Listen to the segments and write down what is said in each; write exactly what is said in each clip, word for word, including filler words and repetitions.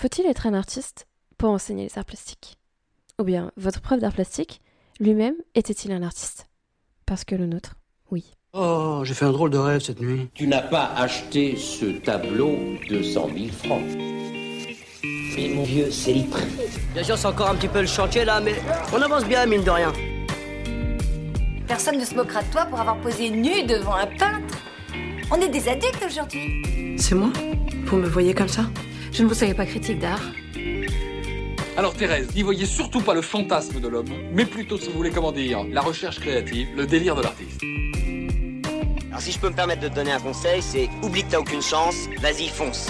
Faut-il être un artiste pour enseigner les arts plastiques ? Ou bien, votre prof d'art plastique, lui-même, était-il un artiste ? Parce que le nôtre, oui. Oh, j'ai fait un drôle de rêve cette nuit. Tu n'as pas acheté ce tableau deux cent mille francs. Mais mon vieux, c'est le prix. Bien sûr, c'est encore un petit peu le chantier là, mais on avance bien, mine de rien. Personne ne se moquera de toi pour avoir posé nu devant un peintre. On est des adultes aujourd'hui. C'est moi ? Vous me voyez comme ça ? Je ne vous savais pas critique d'art. Alors Thérèse, n'y voyez surtout pas le fantasme de l'homme, mais plutôt, si vous voulez comment dire, la recherche créative, le délire de l'artiste. Alors si je peux me permettre de te donner un conseil, c'est oublie que t'as aucune chance, vas-y fonce.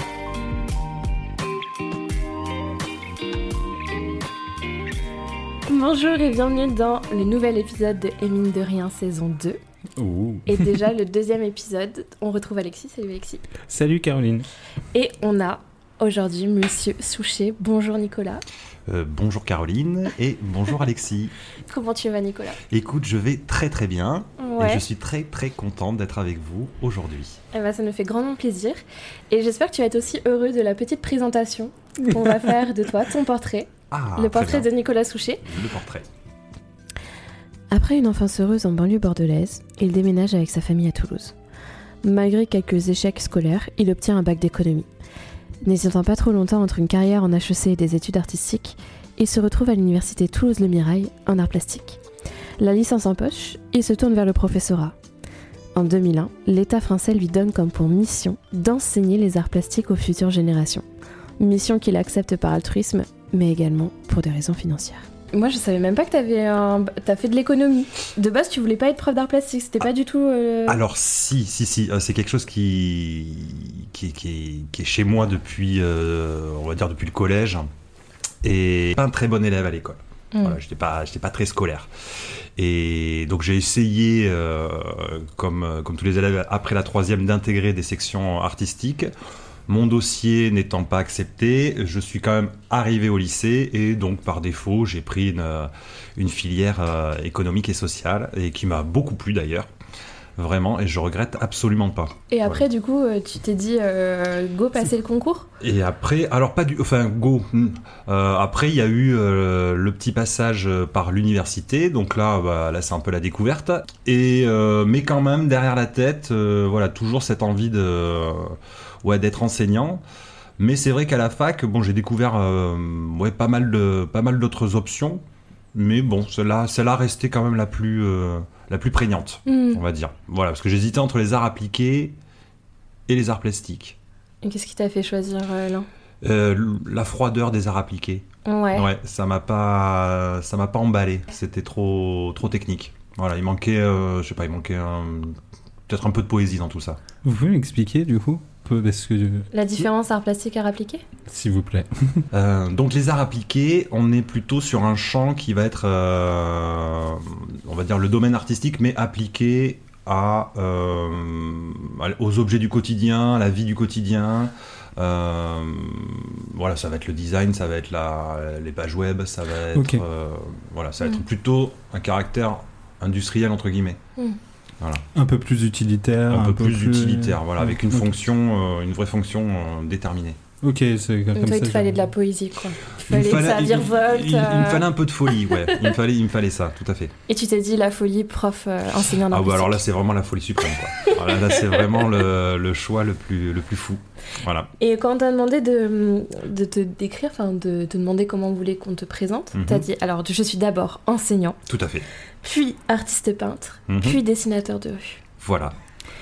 Bonjour et bienvenue dans le nouvel épisode de Et mine de rien saison deux. Ouh. Et déjà le deuxième épisode, on retrouve Alexis. Salut Alexis. Salut Caroline. Et on a aujourd'hui Monsieur Souchet. Bonjour Nicolas. Euh, bonjour Caroline et bonjour Alexis. Comment tu vas Nicolas ? Écoute, je vais très très bien ouais. et je suis très très contente d'être avec vous aujourd'hui. Eh ben, ça nous fait grandement plaisir et j'espère que tu vas être aussi heureux de la petite présentation qu'on va faire de toi, ton portrait. Ah, le portrait de Nicolas Souchet. Le portrait. Après une enfance heureuse en banlieue bordelaise, il déménage avec sa famille à Toulouse. Malgré quelques échecs scolaires, il obtient un bac d'économie. N'hésitant pas trop longtemps entre une carrière en H E C et des études artistiques, il se retrouve à l'université Toulouse-Le Mirail en art plastique. La licence en poche, il se tourne vers le professorat. En deux mille un, l'État français lui donne comme pour mission d'enseigner les arts plastiques aux futures générations. Mission qu'il accepte par altruisme, mais également pour des raisons financières. Moi, je savais même pas que t'avais un... t'as fait de l'économie. De base, tu voulais pas être prof d'art plastique, c'était ah, pas du tout... Euh... Alors si, si, si, euh, c'est quelque chose qui, qui, qui, est, qui est chez moi depuis, euh, on va dire depuis le collège, et pas un très bon élève à l'école. Mmh. Voilà, j'étais pas, j'étais pas très scolaire. Et donc j'ai essayé, euh, comme, comme tous les élèves, après la troisième, d'intégrer des sections artistiques. Mon dossier n'étant pas accepté, je suis quand même arrivé au lycée et donc par défaut, j'ai pris une, une filière euh, économique et sociale et qui m'a beaucoup plu d'ailleurs, vraiment, et je regrette absolument pas. Et après, voilà. Du coup, tu t'es dit euh, go passer C'est... le concours ? Et après, alors pas du, enfin go. Euh, après, il y a eu euh, le petit passage par l'université, donc là, bah, là c'est un peu la découverte. Et euh, mais quand même derrière la tête, euh, voilà, toujours cette envie de euh, Ouais, d'être enseignant, mais c'est vrai qu'à la fac, bon, j'ai découvert euh, ouais, pas mal de, pas mal d'autres options, mais bon, celle-là, celle-là restait quand même la plus, euh, la plus prégnante, mmh. on va dire. Voilà, parce que j'hésitais entre les arts appliqués et les arts plastiques. Et qu'est-ce qui t'a fait choisir euh, l'un ? euh, La froideur des arts appliqués. Ouais. Ouais, ça m'a pas, ça m'a pas emballé. C'était trop, trop technique. Voilà, il manquait, euh, je sais pas, il manquait un, peut-être un peu de poésie dans tout ça. Vous pouvez m'expliquer du coup ? Parce que... La différence art plastique art appliqué ? S'il vous plaît. euh, donc les arts appliqués, on est plutôt sur un champ qui va être, euh, on va dire le domaine artistique, mais appliqué à, euh, aux objets du quotidien, à la vie du quotidien. Euh, voilà, ça va être le design, ça va être la, les pages web, ça va être, okay. euh, voilà, ça va être mmh. plutôt un caractère industriel entre guillemets. Mmh. Voilà. Un peu plus utilitaire. Un, un peu, peu plus, plus utilitaire, voilà, avec une okay. fonction, euh, une vraie fonction euh, déterminée. Ok, c'est comme toi, ça. Il te fallait de la poésie, quoi. Il fallait que ça virevolte. Il, il, il me fallait un peu de folie, ouais. il, me fallait, il me fallait ça, tout à fait. Et tu t'es dit la folie, prof, euh, enseignant d'art Ah bah alors là, c'est vraiment la folie suprême, quoi. Alors là, c'est vraiment le, le choix le plus, le plus fou. Voilà. Et quand on t'a demandé de, de te décrire, enfin de te demander comment on voulait qu'on te présente, mm-hmm. t'as dit alors je suis d'abord enseignant. Tout à fait. Puis artiste peintre, mm-hmm. puis dessinateur de rue. Voilà.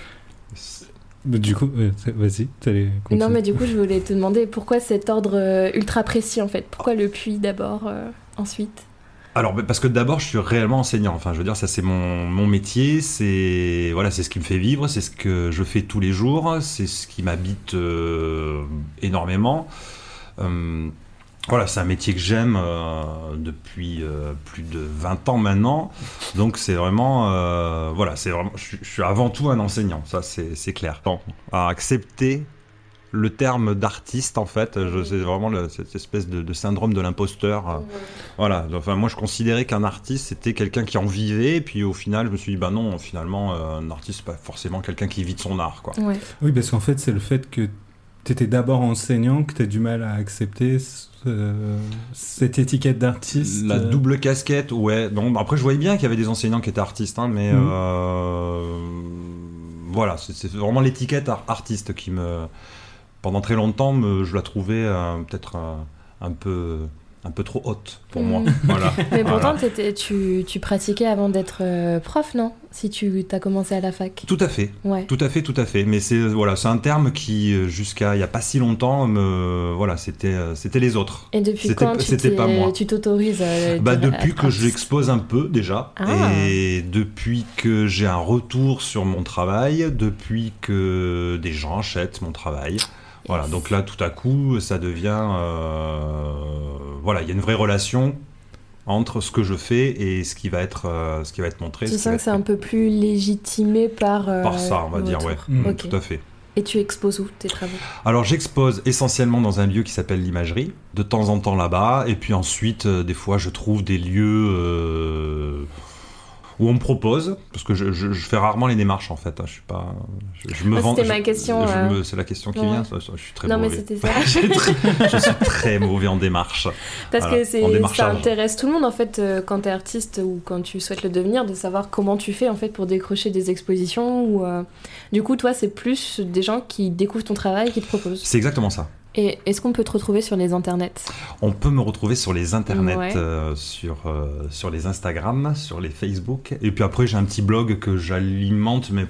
Du coup, euh, vas-y, t'allais continuer. Non, mais du coup, je voulais te demander pourquoi cet ordre euh, ultra précis, en fait. Pourquoi le puis d'abord, euh, ensuite ? Alors, parce que d'abord, je suis réellement enseignant. Enfin, je veux dire, ça, c'est mon, mon métier. C'est, voilà, c'est ce qui me fait vivre. C'est ce que je fais tous les jours. C'est ce qui m'habite euh, énormément. Euh, Voilà, c'est un métier que j'aime euh, depuis euh, plus de vingt ans maintenant. Donc c'est vraiment, euh, voilà, c'est vraiment, je, je suis avant tout un enseignant, ça c'est, c'est clair. Bon, à accepter le terme d'artiste, en fait, je, c'est vraiment le, cette espèce de, de syndrome de l'imposteur. Euh, voilà, enfin moi je considérais qu'un artiste c'était quelqu'un qui en vivait, et puis au final je me suis dit bah non, finalement euh, un artiste c'est pas forcément quelqu'un qui vit de son art, quoi. Ouais. Oui, parce qu'en fait c'est le fait que tu étais d'abord enseignant, que tu as du mal à accepter ce, cette étiquette d'artiste. La double casquette, ouais. Donc, après, je voyais bien qu'il y avait des enseignants qui étaient artistes, hein, mais mmh. euh, voilà, c'est, c'est vraiment l'étiquette art- artiste qui me... Pendant très longtemps, me, je la trouvais euh, peut-être euh, un peu... un peu trop haute pour mmh. moi. Voilà. Mais pourtant, voilà. tu, tu pratiquais avant d'être euh, prof, non ? Si tu as commencé à la fac. Tout à fait. Ouais. Tout à fait, tout à fait. Mais c'est, voilà, c'est un terme qui, jusqu'à il n'y a pas si longtemps, me, voilà, c'était, c'était les autres. Et depuis c'était, quand tu, c'était pas moi. tu t'autorises à bah, dire, depuis à que j'expose un peu déjà. Ah. Et depuis que j'ai un retour sur mon travail, depuis que des gens achètent mon travail. Voilà, donc là, tout à coup, ça devient... Euh, voilà, il y a une vraie relation entre ce que je fais et ce qui va être, euh, ce qui va être montré. Tu sens que c'est un peu plus légitimé par... Euh, par ça, on va dire, ouais. Mmh. Okay. Tout à fait. Et tu exposes où tes travaux ? Alors, j'expose essentiellement dans un lieu qui s'appelle l'Imagerie, de temps en temps là-bas, et puis ensuite, euh, des fois, je trouve des lieux... Euh, où on me propose, parce que je, je, je fais rarement les démarches en fait, je suis pas, je, je me ah, vends. C'était je, ma question. Je, je euh... me, c'est la question qui ouais. vient. Ça, ça, je suis très non mauvais. mais c'était ça. je, suis très, je suis très mauvais en démarche. Parce voilà, que c'est, ça intéresse tout le monde en fait euh, quand t'es artiste ou quand tu souhaites le devenir, de savoir comment tu fais en fait pour décrocher des expositions ou. Euh... Du coup, toi, c'est plus des gens qui découvrent ton travail, qui te proposent. C'est exactement ça. Et est-ce qu'on peut te retrouver sur les internets ? On peut me retrouver sur les internets, ouais. euh, sur, euh, sur les Instagram, sur les Facebook. Et puis après, j'ai un petit blog que j'alimente, mais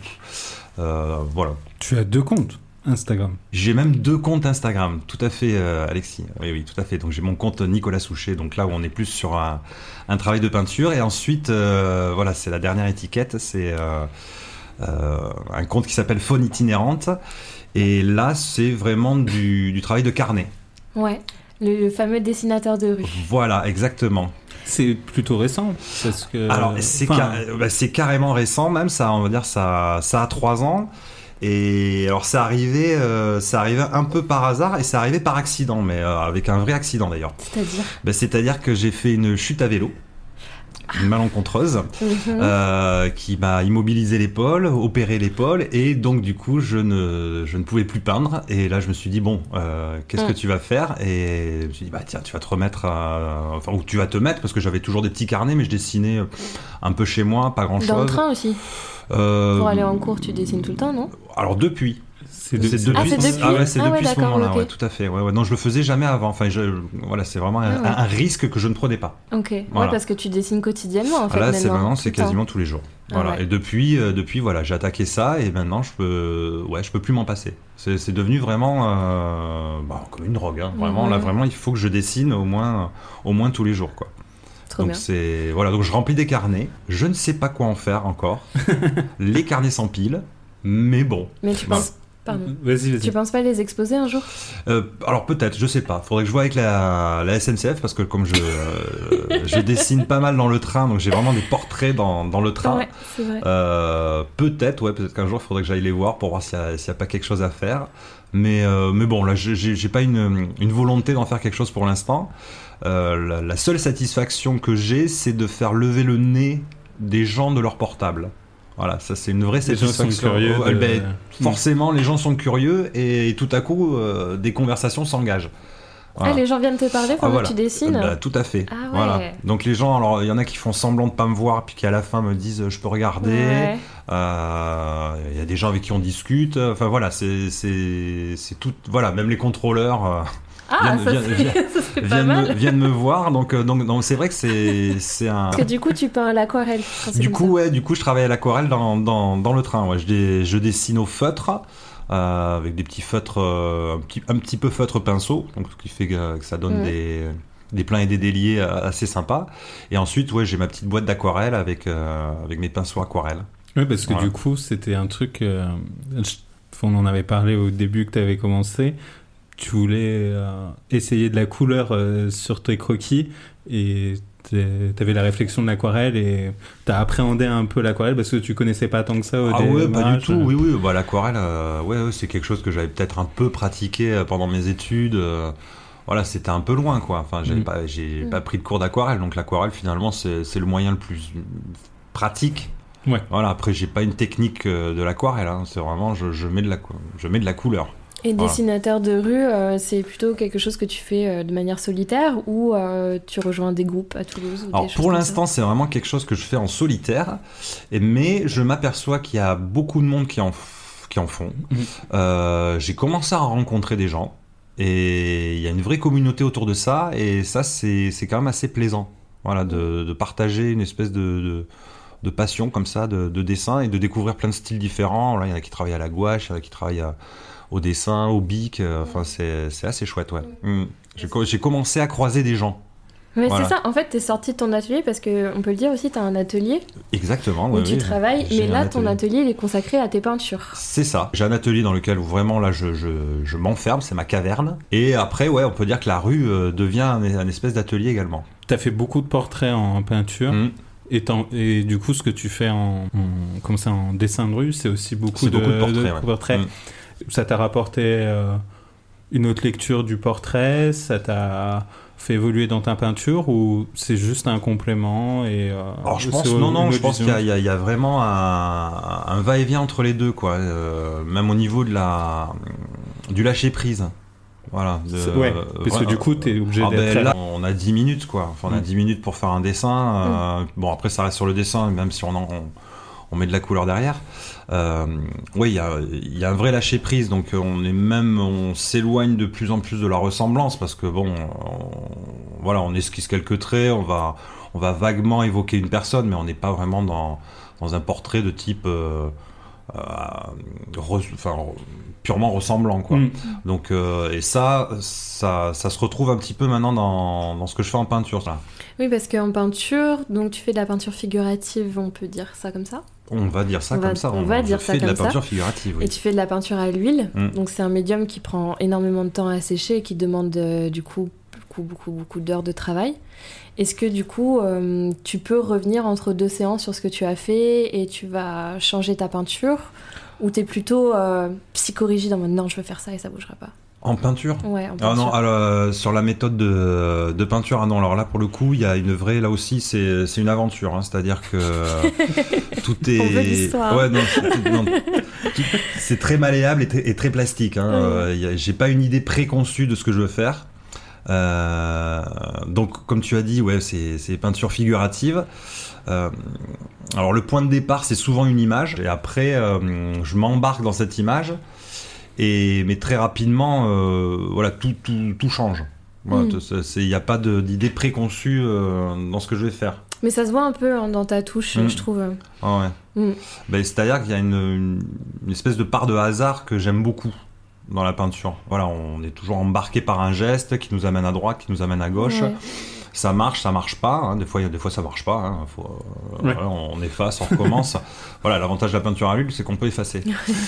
euh, voilà. Tu as deux comptes Instagram ? J'ai même deux comptes Instagram, tout à fait, euh, Alexis. Oui, oui, tout à fait. Donc j'ai mon compte Nicolas Souchet, donc là où on est plus sur un, un travail de peinture. Et ensuite, euh, voilà, c'est la dernière étiquette, c'est euh, euh, un compte qui s'appelle Faune Itinérante. Et là, c'est vraiment du, du travail de carnet. Ouais, le, le fameux dessinateur de rue. Voilà, exactement. C'est plutôt récent, parce que... Alors, c'est, enfin... car, bah, c'est carrément récent, même, ça, on va dire, ça, ça a trois ans. Et alors, c'est arrivé, euh, c'est arrivé un peu par hasard, et c'est arrivé par accident, mais euh, avec un vrai accident, d'ailleurs. C'est-à-dire bah, C'est-à-dire que j'ai fait une chute à vélo. Une malencontreuse mmh. euh, qui m'a immobilisé l'épaule, opéré l'épaule, et donc du coup je ne, je ne pouvais plus peindre. Et là je me suis dit bon, euh, qu'est-ce mmh. que tu vas faire ? Et je me suis dit bah tiens, tu vas te remettre, à... enfin où tu vas te mettre, parce que j'avais toujours des petits carnets, mais je dessinais un peu chez moi, pas grand-chose. Dans le train aussi. Euh... Pour aller en cours, tu dessines tout le temps, non ? Alors depuis. C'est, de, c'est depuis, ah, c'est depuis, ah ouais, c'est ah depuis ouais, ce moment-là, okay. ouais, tout à fait. Ouais, ouais. Non, je le faisais jamais avant. Enfin, je, voilà, c'est vraiment un, ah ouais. un risque que je ne prenais pas. Ok. Voilà. Ouais, parce que tu dessines quotidiennement en fait. Ah là, maintenant, c'est maintenant, c'est quasiment temps. tous les jours. Ah voilà. ouais. Et depuis, euh, depuis, voilà, j'ai attaqué ça et maintenant, je peux, ouais, je peux plus m'en passer. C'est, c'est devenu vraiment, euh, bah, comme une drogue. Hein. Vraiment, mmh. là, vraiment, il faut que je dessine au moins, au moins tous les jours, quoi. Trop donc bien. c'est, voilà, donc je remplis des carnets. Je ne sais pas quoi en faire encore. Les carnets s'empilent, mais bon. Mais tu bah, penses. Pardon. Vas-y, vas-y. Tu penses pas les exposer un jour ? euh, Alors peut-être, je sais pas. Faudrait que je voie avec la, la S N C F parce que comme je, euh, je dessine pas mal dans le train, donc j'ai vraiment des portraits dans, dans le train. Ouais, c'est vrai. Euh, peut-être, ouais, peut-être qu'un jour il faudrait que j'aille les voir pour voir s'il y a, s'il y a pas quelque chose à faire. Mais, euh, mais bon, là, j'ai, j'ai pas une, une volonté d'en faire quelque chose pour l'instant. Euh, la, la seule satisfaction que j'ai, c'est de faire lever le nez des gens de leur portable. Voilà, ça c'est une vraie satisfaction. Les gens sont curieux. Oh, de... ben, forcément, les gens sont curieux et tout à coup, euh, des conversations s'engagent. Voilà. Ah, les gens viennent te parler pendant ah, voilà. que tu dessines ? Bah, tout à fait. Ah, ouais. Voilà. Donc les gens, alors il y en a qui font semblant de pas me voir puis qui à la fin me disent je peux regarder. Ouais. Euh, il y a des gens avec qui on discute. Enfin voilà, c'est c'est c'est tout. Voilà, même les contrôleurs. Euh, Ah, viennent, ça, viennent, c'est, viennent, ça c'est pas viennent mal. Me, viennent me voir, donc, donc, donc c'est vrai que c'est, c'est un... Parce que du coup, tu peins à l'aquarelle. Du coup, ouais, du coup, je travaille à l'aquarelle dans, dans, dans le train. Ouais. Je, dé, je dessine au feutre, euh, avec des petits feutres, euh, un, petit, un petit peu feutre pinceau, donc ce qui fait que, que ça donne mmh. des, des pleins et des déliés assez sympas. Et ensuite, ouais, j'ai ma petite boîte d'aquarelle avec, euh, avec mes pinceaux aquarelles. Oui, parce que voilà. Du coup, c'était un truc... Euh, on en avait parlé au début que tu avais commencé... Tu voulais euh, essayer de la couleur euh, sur tes croquis et tu avais la réflexion de l'aquarelle et tu as appréhendé un peu l'aquarelle parce que tu connaissais pas tant que ça au ah démarrage. Ah ouais, pas du tout, oui, oui. Bah, l'aquarelle, euh, ouais, ouais, c'est quelque chose que j'avais peut-être un peu pratiqué pendant mes études. Euh, voilà, c'était un peu loin, quoi. Enfin, j'avais mmh. pas, j'ai mmh. pas pris de cours d'aquarelle, donc l'aquarelle, finalement, c'est, c'est le moyen le plus pratique. Ouais. Voilà, après, j'ai pas une technique de l'aquarelle, hein. C'est vraiment, je, je, mets de la, je mets de la couleur. Et Voilà. dessinateur de rue, euh, c'est plutôt quelque chose que tu fais euh, de manière solitaire ou euh, tu rejoins des groupes à Toulouse ou Alors des choses pour comme l'instant, ça c'est vraiment quelque chose que je fais en solitaire, et- mais je m'aperçois qu'il y a beaucoup de monde qui en, f- qui en font. Mhm. Euh, j'ai commencé à rencontrer des gens, et il y a une vraie communauté autour de ça, et ça, c'est c'est quand même assez plaisant. Voilà, de, de partager une espèce de, de, de passion comme ça, de, de dessin, et de découvrir plein de styles différents. Là, il y en a qui travaillent à la gouache, il y en a qui travaillent à- au dessin, au bic. euh, Enfin, c'est c'est assez chouette, ouais. Mhm. J'ai co- j'ai commencé à croiser des gens. Ouais, Voilà. c'est ça. En fait, t'es sorti de ton atelier parce que on peut le dire aussi, t'as un atelier Exactement. où ouais, tu oui, travailles, j'ai mais un là, ton atelier. atelier, il est consacré à tes peintures. C'est ça. J'ai un atelier dans lequel où vraiment là je, je, je m'enferme, c'est ma caverne. Et après, ouais, on peut dire que la rue euh, devient un, un espèce d'atelier également. T'as fait beaucoup de portraits en peinture. Mhm. Et, t'en- et du coup, ce que tu fais en, en- comme ça, en dessin de rue, c'est aussi beaucoup, C'est de, beaucoup de portraits, ouais. portraits. Mhm. Ça t'a rapporté euh, une autre lecture du portrait. Ça t'a fait évoluer dans ta peinture, ou c'est juste un complément et euh, Alors je c'est pense, une non, non, autre je pense qu'il y vision. a, il y a- il y a vraiment un, un va-et-vient entre les deux, quoi. Euh, même au niveau de la, du lâcher prise. Voilà. de- C'est- ouais, parce que du coup, t'es obligé Ah d'être ben très là, on a dix minutes, quoi. Enfin, on a Mm. dix minutes pour faire un dessin. euh, Bon, après, ça reste sur le dessin, même si on, en, on, on met de la couleur derrière. Euh, oui, il y a, il y a un vrai lâcher prise, donc on est même, on s'éloigne de plus en plus de la ressemblance, parce que bon, on, voilà, on esquisse quelques traits, on va, on va vaguement évoquer une personne, mais on n'est pas vraiment dans, dans un portrait de type, euh, euh, re- enfin, purement ressemblant, quoi. Mm. Donc, euh, et ça, ça, ça se retrouve un petit peu maintenant dans, dans ce que je fais en peinture, ça. Oui, parce qu'en peinture, donc tu fais de la peinture figurative, on peut dire ça comme ça. On va dire ça On va- comme ça. on va je dire ça fais de la comme ça. peinture figurative, oui. Et tu fais de la peinture à l'huile, Mm. donc c'est un médium qui prend énormément de temps à sécher et qui demande euh, du coup beaucoup, beaucoup, beaucoup d'heures de travail. Est-ce que du coup, euh, tu peux revenir entre deux séances sur ce que tu as fait et tu vas changer ta peinture, ou t'es plutôt euh, psychorigide en mode non, je veux faire ça et ça bougera pas? En peinture? Ouais, en Ah peinture. non, alors, euh, sur la méthode de, de peinture, ah non, alors là pour le coup, il y a une vraie, là aussi, c'est c'est une aventure, hein, c'est-à-dire que euh, tout est. On veut l'histoire. Ouais, non, c'est- non, tout- c'est très malléable et, très- et très plastique. Hein. Ouais. Euh, y a- J'ai pas une idée préconçue de ce que je veux faire. Euh, donc, comme tu as dit, ouais, c'est c'est peinture figurative. Euh, alors, le point de départ, c'est souvent une image, et après, euh, je m'embarque dans cette image. Et, mais très rapidement, euh, voilà, tout, tout, tout change. Voilà, Mm. il n'y a pas de- d'idée préconçue euh, dans ce que je vais faire. Mais ça se voit un peu hein, dans ta touche, Mm. je trouve. Ah ouais. Mm. Ben, c'est-à-dire qu'il y a une, une, une espèce de part de hasard que j'aime beaucoup dans la peinture. Voilà, on est toujours embarqué par un geste qui nous amène à droite, qui nous amène à gauche. Ouais. Ça marche, ça marche pas. Hein. Des fois, il y a- des fois, ça marche pas. Hein. Faut, euh, Ouais. voilà, on efface, on recommence. Voilà, l'avantage de la peinture à l'huile, c'est qu'on peut effacer.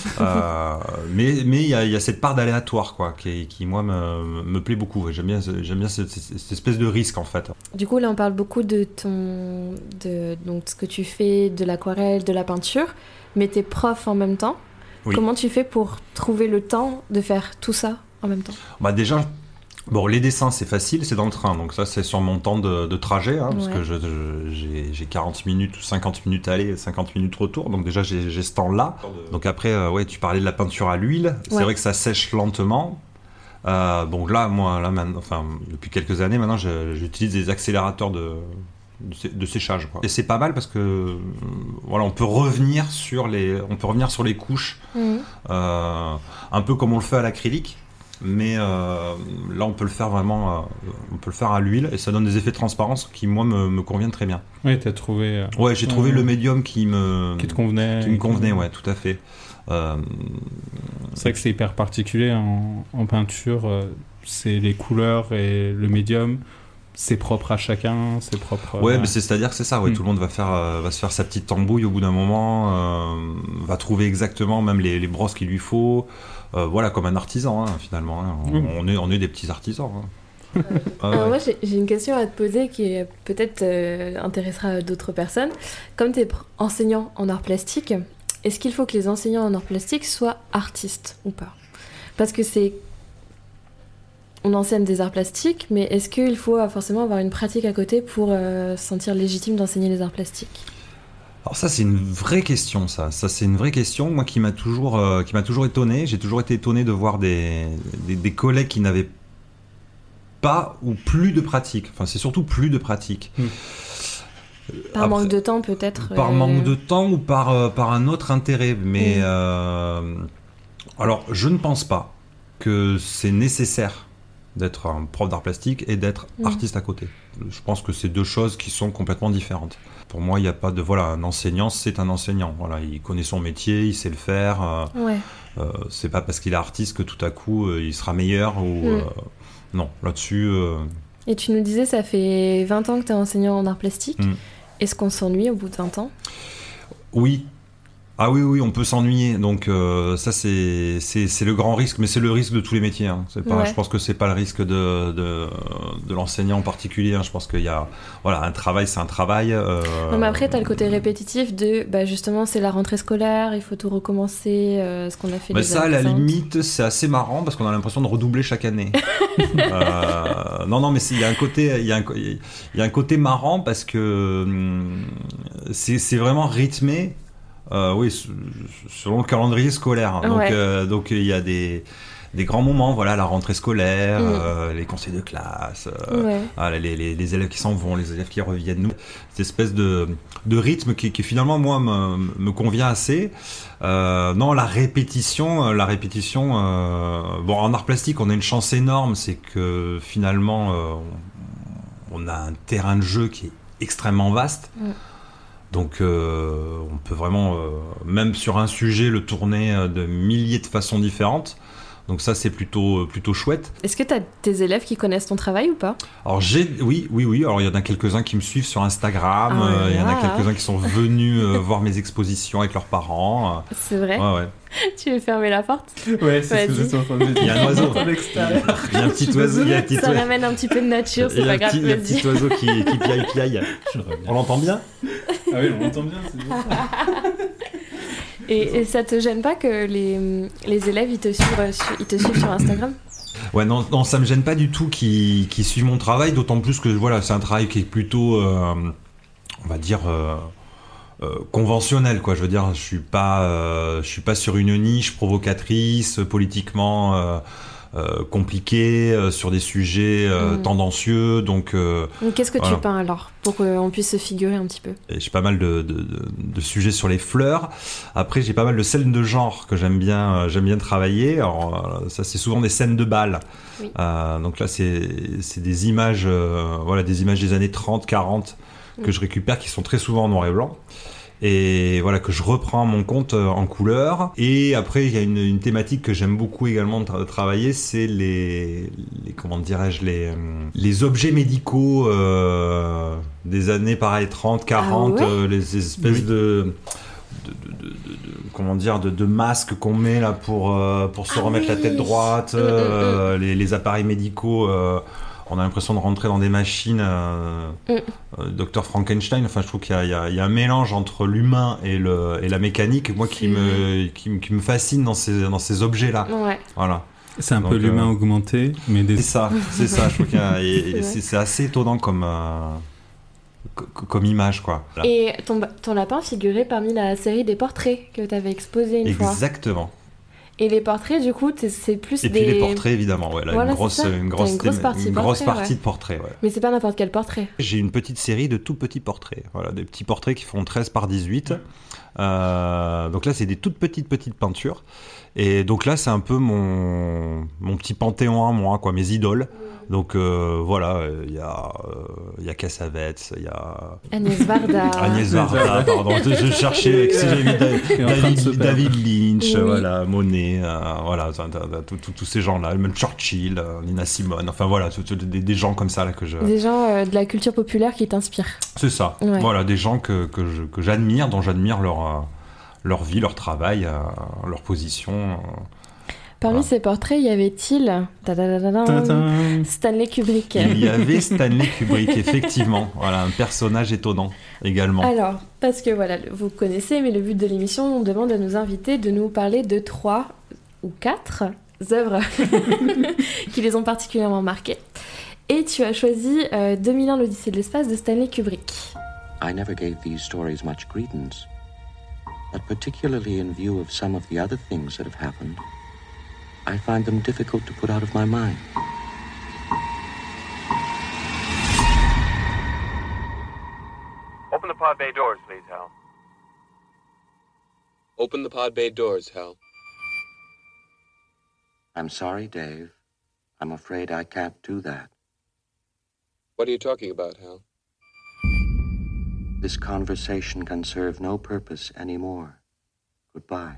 euh, mais mais il y a, il y a cette part d'aléatoire, quoi, qui, qui moi me, me plaît beaucoup. J'aime bien, j'aime bien cette, cette- cette espèce de risque, en fait. Du coup, là, on parle beaucoup de ton, de donc ce que tu fais, de l'aquarelle, de la peinture, mais t'es prof en même temps. Oui. Comment tu fais pour trouver le temps de faire tout ça en même temps? Bah déjà, bon, les dessins c'est facile, c'est dans le train, donc ça c'est sur mon temps de, de trajet, hein, parce Ouais. que je- je- j'ai j'ai quarante minutes ou cinquante minutes aller, cinquante minutes retour, donc déjà j'ai j'ai ce temps-là. Donc après, euh, ouais, tu parlais de la peinture à l'huile, c'est Ouais. vrai que ça sèche lentement. Euh, bon là, moi, là, maintenant, enfin, depuis quelques années maintenant, je- j'utilise des accélérateurs de, de, sé- de séchage, quoi. Et c'est pas mal parce que, euh, voilà, on peut revenir sur les, on peut revenir sur les couches, Mhm. euh, un peu comme on le fait à l'acrylique. Mais euh, là, on peut le faire vraiment, euh, on peut le faire à l'huile et ça donne des effets de transparence qui, moi, me, me conviennent très bien. Oui, t'as trouvé. euh, Ouais, j'ai trouvé euh, le médium qui me, Qui te convenait. qui me convenait, ouais, tout à fait. Euh, C'est vrai que c'est hyper particulier en, en peinture. euh, C'est les couleurs et le médium. C'est propre à chacun. C'est propre. ouais, euh, mais c'est, c'est-à-dire que c'est ça. Ouais, Mm. tout le monde va faire, euh, va se faire sa petite tambouille au bout d'un moment, euh, va trouver exactement même les, les brosses qu'il lui faut. Euh, voilà, comme un artisan, hein, finalement. Hein. On, Mm. on est, on est des petits artisans. Hein. Ah, Alors ouais. moi, j'ai j'ai une question à te poser qui euh, peut-être euh, intéressera d'autres personnes. Comme tu es enseignant en arts plastiques, est-ce qu'il faut que les enseignants en arts plastiques soient artistes ou pas? Parce que c'est... On enseigne des arts plastiques, mais est-ce qu'il faut euh, forcément avoir une pratique à côté pour euh, se sentir légitime d'enseigner les arts plastiques? Alors ça c'est une vraie question ça, ça c'est une vraie question moi qui m'a toujours euh, qui m'a toujours étonné, j'ai toujours été étonné de voir des, des, des collègues qui n'avaient pas ou plus de pratique, enfin c'est surtout plus de pratique. Mmh. Par Après, manque de temps peut-être. Par euh... manque de temps ou par, euh, par un autre intérêt, mais mmh. euh, alors je ne pense pas que c'est nécessaire d'être un prof d'art plastique et d'être mmh. artiste à côté. Je pense que c'est deux choses qui sont complètement différentes. Pour moi, il n'y a pas de... Voilà, un enseignant, c'est un enseignant. Voilà, il connaît son métier, il sait le faire. Euh, ouais. euh, c'est pas parce qu'il est artiste que tout à coup, euh, il sera meilleur. Ou, mmh. euh, non, là-dessus... Euh... Et tu nous disais, ça fait vingt ans que tu es enseignant en art plastique. Mmh. Est-ce qu'on s'ennuie au bout de vingt ans ? Oui. Ah oui, oui, on peut s'ennuyer. Donc euh, ça, c'est, c'est, c'est le grand risque, mais c'est le risque de tous les métiers. Hein. C'est pas, ouais. Je pense que c'est pas le risque de, de, de l'enseignant en particulier. Hein. Je pense qu'il y a, voilà, un travail, c'est un travail. Euh... Non, mais après, t'as le côté répétitif de, bah justement, c'est la rentrée scolaire, il faut tout recommencer, euh, ce qu'on a fait. Mais les ça, à la limite, c'est assez marrant parce qu'on a l'impression de redoubler chaque année. euh, non, non, mais il y a un côté, il y a un, il y a un côté marrant parce que hum, c'est, c'est vraiment rythmé. Euh, oui, selon le calendrier scolaire. Donc, ouais. euh, donc il y a des, des grands moments, voilà, la rentrée scolaire, mmh. euh, les conseils de classe, euh, ouais. ah, les, les, les élèves qui s'en vont, les élèves qui reviennent. Nous, cette espèce de, de rythme qui, qui finalement moi me, me convient assez. Euh, non, la répétition, la répétition. Euh, bon, en art plastique, on a une chance énorme, c'est que finalement, euh, on a un terrain de jeu qui est extrêmement vaste. Mmh. Donc euh, on peut vraiment, euh, même sur un sujet, le tourner de milliers de façons différentes. Donc ça, c'est plutôt, plutôt chouette. Est-ce que tu as tes élèves qui connaissent ton travail ou pas ? Alors j'ai, oui, oui, oui. Alors il y en a quelques-uns qui me suivent sur Instagram. Ah, euh, il y en a quelques-uns qui sont venus euh, voir mes expositions avec leurs parents. C'est vrai ? Ouais, ouais. Tu veux fermer la porte ? Ouais, c'est Vas-y. Ce que j'étais en train de dire. Il y a un oiseau. Il y a un petit oiseau. Il y a un petit Ça ramène un petit peu de nature, c'est pas grave. Il y a un petit oiseau qui, qui piaille, piaille. On l'entend bien ? Ah oui, on l'entend bien, c'est bien ça. Et, et ça te gêne pas que les, les élèves ils te, suivent, ils te suivent sur Instagram ? Ouais, non, non, ça me gêne pas du tout qu'ils, qu'ils suivent mon travail, d'autant plus que voilà, c'est un travail qui est plutôt, euh, on va dire, euh, euh, conventionnel, quoi. Je veux dire, je suis pas, euh, je suis pas sur une niche provocatrice, politiquement euh, euh, compliquée, euh, sur des sujets euh, mmh. tendancieux. Donc, euh, qu'est-ce que voilà. tu peins alors, pour qu'on puisse se figurer un petit peu ? Et j'ai pas mal de, de, de, de sujets sur les fleurs. Après, j'ai pas mal de scènes de genre que j'aime bien, euh, j'aime bien travailler. Alors, euh, ça, c'est souvent des scènes de bal. Oui. Euh, donc là, c'est, c'est des images, euh, voilà, des images des années trente, quarante que mmh. je récupère, qui sont très souvent en noir et blanc. Et voilà, que je reprends à mon compte en couleur. Et après, il y a une, une thématique que j'aime beaucoup également de tra- travailler, c'est les, les comment dirais-je, les, les objets médicaux euh, des années pareil trente, quarante, ah ouais euh, les espèces oui. de, de, de, de, de comment dire, de, de masques qu'on met là pour euh, pour se ah remettre oui. la tête droite, euh, les, les appareils médicaux. Euh, On a l'impression de rentrer dans des machines, euh, mm. euh, docteur Frankenstein. Enfin, je trouve qu'il y a, il y a, il y a un mélange entre l'humain et, le, et la mécanique, moi, qui me, qui, qui me fascine dans ces, dans ces objets-là. Ouais. Voilà. C'est un Donc, peu euh, l'humain augmenté, mais des... C'est ça, c'est ça. Je trouve qu'il y a, et, et c'est, c'est assez étonnant comme, euh, comme image, quoi. Là. Et ton, ton lapin figurait parmi la série des portraits que tu avais exposé une Exactement. fois. Exactement. Et les portraits, du coup, c'est plus et des... Et puis les portraits, évidemment, ouais, là, voilà, une grosse, une grosse, une grosse partie, une portrait, grosse partie ouais. de portraits, ouais. Mais c'est pas n'importe quel portrait. J'ai une petite série de tout petits portraits, voilà, des petits portraits qui font treize par dix-huit. Euh, donc là, c'est des toutes petites petites peintures. Et donc là, c'est un peu mon mon petit panthéon à moi, quoi, mes idoles. Donc euh, voilà, il y a il euh, y a Cassavetes, il y a Agnès Varda. Agnès Varda, pardon, je cherchais si j'ai mis David, David Lynch, oui. voilà, Monet, euh, voilà, tous ces gens-là, même Churchill, Nina Simone, enfin voilà, des, des gens comme ça là que je. Des gens euh, de la culture populaire qui t'inspirent. C'est ça. Ouais. Voilà, des gens que que, je, que j'admire, dont j'admire leur euh, leur vie, leur travail, euh, leur position. Euh, Parmi voilà. ces portraits, y avait-il Stanley Kubrick. Il y avait Stanley Kubrick, effectivement. Voilà, un personnage étonnant également. Alors, parce que voilà, vous connaissez, mais le but de l'émission, on demande à nos invités de nous parler de trois ou quatre œuvres qui les ont particulièrement marquées. Et tu as choisi euh, deux mille un l'Odyssée de l'espace de Stanley Kubrick. I never gave these stories much credence, but particularly in view of some of the other things that have happened, I find them difficult to put out of my mind. Open the pod bay doors, please, Hal. Open the pod bay doors, Hal. I'm sorry, Dave. I'm afraid I can't do that. What are you talking about, Hal? This conversation can serve no purpose anymore. Goodbye.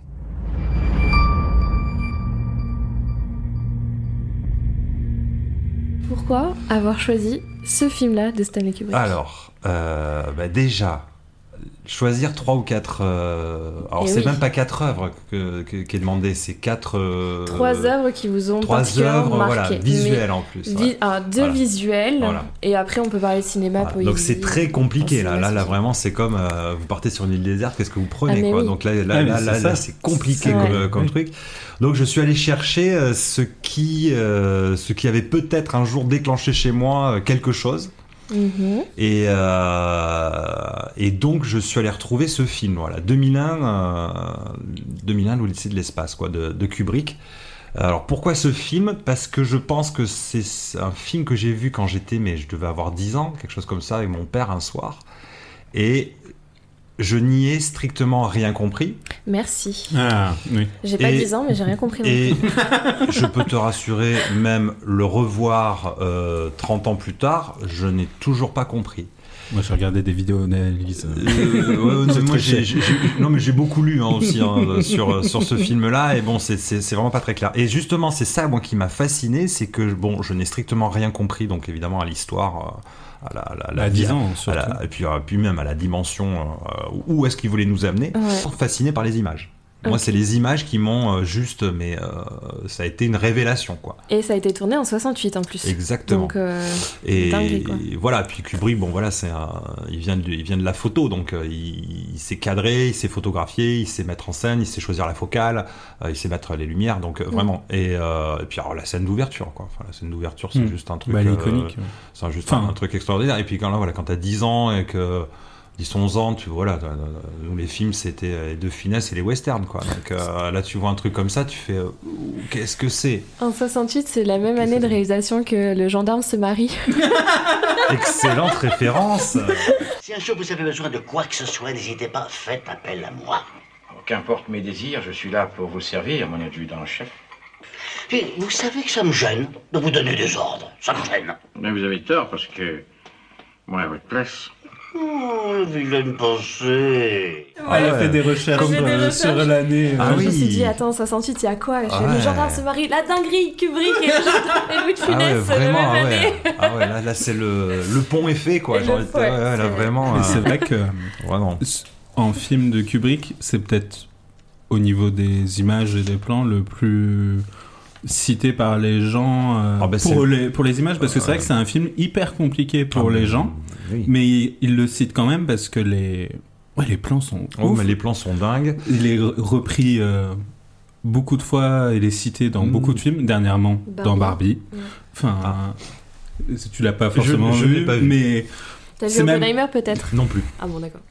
Pourquoi avoir choisi ce film-là de Stanley Kubrick ? Alors, euh, bah déjà, choisir trois ou quatre... Euh... Alors, Et c'est oui. même pas quatre œuvres que, que, qui est demandé, c'est quatre... Euh... Trois œuvres qui vous ont Trois particulièrement œuvres, marqué. voilà, visuelles Mais en plus. vi- Ouais. alors, deux Voilà. visuels, Voilà. et après on peut parler de cinéma, Voilà. poésie. Donc c'est très compliqué là. cinéma, Là, là c'est- vraiment c'est comme euh, vous partez sur une île déserte, qu'est-ce que vous prenez Ah, mais quoi. oui. Donc là, là, Ah, mais là, c'est là, ça. là, c'est compliqué C'est comme, vrai. euh, comme Oui. truc. Donc je suis allé chercher euh, ce qui, euh, ce qui avait peut-être un jour déclenché chez moi euh, quelque chose. Mhm. Et, euh, et donc je suis allé retrouver ce film, voilà, deux mille un, euh, deux mille un, l'Odyssée de l'espace, quoi, de, de Kubrick. Alors pourquoi ce film ? Parce que je pense que c'est un film que j'ai vu quand j'étais, mais je devais avoir dix ans, quelque chose comme ça, avec mon père un soir. Et je n'y ai strictement rien compris. Merci. Ah, oui. J'ai pas Et- dix ans, mais j'ai rien compris. non Et plus. je peux te rassurer, même le revoir euh, trente ans plus tard, je n'ai toujours pas compris. Moi, j'ai regardé des vidéos d'analyse. Euh, ouais, ouais, J'ai moi, triché. j'ai, j'ai- j'ai- non mais j'ai beaucoup lu hein, aussi hein, sur sur ce film-là et bon c'est, c'est c'est vraiment pas très clair. Et justement c'est ça moi qui m'a fasciné, c'est que bon je n'ai strictement rien compris donc évidemment à l'histoire, euh, à la, à la, À la dix vie, ans, à surtout. la- et puis euh, puis même à la dimension euh, où est-ce qu'il voulait nous amener. Ouais. Fasciné par les images. Moi Ok. c'est les images qui m'ont euh, juste mais euh, ça a été une révélation quoi. Et ça a été tourné en soixante-huit en plus. Exactement. Donc, euh, Et, dingue, quoi. et voilà, puis Kubrick, bon voilà, c'est un, il vient de, il vient de la photo, donc euh, il, il sait cadrer, il sait photographier, il sait mettre en scène, il sait choisir la focale, euh, il sait mettre les lumières, donc euh, Mm. vraiment. Et, euh, et puis alors la scène d'ouverture, quoi. Enfin, la scène d'ouverture, c'est Mm. juste un truc, Bah, euh, l'iconique. c'est un- juste Enfin, un, un truc extraordinaire. Et puis quand là, voilà, quand t'as dix ans et que dix onze ans, tu voilà, t'as- nous les films c'était euh, les deux finesses et les westerns, quoi. Donc euh, là, tu vois un truc comme ça, tu fais, euh, Ouh, qu'est-ce que c'est? En soixante-huit, c'est la même année de réalisation que Le gendarme se marie. Excellente référence. Si un jour vous avez besoin de quoi que ce soit, n'hésitez pas, faites appel à moi. Qu'importe mes désirs, je suis là pour vous servir, mon adjudant-chef. Et vous savez que ça me gêne de vous donner des ordres. Ça me gêne. Mais vous avez tort, parce que moi, à votre place... Oh, vilaine pensée. Ah, il a fait des recherches, J'ai fait des euh, recherches. sur l'année. Ah Je me suis oui. dit, attends, soixante-huit, il y a quoi Je fais, Ah Le ouais. gendarme se marie, la dinguerie, Kubrick et, le gendarme- et Louis de Ah ouais, Funès, la vraiment, même ah année. ouais. Ah ouais, là, là c'est le, le pont est fait, quoi. Et J'ai le- envie de dire, ouais, ouais, là, c'est- vraiment. Mais euh, c'est vrai que Vraiment. en film de Kubrick, c'est peut-être au niveau des images et des plans le plus cité par les gens euh, Ah bah, pour, c'est- les, pour les images, parce que c'est vrai que c'est un film hyper compliqué pour Ah, les mais- gens, oui. mais il, il le cite quand même parce que les, ouais, les plans sont Oh, ouf. mais les plans sont dingues. Il est re- repris euh, beaucoup de fois, il est cité dans Mm. beaucoup de films, dernièrement Barbie. dans Barbie. Ouais. Enfin, Ah. tu l'as pas forcément je vu, l'ai pas vu. mais T'as vu c'est même- Oppenheimer peut-être Non plus. Ah bon, d'accord.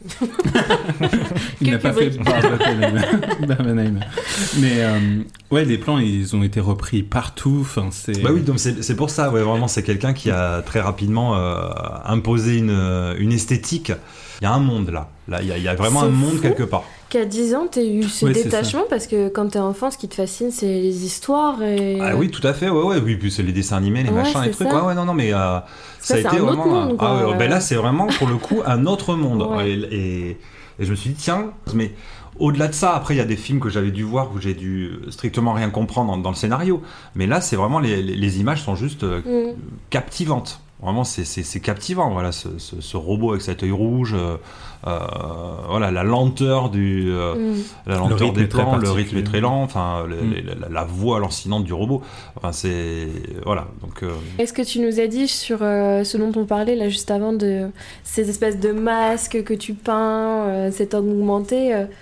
il Que n'a pas fait Kubrick. Barbenheimer. Barbenheimer. Mais euh, ouais, les plans, ils ont été repris partout. Enfin, c'est. Bah oui, donc c'est c'est pour ça, ouais, vraiment, c'est quelqu'un qui a très rapidement euh, imposé une, une esthétique. Il y a un monde là. Là, il y a, il y a vraiment C'est un monde fou. quelque part. Qu'à dix ans, t'aies eu ce Ouais, c'est détachement parce que quand t'es enfant, ce qui te fascine, c'est les histoires et... Ah oui, tout à fait, ouais, ouais, oui, puis c'est les dessins animés, les Ouais, machins, les c'est trucs, ça. ouais, ouais, non, non, mais euh, ça, Ça, a c'est été un autre vraiment. monde, quoi. Ah ouais, ben là, c'est vraiment pour le coup un autre monde. Ouais. Et, et, et je me suis dit, tiens, mais au-delà de ça, après, il y a des films que j'avais dû voir où j'ai dû strictement rien comprendre dans, dans le scénario. Mais là, c'est vraiment les, les, les images sont juste euh, Mm. captivantes. Vraiment, c'est, c'est, c'est captivant, voilà, ce, ce, ce robot avec cet œil rouge, euh, euh, voilà, la lenteur du, euh, Mm. la lenteur rythme des est très plans, le rythme particulier. est très lent, enfin, le- Mm. les- la, la voix lancinante du robot, enfin, c'est, voilà, donc. euh, Est-ce que tu nous as dit sur euh, ce dont on parlait là juste avant, de ces espèces de masques que tu peins, euh, cet augmenté, euh,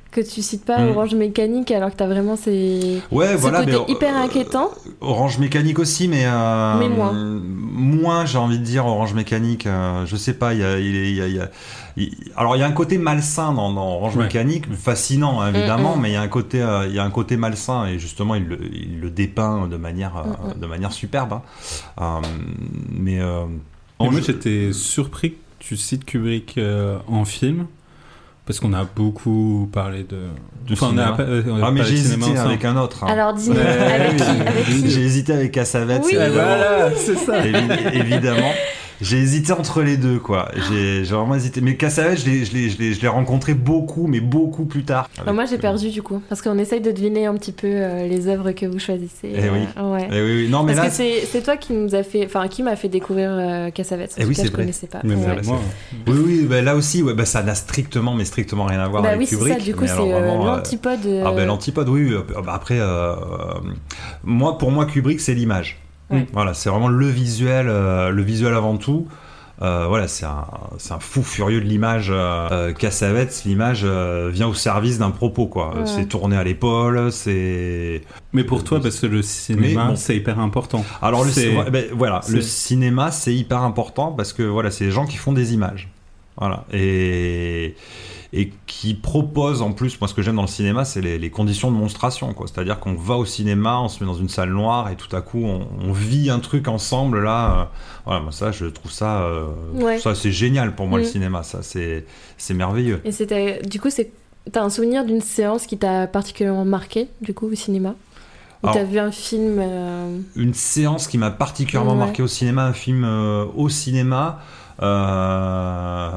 que tu cites pas Mm. Orange Mécanique alors que t'as vraiment ces... Ouais, ce voilà, côté mais, hyper euh, inquiétant. Orange Mécanique aussi, mais, euh, Mais moins. moins, j'ai envie de dire Orange Mécanique. Euh, je sais pas, il y a, il y a, il y a, il y a- il- alors il y a un côté malsain dans, dans Orange Ouais. Mécanique, fascinant hein, évidemment, Mm, mm. mais il y a un côté, euh, il y a un côté malsain et justement il le, il le dépeint de manière, euh, Mm, mm. de manière superbe. hein. Euh, mais euh, Et non, moi, je- j'étais surpris que tu cites Kubrick euh, en film, parce qu'on a beaucoup parlé de... Du Enfin, on cinéma. a pas- euh, on a Ah mais parlé j'ai de cinéma hésité ensemble. avec un autre. hein. Alors dis-moi, Ouais, avec oui, qui, avec qui J'ai hésité avec Cassavetes. Oui. évidemment. Voilà, c'est ça. Évi- évidemment. J'ai hésité entre les deux, quoi. J'ai j'ai vraiment hésité. Mais Cassavetes, je l'ai- je l'ai- je l'ai je l'ai rencontré beaucoup, mais beaucoup plus tard. Bah, moi j'ai perdu du coup, parce qu'on essaye de deviner un petit peu euh, les œuvres que vous choisissez. Eh oui. Euh, ouais. Eh oui, oui. Non, mais Parce là, que c'est c'est toi qui nous a fait, enfin qui m'a fait découvrir euh, Cassavetes. En Eh tout oui, cas, c'est je vrai. connaissais pas. Mais Ouais. même moi, oui, oui, bah, là aussi, ouais, bah, ça n'a strictement, mais strictement rien à voir Bah avec oui, c'est Kubrick. ça. Du coup, mais c'est alors euh, vraiment, euh, l'antipode. euh, Ah ben l'antipode, oui. oui. Bah, après, euh, moi, pour moi, Kubrick, c'est l'image. Ouais. Voilà, c'est vraiment le visuel, euh, le visuel avant tout. Euh, voilà, c'est un, c'est un fou furieux de l'image. Euh, Cassavetes, l'image euh, vient au service d'un propos, quoi. Ouais. C'est tourné à l'épaule, c'est. Mais pour toi, parce que le cinéma, Mais bon. c'est hyper important. Alors le, C'est- c'est- ben, voilà, le c'est- cinéma, c'est hyper important parce que voilà, c'est les gens qui font des images. Voilà. Et et qui proposent en plus, moi ce que j'aime dans le cinéma, c'est les, les conditions de monstration, quoi. C'est-à-dire qu'on va au cinéma, on se met dans une salle noire et tout à coup on, on vit un truc ensemble là. Euh, voilà, moi ça, je trouve ça, euh, Ouais. ça c'est génial pour moi Mm. le cinéma, ça c'est c'est merveilleux. Et c'était, du coup, c'est, t'as un souvenir d'une séance qui t'a particulièrement marqué, du coup, au cinéma, où Alors- t'as vu un film. euh, Une séance qui m'a particulièrement Ouais. marqué au cinéma, un film euh, au cinéma. Euh...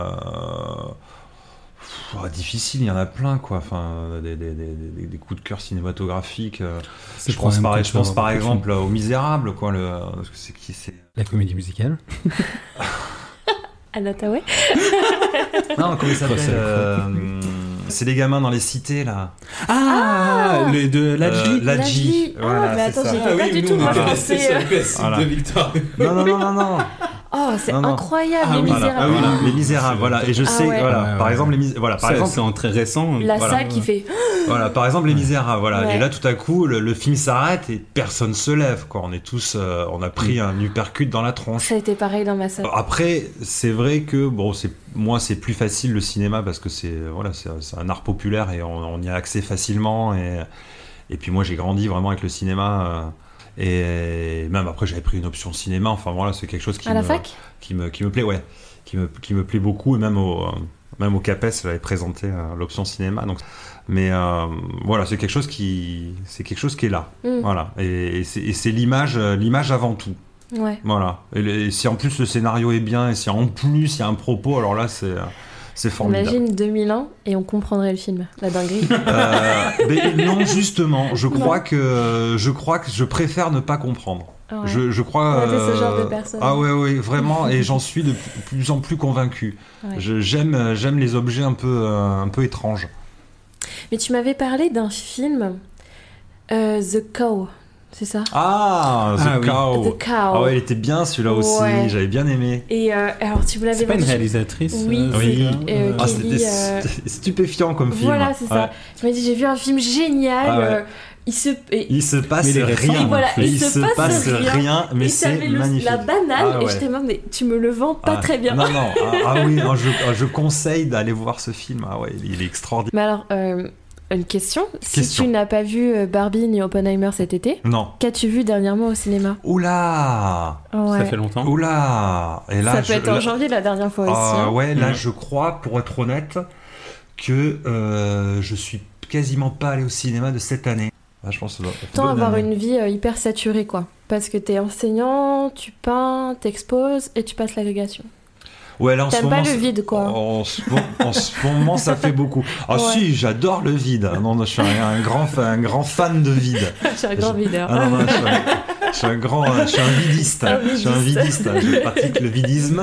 pff, oh, difficile, il y en a plein, quoi. Enfin, des, des, des, des- des coups de cœur cinématographiques. euh, C'est Je le pense problème par, quand je tu pense vas par voir beaucoup de exemple aux Misérables, quoi. Le... parce que c'est qui c'est La comédie musicale. Anna Tawai. Non, comment il s'appelle Oh, c'est euh, C'est les gamins dans les cités, là. Ah, Ah les de Ladji. Euh, Ladji. Ah, Voilà, mais c'est attends, ça. j'étais pas du tout, moi je pensais. euh, Voilà. de Victor. Non, non, non, non, non. Oh, c'est Non, non. incroyable, Ah les oui, Misérables. Ah oui, Ah, les Misérables, c'est- voilà. Et je Ah sais, ouais. voilà. Ouais, Par ouais. exemple, les Mis- voilà, par Ça, exemple, c'est en très récent. La Voilà. salle qui fait. Voilà, par exemple, Les Misérables, voilà. Ouais. Et là, tout à coup, le, le film s'arrête et personne se lève, quoi. On est tous, euh, on a pris un uppercut dans la tronche. Ça a été pareil dans ma salle. Après, c'est vrai que bon, c'est moi, c'est plus facile le cinéma parce que c'est voilà, c'est c'est un art populaire et on, on y a accès facilement et et puis moi, j'ai grandi vraiment avec le cinéma. euh, Et même après, j'avais pris une option cinéma. Enfin voilà, c'est quelque chose qui À la me, fac qui me qui me plaît, ouais, qui me qui me plaît beaucoup. Et même au euh, même au CAPES, j'avais présenté euh, l'option cinéma. Donc, mais euh, voilà, c'est quelque chose qui c'est quelque chose qui est là. Mm. Voilà, et, et c'est et c'est l'image euh, l'image avant tout. Ouais. Voilà. Et, le- et si en plus le scénario est bien et si en plus il y a un propos, alors là c'est euh, c'est formidable. Imagine deux mille un et on comprendrait le film. La dinguerie. Euh, mais non, justement, je crois Non. que je crois que je préfère ne pas comprendre. Ouais. Je, je crois. Ouais, t'es ce genre de euh, personne. Ah ouais, ouais, vraiment, et j'en suis de plus en plus convaincu. Ouais. Je- J'aime, j'aime les objets un peu, euh, un peu étranges. Mais tu m'avais parlé d'un film, euh, The Cow, c'est ça Ah, The Ah oui. Cow. The Cow. Ah ouais, il était bien celui-là aussi. Ouais. J'avais bien aimé. Et euh, alors, tu vous l'avez C'est pas une vendu- réalisatrice. Oui, euh, c'est Oui. euh, Ah, Kelly, c'était euh, st- stupéfiant comme film. Voilà, c'est ça. Ouais. Tu m'as dit, j'ai vu un film génial. Ah ouais. euh, il se. Et, Il se passe Mais il est récent, rien. et voilà, Et il, se, passe, rien. mais et c'est t'avais le- magnifique. la banane, Ah et ouais. j'étais même, mais tu me le vends pas Ah, très bien. Non, non. Ah, ah oui, non, je, je conseille d'aller voir ce film. Ah ouais, il est extraordinaire. Mais alors, euh, une question. Question. Si tu n'as pas vu euh, Barbie ni Oppenheimer cet été, Non. qu'as-tu vu dernièrement au cinéma? Oula. Ouais. Ça fait longtemps. Oula. Et là, Ça peut je, être en là- janvier la dernière fois aussi. Ah hein. ouais, là, Mhm. je crois, pour être honnête, que euh, je suis quasiment pas allé au cinéma de cette année. Ah, je pense que ça doit ça fait Tant bonne avoir année. une vie euh, hyper saturée, quoi. Parce que t'es enseignant, tu peins, t'exposes et tu passes l'agrégation. Ouais, là, en ce T'aimes moment, pas le c'est- vide, quoi. En ce, mo- en ce moment, ça fait beaucoup. Ah Ouais. si, j'adore le vide. Non, non, je suis un, un grand, fa- un grand fan de vide. Je suis un grand Je- videur. Ah non, non, je suis un, je suis un grand, je suis un vidiste. Un Je suis un vidiste. vidiste. Je pratique le vidisme.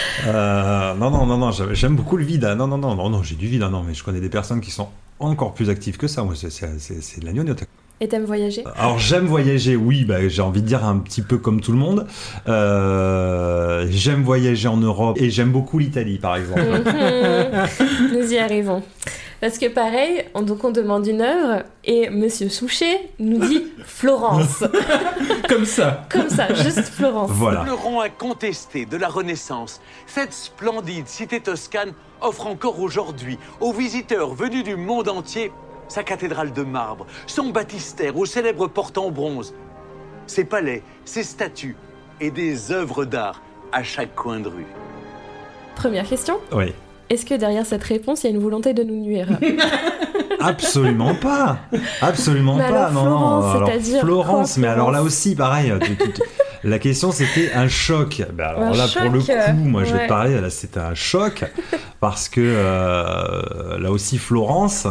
Euh, non, non, non, non, j'aime j'aime beaucoup le vide. Ah, Non, non, non, non, non, j'ai du vide. Ah, non, mais je connais des personnes qui sont encore plus actives que ça. Moi, c'est c'est- c'est- c'est de la gnognotte. Et t'aimes voyager? Alors j'aime voyager, oui, bah, j'ai envie de dire un petit peu comme tout le monde. Euh, j'aime voyager en Europe et j'aime beaucoup l'Italie, par exemple. Mhm. Nous y arrivons. Parce que pareil, on, donc on demande une œuvre et Monsieur Souchet nous dit Florence. Comme ça. Comme ça, juste Florence. Voilà. Le fleuron incontesté de la Renaissance, cette splendide cité toscane offre encore aujourd'hui aux visiteurs venus du monde entier sa cathédrale de marbre, son baptistère aux célèbres portes en bronze, ses palais, ses statues et des œuvres d'art à chaque coin de rue. Première question. Oui. Est-ce que derrière cette réponse, il y a une volonté de nous nuire? Absolument pas. Absolument mais pas. Alors, non, Florence, non. Alors, c'est-à-dire Florence, quoi, mais Florence alors là aussi, pareil. tu, tu, tu, la question, c'était un choc. Ben alors un là, choc, pour le coup, moi, ouais. je vais te parler. Là, c'était un choc parce que euh, là aussi, Florence.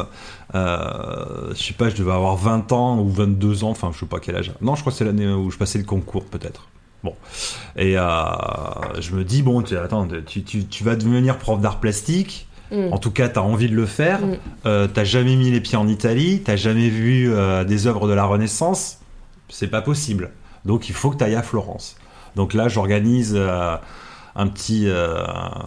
Euh, je sais pas, je devais avoir vingt ans ou vingt-deux ans. Enfin, je sais pas quel âge. Non, je crois que c'est l'année où je passais le concours, peut-être. Bon, et euh, je me dis, bon, tu, attends, tu, tu, tu vas devenir prof d'art plastique, mm. en tout cas, tu as envie de le faire, mm. euh, tu n'as jamais mis les pieds en Italie, tu n'as jamais vu euh, des œuvres de la Renaissance, c'est pas possible. Donc, il faut que tu ailles à Florence. Donc là, j'organise euh, un petit, euh,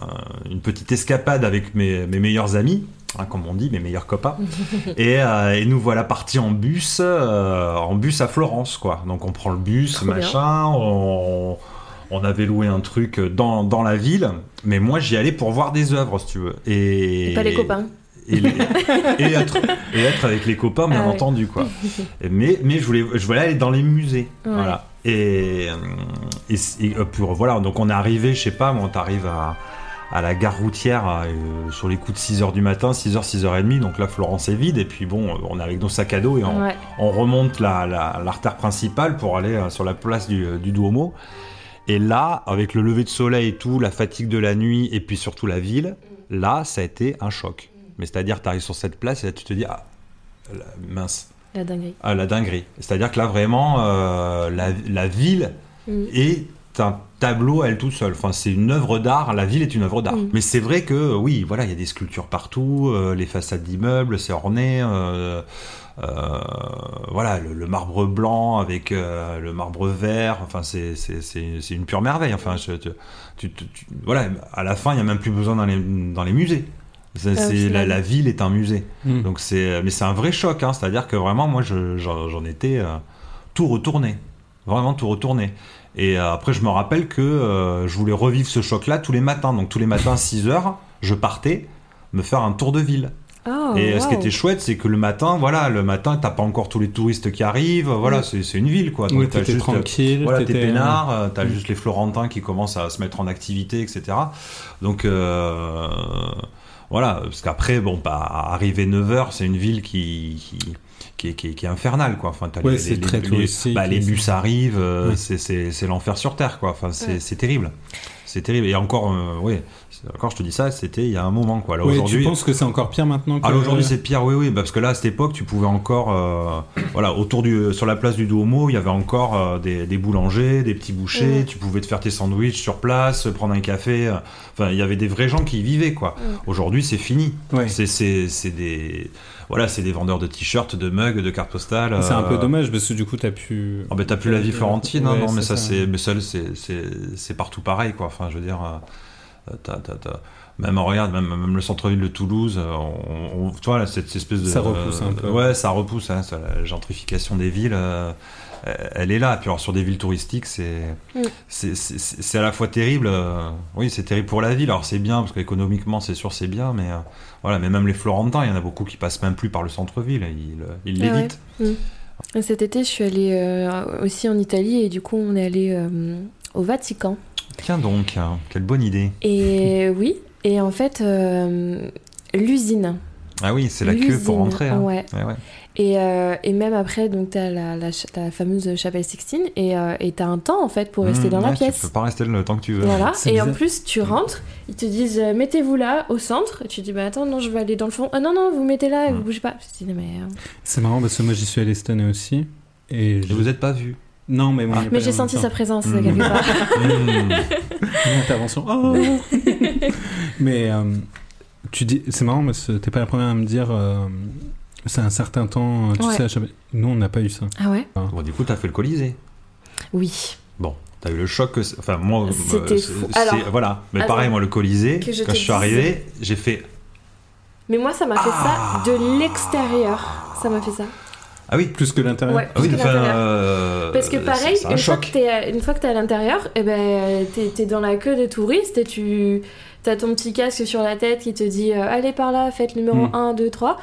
une petite escapade avec mes, mes meilleurs amis, hein, comme on dit, mes meilleurs copains, et, euh, et nous voilà partis en bus, euh, en bus à Florence, quoi. Donc on prend le bus, Trop machin, on, on avait loué un truc dans, dans la ville, mais moi j'y allais pour voir des œuvres, si tu veux. Et, et pas les copains. Et, les, et, être, et être avec les copains, bien ah, entendu, quoi. Et, mais, mais je voulais, je voulais aller dans les musées, ouais. Voilà. Et, et, et pour, voilà, donc on est arrivé, je sais pas, on arrive à à la gare routière euh, sur les coups de six heures du matin, six heures, six heures trente, donc là Florence est vide, et puis bon, on est avec nos sacs à dos et on, ouais. on remonte la, la, l'artère principale pour aller euh, sur la place du, du Duomo, et là, avec le lever de soleil et tout, la fatigue de la nuit, et puis surtout la ville, là, ça a été un choc. Mais c'est-à-dire, tu arrives sur cette place, et là tu te dis, ah, la, mince. La dinguerie. Ah, la dinguerie. C'est-à-dire que là, vraiment, euh, la, la ville mm. est un tableau à elle toute seule. Enfin, c'est une œuvre d'art. La ville est une œuvre d'art. Mmh. Mais c'est vrai que oui, voilà, il y a des sculptures partout, euh, les façades d'immeubles, c'est orné. Euh, euh, voilà, le, le marbre blanc avec euh, le marbre vert. Enfin, c'est c'est c'est, c'est une pure merveille. Enfin, je, tu, tu, tu, voilà, à la fin, il y a même plus besoin dans les dans les musées. C'est, ah, c'est, la, la ville est un musée. Mmh. Donc c'est, mais c'est un vrai choc. Hein, c'est-à-dire que vraiment, moi, je, j'en, j'en étais euh, tout retourné. Vraiment tout retourné. Et euh, après, je me rappelle que euh, je voulais revivre ce choc-là tous les matins. Donc, tous les matins à six heures, je partais me faire un tour de ville. Oh, et wow. Ce qui était chouette, c'est que le matin, voilà, le matin, t'as pas encore tous les touristes qui arrivent. Voilà, mmh. c'est, c'est une ville, quoi. Donc, oui, t'as t'étais juste, tranquille. Voilà, t'étais... t'es peinard, euh, t'as mmh. juste les Florentins qui commencent à se mettre en activité, et cetera. Donc, euh, voilà, parce qu'après, bon, bah, arrivé neuf heures, c'est une ville qui... qui Qui est, qui, est, qui est infernal, quoi. Enfin, t'as ouais, les, c'est les, très les, touristique. Bah, les bus arrivent, euh, ouais. c'est, c'est, c'est l'enfer sur terre, quoi. Enfin, c'est, ouais. c'est terrible. C'est terrible. Et encore, euh, oui, encore, je te dis ça, c'était il y a un moment, quoi. Là, oui, aujourd'hui, tu penses que c'est encore pire maintenant que... Ah, aujourd'hui, c'est pire, oui, oui. Bah, parce que là, à cette époque, tu pouvais encore... Euh, voilà, autour du... Sur la place du Duomo, il y avait encore euh, des, des boulangers, des petits bouchers. Mmh. Tu pouvais te faire tes sandwichs sur place, prendre un café. Euh, enfin, il y avait des vrais gens qui y vivaient, quoi. Mmh. Aujourd'hui, c'est fini. Ouais. C'est, c'est, c'est des... Voilà, c'est des vendeurs de t-shirts, de mugs, de cartes postales. C'est euh... un peu dommage parce que du coup t'as pu. Oh, ben t'as plus la vie florentine, ouais, hein, non, mais ça, ça c'est, mais ça c'est, c'est, c'est partout pareil, quoi. Enfin, je veux dire, euh, t'as, t'as, t'as... même regarde, même, même le centre-ville de Toulouse, on, on, tu vois là, cette espèce de. Ça repousse un peu. Ouais, ça repousse, hein, ça, la gentrification des villes. Euh... elle est là. Puis alors sur des villes touristiques, c'est, mm. c'est, c'est, c'est à la fois terrible. Euh, oui, c'est terrible pour la ville. Alors c'est bien parce qu'économiquement, c'est sûr, c'est bien, mais euh, voilà. Mais même les Florentins, il y en a beaucoup qui passent même plus par le centre-ville. Ils, ils ah l'évitent. Ouais. Mm. Cet été, je suis allée euh, aussi en Italie et du coup, on est allé euh, au Vatican. Tiens donc, hein, quelle bonne idée. Et oui. Et en fait, euh, l'usine. Ah oui, c'est la l'usine, queue pour rentrer. Hein. Ouais. ouais, ouais. Et, euh, et même après, donc t'as la, la, la fameuse chapelle Sixtine et euh, et t'as un temps en fait pour rester mmh, dans ouais, la pièce. Tu peux pas rester le temps que tu veux. Voilà. C'est et bizarre. En plus, tu rentres, ils te disent euh, mettez-vous là au centre. Et tu dis bah attends non, je vais aller dans le fond. Ah non non, vous mettez là et mmh. vous bougez pas. Je dis, mais, euh... C'est marrant parce que moi j'y suis allé cette année aussi. Et, et je... vous êtes pas vu. Non, mais moi. Ah. Mais j'ai senti sa présence mmh. quelque part. Mmh. Une intervention. Oh mais euh, tu dis, c'est marrant parce que t'es pas la première à me dire. Euh, c'est un certain temps, tu ouais. sais, à Chapelle. Nous, on n'a pas eu ça. Ah ouais. Bon, du coup, t'as fait le Colisée. Oui. Bon, t'as eu le choc. Que enfin, moi, c'était euh, fou. C'est, Alors, voilà. Mais alors, pareil, moi, le Colisée, je quand je suis arrivé, j'ai fait. Mais moi, ça m'a fait ah. ça de l'extérieur. Ça m'a fait ça. Ah oui, plus que l'intérieur. Ouais, plus ah oui, que l'intérieur. Euh, Parce que pareil, c'est, c'est une, fois que t'es, une fois que t'es à l'intérieur, eh ben, t'es, t'es dans la queue des touristes et tu t'as ton petit casque sur la tête qui te dit euh, allez par là, faites le numéro mm. un, deux, trois.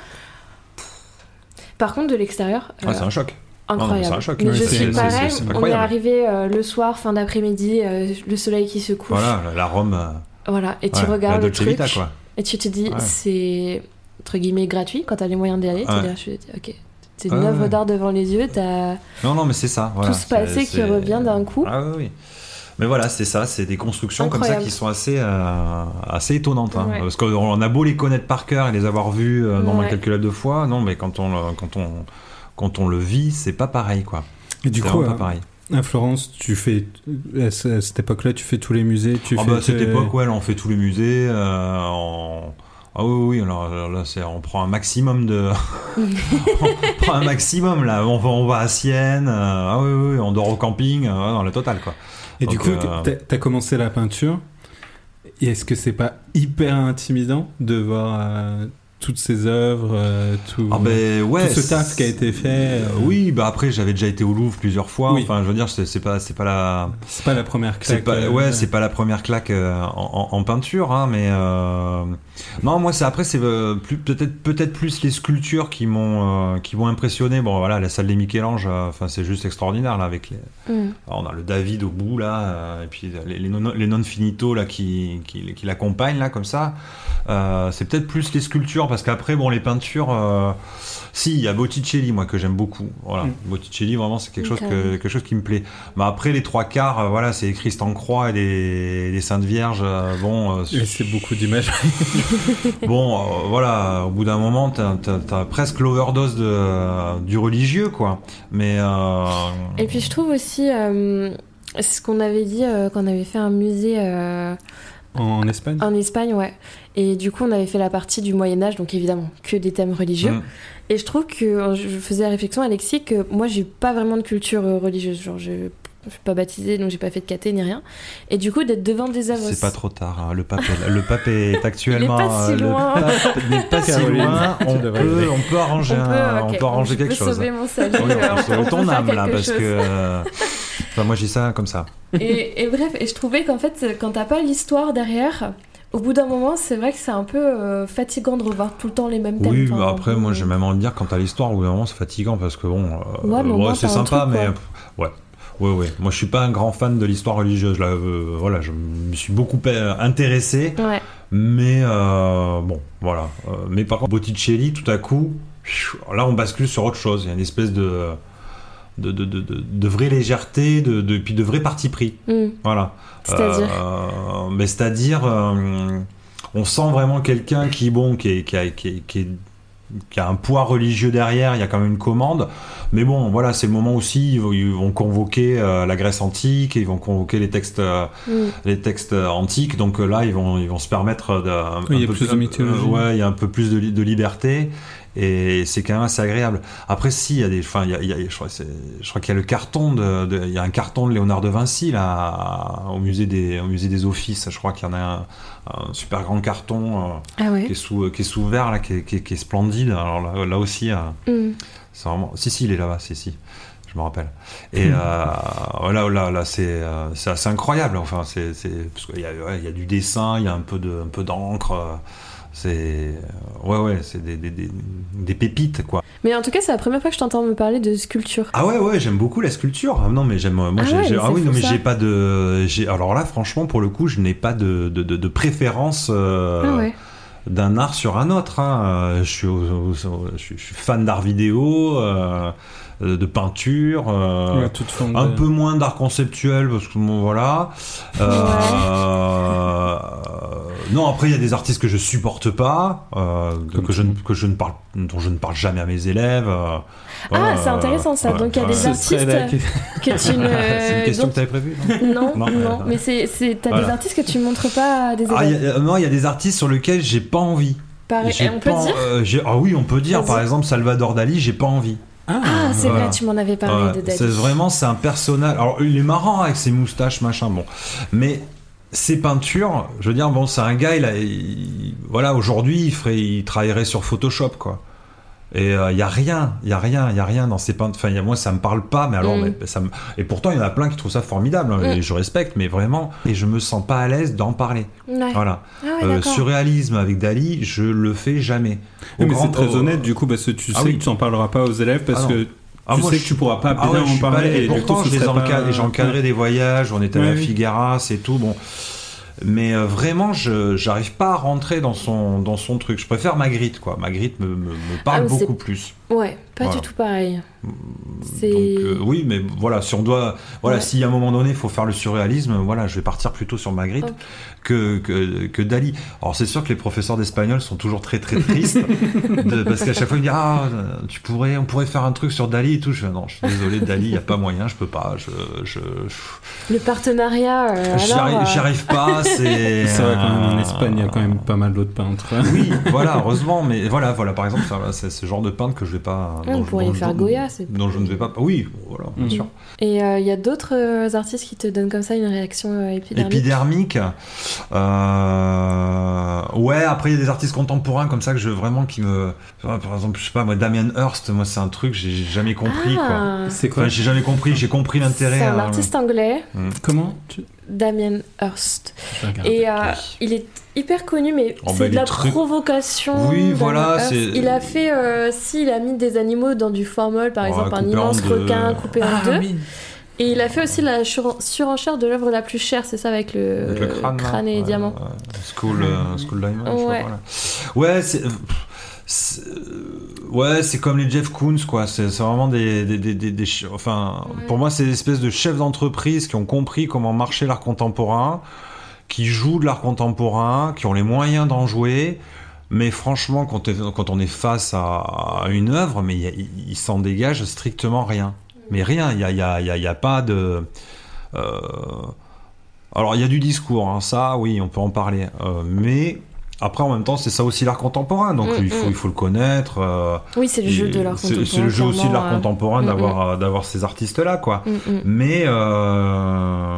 Par contre, de l'extérieur. Ah, euh, c'est un choc. Incroyable. Non, c'est un choc. Mais oui, je c'est, suis c'est, pareil, c'est, c'est on est arrivé euh, le soir, fin d'après-midi, euh, le soleil qui se couche. Voilà, la Rome. Euh... Voilà, et tu ouais, regardes le truc. Vita, quoi. Et tu te dis, ouais. c'est entre guillemets gratuit quand t'as les moyens d'y aller. Ouais. Tu te dis, ok. C'est une ouais, œuvre ouais. d'art devant les yeux, t'as non, non, mais c'est ça, voilà, tout ce passé c'est, qui c'est... revient d'un coup. Ah oui, oui. Mais voilà, c'est ça, c'est des constructions Incroyable. Comme ça qui sont assez, euh, assez étonnantes. Hein, ouais. Parce qu'on a beau les connaître par cœur et les avoir vus euh, non ouais. incalculable de fois, non, mais quand on, quand, on, quand on le vit, c'est pas pareil, quoi. Et du c'est coup, pas euh, pareil. À Florence, tu fais, à cette époque-là, tu fais tous les musées tu ah fais bah, à cette t- époque, ouais, là, on fait tous les musées. Euh, en... Ah oui, oui, alors là, c'est, on prend un maximum de... on prend un maximum, là. On va, on va à Sienne, euh, ah oui, oui, on dort au camping, euh, dans la totale, quoi. Et donc, du coup, euh... t'as, t'as commencé la peinture. Et est-ce que c'est pas hyper intimidant de voir euh, toutes ces œuvres, euh, tout, ah ben, ouais, tout ce taf qui a été fait euh... Oui, bah après, j'avais déjà été au Louvre plusieurs fois. Oui. Enfin, je veux dire, c'est, c'est pas, c'est pas la, c'est pas la première claque. C'est pas, euh... ouais, c'est pas la première claque euh, en, en, en peinture, hein, mais euh... non, moi, c'est après, c'est euh, plus, peut-être, peut-être plus les sculptures qui m'ont, euh, qui m'ont impressionné. Bon, voilà, la salle des Michel-Ange, enfin, euh, c'est juste extraordinaire là, avec les. Mm. Alors, on a le David au bout là, euh, et puis les, les, non, les non finito là qui, qui, qui l'accompagnent là, comme ça. Euh, c'est peut-être plus les sculptures parce qu'après, bon, les peintures. Euh, si, il y a Botticelli, moi, que j'aime beaucoup. Voilà, mm. Botticelli, vraiment, c'est quelque chose que, quelque chose qui me plaît. Mais après, les trois quarts, euh, voilà, c'est les Christ en croix et les, les Saintes Vierges. Euh, bon, euh, et c'est beaucoup d'images. Bon, euh, voilà, au bout d'un moment, t'as, t'as, t'as presque l'overdose de, euh, du religieux, quoi. Mais. Euh... Et puis, je trouve aussi euh, ce qu'on avait dit euh, quand on avait fait un musée. Euh... En Espagne ? En Espagne, ouais. Et du coup, on avait fait la partie du Moyen-Âge, donc évidemment, que des thèmes religieux. Mmh. Et je trouve que, je faisais la réflexion à Alexis, que moi, j'ai pas vraiment de culture religieuse. Genre, je, je suis pas baptisée, donc j'ai pas fait de caté ni rien. Et du coup, d'être devant des œuvres. C'est pas trop tard, hein. le, pape est, le pape est actuellement. Il est pas si loin. Le pape n'est pas si loin. On peut, on peut arranger, on peut, un, okay. on peut arranger donc, quelque chose. Je peux sauver mon salut. Oui, on peut sauver ton âme, là, parce chose. que. Euh... Enfin, moi, j'ai ça comme ça. Et, et bref, et je trouvais qu'en fait, quand t'as pas l'histoire derrière. Au bout d'un moment, c'est vrai que c'est un peu euh, fatigant de revoir tout le temps les mêmes thèmes. Oui, enfin, bah après, peu, moi, mais... j'ai même envie de dire, quand t'as l'histoire, au bout d'un moment, c'est fatigant parce que bon, euh, ouais, mais ouais, c'est sympa, truc, mais ouais, ouais, ouais. Moi, je suis pas un grand fan de l'histoire religieuse. Là, euh, voilà, je me suis beaucoup intéressé, ouais. mais euh, bon, voilà. Euh, mais par contre, Botticelli, tout à coup, là, on bascule sur autre chose. Il y a une espèce de de, de, de, de, de vraie légèreté, de, de, puis de vrai parti pris. Mm. Voilà. C'est-à-dire euh, mais c'est-à-dire, euh, on sent vraiment quelqu'un qui, bon, qui, est, qui, a, qui, est, qui, est, qui a un poids religieux derrière, il y a quand même une commande. Mais bon, voilà, c'est le moment aussi, ils vont, ils vont convoquer euh, la Grèce antique, ils vont convoquer les textes, euh, mm. les textes antiques. Donc euh, là, ils vont, ils vont se permettre de, un, oui, un il y a peu plus de mythologie. Euh, ouais, il y a un peu plus de, de liberté. Et c'est quand même assez agréable. Après, si, il y a des, enfin, il y a, il y a, je crois, c'est, je crois qu'il y a le carton de, de, il y a un carton de Léonard de Vinci là, au musée des, au musée des Offices. Je crois qu'il y en a un, un super grand carton euh, ah ouais. qui est sous, qui est sous verre là, qui est, qui est, qui est splendide. Alors là, là aussi, euh, mm. c'est vraiment, si, si, il est là-bas, si, si. Je me rappelle. Et mmh. euh, là, là, là, c'est, euh, c'est assez incroyable. Enfin, c'est, c'est parce qu'il y a, ouais, il y a du dessin, il y a un peu de, un peu d'encre. Euh, C'est ouais ouais, c'est des, des, des, des pépites quoi. Mais en tout cas, c'est la première fois que je t'entends me parler de sculpture. Ah ouais ouais, j'aime beaucoup la sculpture. Ah non mais j'aime moi ah j'ai, ouais, j'ai, ah oui non mais ça. j'ai pas de j'ai alors là franchement pour le coup, je n'ai pas de de, de, de préférence euh, ah ouais. d'un art sur un autre hein. Je suis au, au, au, je suis fan d'art vidéo. Euh, de peinture, euh, ouais, un de... peu moins d'art conceptuel parce que bon voilà. Euh, ouais. Non après il y a des artistes que je supporte pas, euh, que je ne que je ne parle dont je ne parle jamais à mes élèves. Euh, ah euh, c'est intéressant ça. Ouais, donc il y a des artistes que tu ne. C'est une question donc... que tu avais prévue. Non non, non, non. mais c'est c'est t'as voilà. des artistes que tu montres pas à des élèves. Ah, y a, non il y a des artistes sur lesquels j'ai pas envie. Pareil. Et on peut pas, dire. Euh, j'ai, ah oui on peut dire. Vas-y. Par exemple Salvador Dali j'ai pas envie. Ah, ah c'est voilà. vrai, tu m'en avais parlé ouais, de Dali. C'est vraiment, c'est un personnage. Alors, il est marrant avec ses moustaches, machin, bon. Mais ces peintures, je veux dire, bon, c'est un gars, il a, il, voilà, aujourd'hui, il ferait, il travaillerait sur Photoshop, quoi. Et il euh, y a rien, il y a rien, il y a rien dans ces peintures. Enfin, y a, moi, ça me parle pas, mais alors, mm. mais, ça me... et pourtant, il y en a plein qui trouvent ça formidable, hein, mm. et je respecte, mais vraiment, et je me sens pas à l'aise d'en parler. Ouais. Voilà. Ah ouais, euh, surréalisme avec Dali, je le fais jamais. Oui, mais c'est très au... honnête, du coup, parce que tu ah, sais oui. que tu en parleras pas aux élèves, parce ah, que. Ah, tu moi, sais je... que tu pourras pas bien ah ouais, en parler. Pas... Et, et pourtant, coup, je les encadre, pas... j'ai encadré ouais. des voyages, on était à ouais, la Figueras et tout, bon. Mais euh, vraiment, je j'arrive pas à rentrer dans son dans son truc. Je préfère Magritte, quoi. Magritte me, me, me parle ah, beaucoup plus. Ouais, pas voilà. du tout pareil. C'est... Donc euh, oui, mais voilà, si on doit, voilà, ouais. si à un moment donné, il faut faire le surréalisme, voilà, je vais partir plutôt sur Magritte okay. que, que que Dali. Alors c'est sûr que les professeurs d'espagnol sont toujours très très tristes de, parce qu'à chaque fois ils me disent ah tu pourrais, on pourrait faire un truc sur Dali et tout. Je fais non, je suis désolé, Dali, il y a pas moyen, je peux pas, je je. je... Le partenariat. Euh, j'y, alors, arrive, euh... j'y arrive pas. C'est. C'est vrai quand même en Espagne, il y a quand même pas mal d'autres peintres. Oui, voilà, heureusement, mais voilà, voilà, par exemple, ça, c'est ce genre de peintre que je vais pas. Ouais, on pourrait faire dont, Goya, c'est. Dont je ne vais pas. Oui, voilà, bien mmh. sûr. Et il euh, y a d'autres euh, artistes qui te donnent comme ça une réaction euh, épidermique. Épidermique. Euh... Ouais, après il y a des artistes contemporains comme ça que je vraiment qui me. Par exemple, je sais pas, moi, Damien Hirst, moi c'est un truc que j'ai jamais compris. Ah. Quoi. C'est quoi? Enfin, j'ai jamais compris. J'ai compris l'intérêt. C'est un euh... artiste anglais. Mmh. Comment tu... Damien Hirst. Et euh, il est hyper connu, mais oh, c'est bah, de la très... provocation. Oui, voilà. C'est... Il a fait, euh, si, il a mis des animaux dans du formol, par oh, exemple un immense requin de... coupé ah, en deux. Oui. Et il a fait aussi la sur- surenchère de l'œuvre la plus chère, c'est ça, avec le, avec le crâne, crâne et ouais, diamants. Ouais. Skull, euh, Skull Diamond. Ouais. Je crois, voilà. Ouais, c'est. C'est... Ouais, c'est comme les Jeff Koons, quoi. C'est, c'est vraiment des, des, des, des, des enfin, ouais. Pour moi, c'est des espèces de chefs d'entreprise qui ont compris comment marchait l'art contemporain, qui jouent de l'art contemporain, qui ont les moyens d'en jouer. Mais franchement, quand, quand on est face à, à une œuvre, mais il, il s'en dégage strictement rien. Mais rien. Il y a, il y a, il y a, il y a pas de. Euh... Alors, il y a du discours, hein, ça, oui, on peut en parler. Euh, mais. Après, en même temps, c'est ça aussi l'art contemporain, donc mmh, il, faut, mmh. il faut le connaître. Euh, oui, c'est le jeu de l'art contemporain. C'est, c'est le jeu aussi de l'art euh... contemporain mmh, d'avoir, mmh. d'avoir ces artistes-là, quoi. Mmh, mmh. Mais euh,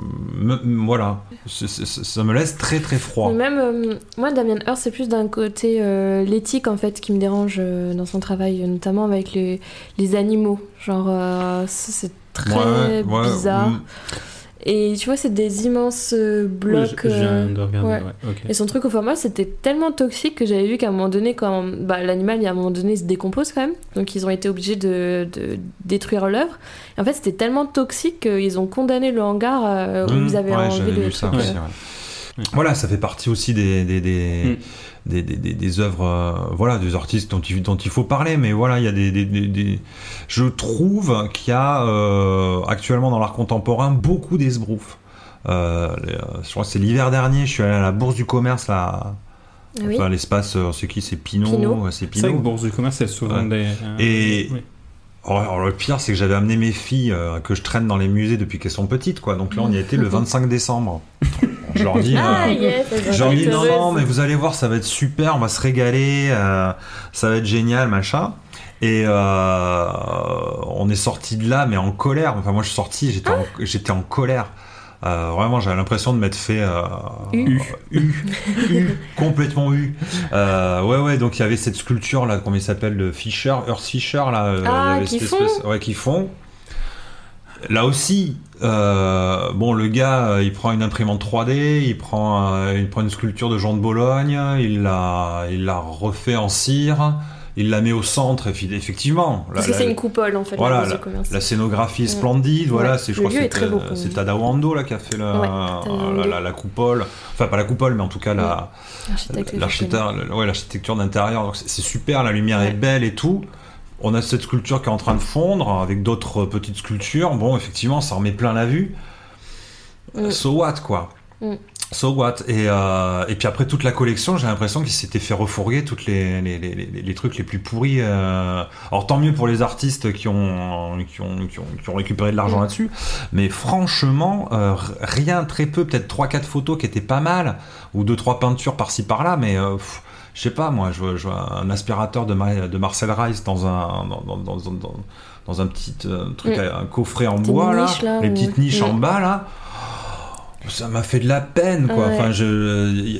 me, voilà, c'est, c'est, ça me laisse très très froid. Même euh, moi, Damien Hirst, c'est plus d'un côté euh, l'éthique en fait qui me dérange euh, dans son travail, notamment avec les, les animaux. Genre, euh, c'est très ouais, ouais, bizarre. Mmh. Et tu vois, c'est des immenses blocs. Oui, je viens de regarder, ouais. Ouais, okay. Et son truc au format, c'était tellement toxique que j'avais vu qu'à un moment donné, quand bah, l'animal, à un moment donné, se décompose quand même. Donc ils ont été obligés de, de détruire l'œuvre. Et en fait, c'était tellement toxique qu'ils ont condamné le hangar euh, où mmh, ils avaient ouais, enlevé le ça truc. aussi, ouais. Ouais. Voilà, ça fait partie aussi des... des, des... Mmh. Des, des, des, des œuvres, euh, voilà, des artistes dont il, dont il faut parler, mais voilà, il y a des, des, des, des... Je trouve qu'il y a euh, actuellement dans l'art contemporain beaucoup d'esbroufs. Euh, les, je crois que c'est l'hiver dernier, je suis allé à la Bourse du Commerce, là, oui. Enfin, l'espace, euh, c'est qui, c'est Pinot, Pinot. C'est Pinot. C'est vrai que Bourse du Commerce, c'est souvent ouais. des... Euh, Et... Oui. Alors, alors, le pire, c'est que j'avais amené mes filles euh, que je traîne dans les musées depuis qu'elles sont petites, quoi. Donc là, on y a été le vingt-cinq décembre. Je leur dis, ah, euh, yes, je leur dis non, non, mais vous allez voir, ça va être super, on va se régaler, euh, ça va être génial, machin. Et euh, on est sorti de là, mais en colère. Enfin, moi, je suis sorti, j'étais, en, j'étais en colère. Euh, vraiment, j'avais l'impression de m'être fait euh, U. U, U, complètement U. Euh, ouais, ouais. Donc il y avait cette sculpture là, comment il s'appelle, de Fischer, Urs Fischer là. Ah, il y avait qui cette font. Espèce, ouais, qui font. Là aussi, euh, bon, le gars, il prend une imprimante trois D, il prend, euh, il prend une sculpture de Jean de Bologne, il l'a, il l'a refait en cire. Il la met au centre, effectivement. Parce la, que c'est une coupole, en fait. Voilà, la, la scénographie est splendide. Ouais. Voilà, c'est, je le crois que c'est, beau, c'est Tadawando là, qui a fait la, ouais, la, la, la coupole. Enfin, pas la coupole, mais en tout cas, ouais. la, l'architecture, l'architecture, ouais, l'architecture d'intérieur. Donc, c'est, c'est super, la lumière ouais. est belle et tout. On a cette sculpture qui est en train de fondre avec d'autres petites sculptures. Bon, effectivement, ça remet plein la vue. Mm. So what, quoi. Mm. So what, et, euh, et puis après toute la collection, j'ai l'impression qu'ils s'étaient fait refourguer toutes les, les, les, les, les trucs les plus pourris. Euh... Alors tant mieux pour les artistes qui ont, qui ont, qui ont, qui ont récupéré de l'argent mmh. là-dessus, mais franchement, euh, rien, très peu, peut-être trois quatre photos qui étaient pas mal, ou deux trois peintures par-ci par-là, mais euh, pff, je sais pas, moi, je vois, je vois un aspirateur de, Ma- de Marcel Rice dans un, dans, dans, dans, dans, dans un petit euh, truc, mmh. un coffret en bois, là, là, les petites niches mmh. en bas, là. Ça m'a fait de la peine, quoi. Ouais. Enfin, je.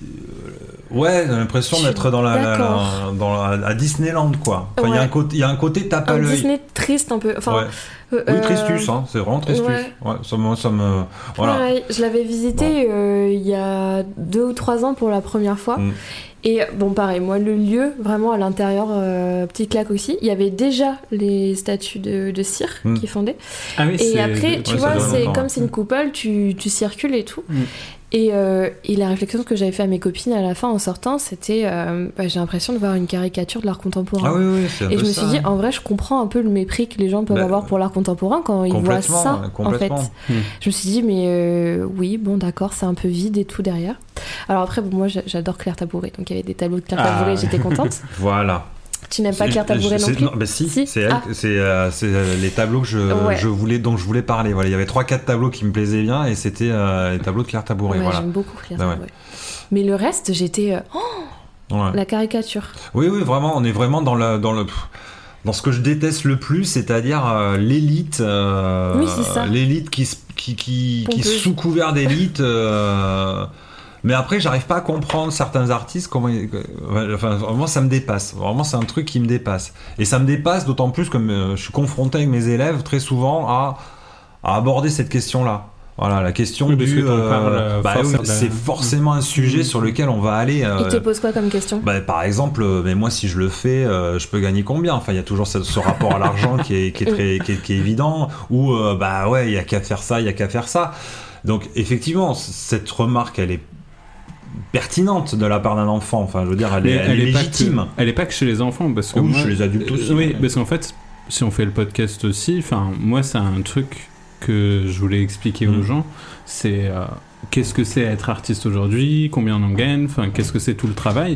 Ouais, j'ai l'impression je d'être dans la, la, la, dans la, à Disneyland, quoi. Enfin, il ouais. y a un côté, il y a un côté tape à l'œil. Disney triste un peu. Enfin, ouais. euh, oui, tristus, hein. C'est vraiment tristus. Ouais. Ouais, ça me, ça me, voilà. Pareil, je l'avais visité bon. euh, il y a deux ou trois ans pour la première fois. Mm. Et bon, pareil, moi, le lieu, vraiment à l'intérieur, euh, petite claque aussi, il y avait déjà les statues de, de cire mm. qui fondaient. Ah oui, et c'est... après, tu ouais, vois, c'est comme ouais. c'est une coupole, tu, tu circules et tout. Mm. Et, euh, et la réflexion que j'avais fait à mes copines à la fin en sortant, c'était euh, bah, j'ai l'impression de voir une caricature de l'art contemporain. Ah oui, oui, c'est un et peu je me ça. suis dit, en vrai, je comprends un peu le mépris que les gens peuvent bah, avoir pour l'art contemporain quand ils voient ça. En fait, mmh. je me suis dit, mais euh, oui, bon, d'accord, c'est un peu vide et tout derrière. Alors après, bon, moi, j'adore Claire Tabouret, donc il y avait des tableaux de Claire ah. Tabouret, j'étais contente. Voilà. Tu n'aimes pas Claire Tabouret non plus? Non, bah si, si. c'est, elle, ah. c'est, euh, c'est les tableaux que je, ouais. je voulais, dont je voulais parler. Voilà, il y avait trois quatre tableaux qui me plaisaient bien et c'était euh, les tableaux de Claire Tabouret. Ouais, voilà. J'aime beaucoup Claire bah, Tabouret. Ouais. Mais le reste, j'étais euh, oh, ouais. la caricature. Oui, oui, vraiment, on est vraiment dans le dans le dans ce que je déteste le plus, c'est-à-dire euh, l'élite, euh, oui, c'est ça. l'élite qui qui qui, qui sous couvert d'élite. Euh, Mais après, j'arrive pas à comprendre certains artistes, comment ils... enfin, vraiment, ça me dépasse. Vraiment, c'est un truc qui me dépasse. Et ça me dépasse d'autant plus que euh, je suis confronté avec mes élèves très souvent à, à aborder cette question-là. Voilà, la question oui, du... Euh, parles, bah, oui, c'est la... forcément un sujet mmh. sur lequel on va aller... Euh, Il te pose quoi comme question? bah, par exemple, euh, mais moi, si je le fais, euh, je peux gagner combien? Enfin, il y a toujours ce, ce rapport à l'argent qui est, qui est, très, qui est, qui est évident, où, euh, bah ouais, il y a qu'à faire ça, il y a qu'à faire ça. Donc, effectivement, cette remarque, elle est pertinente de la part d'un enfant, enfin je veux dire elle est, elle elle est est légitime. Pas que, elle est pas que chez les enfants parce que ou moi, chez les adultes aussi. Euh, oui, parce qu'en fait si on fait le podcast aussi, enfin moi c'est un truc que je voulais expliquer mmh. aux gens, c'est euh, qu'est-ce que c'est être artiste aujourd'hui, combien on en gagne, enfin qu'est-ce que c'est tout le travail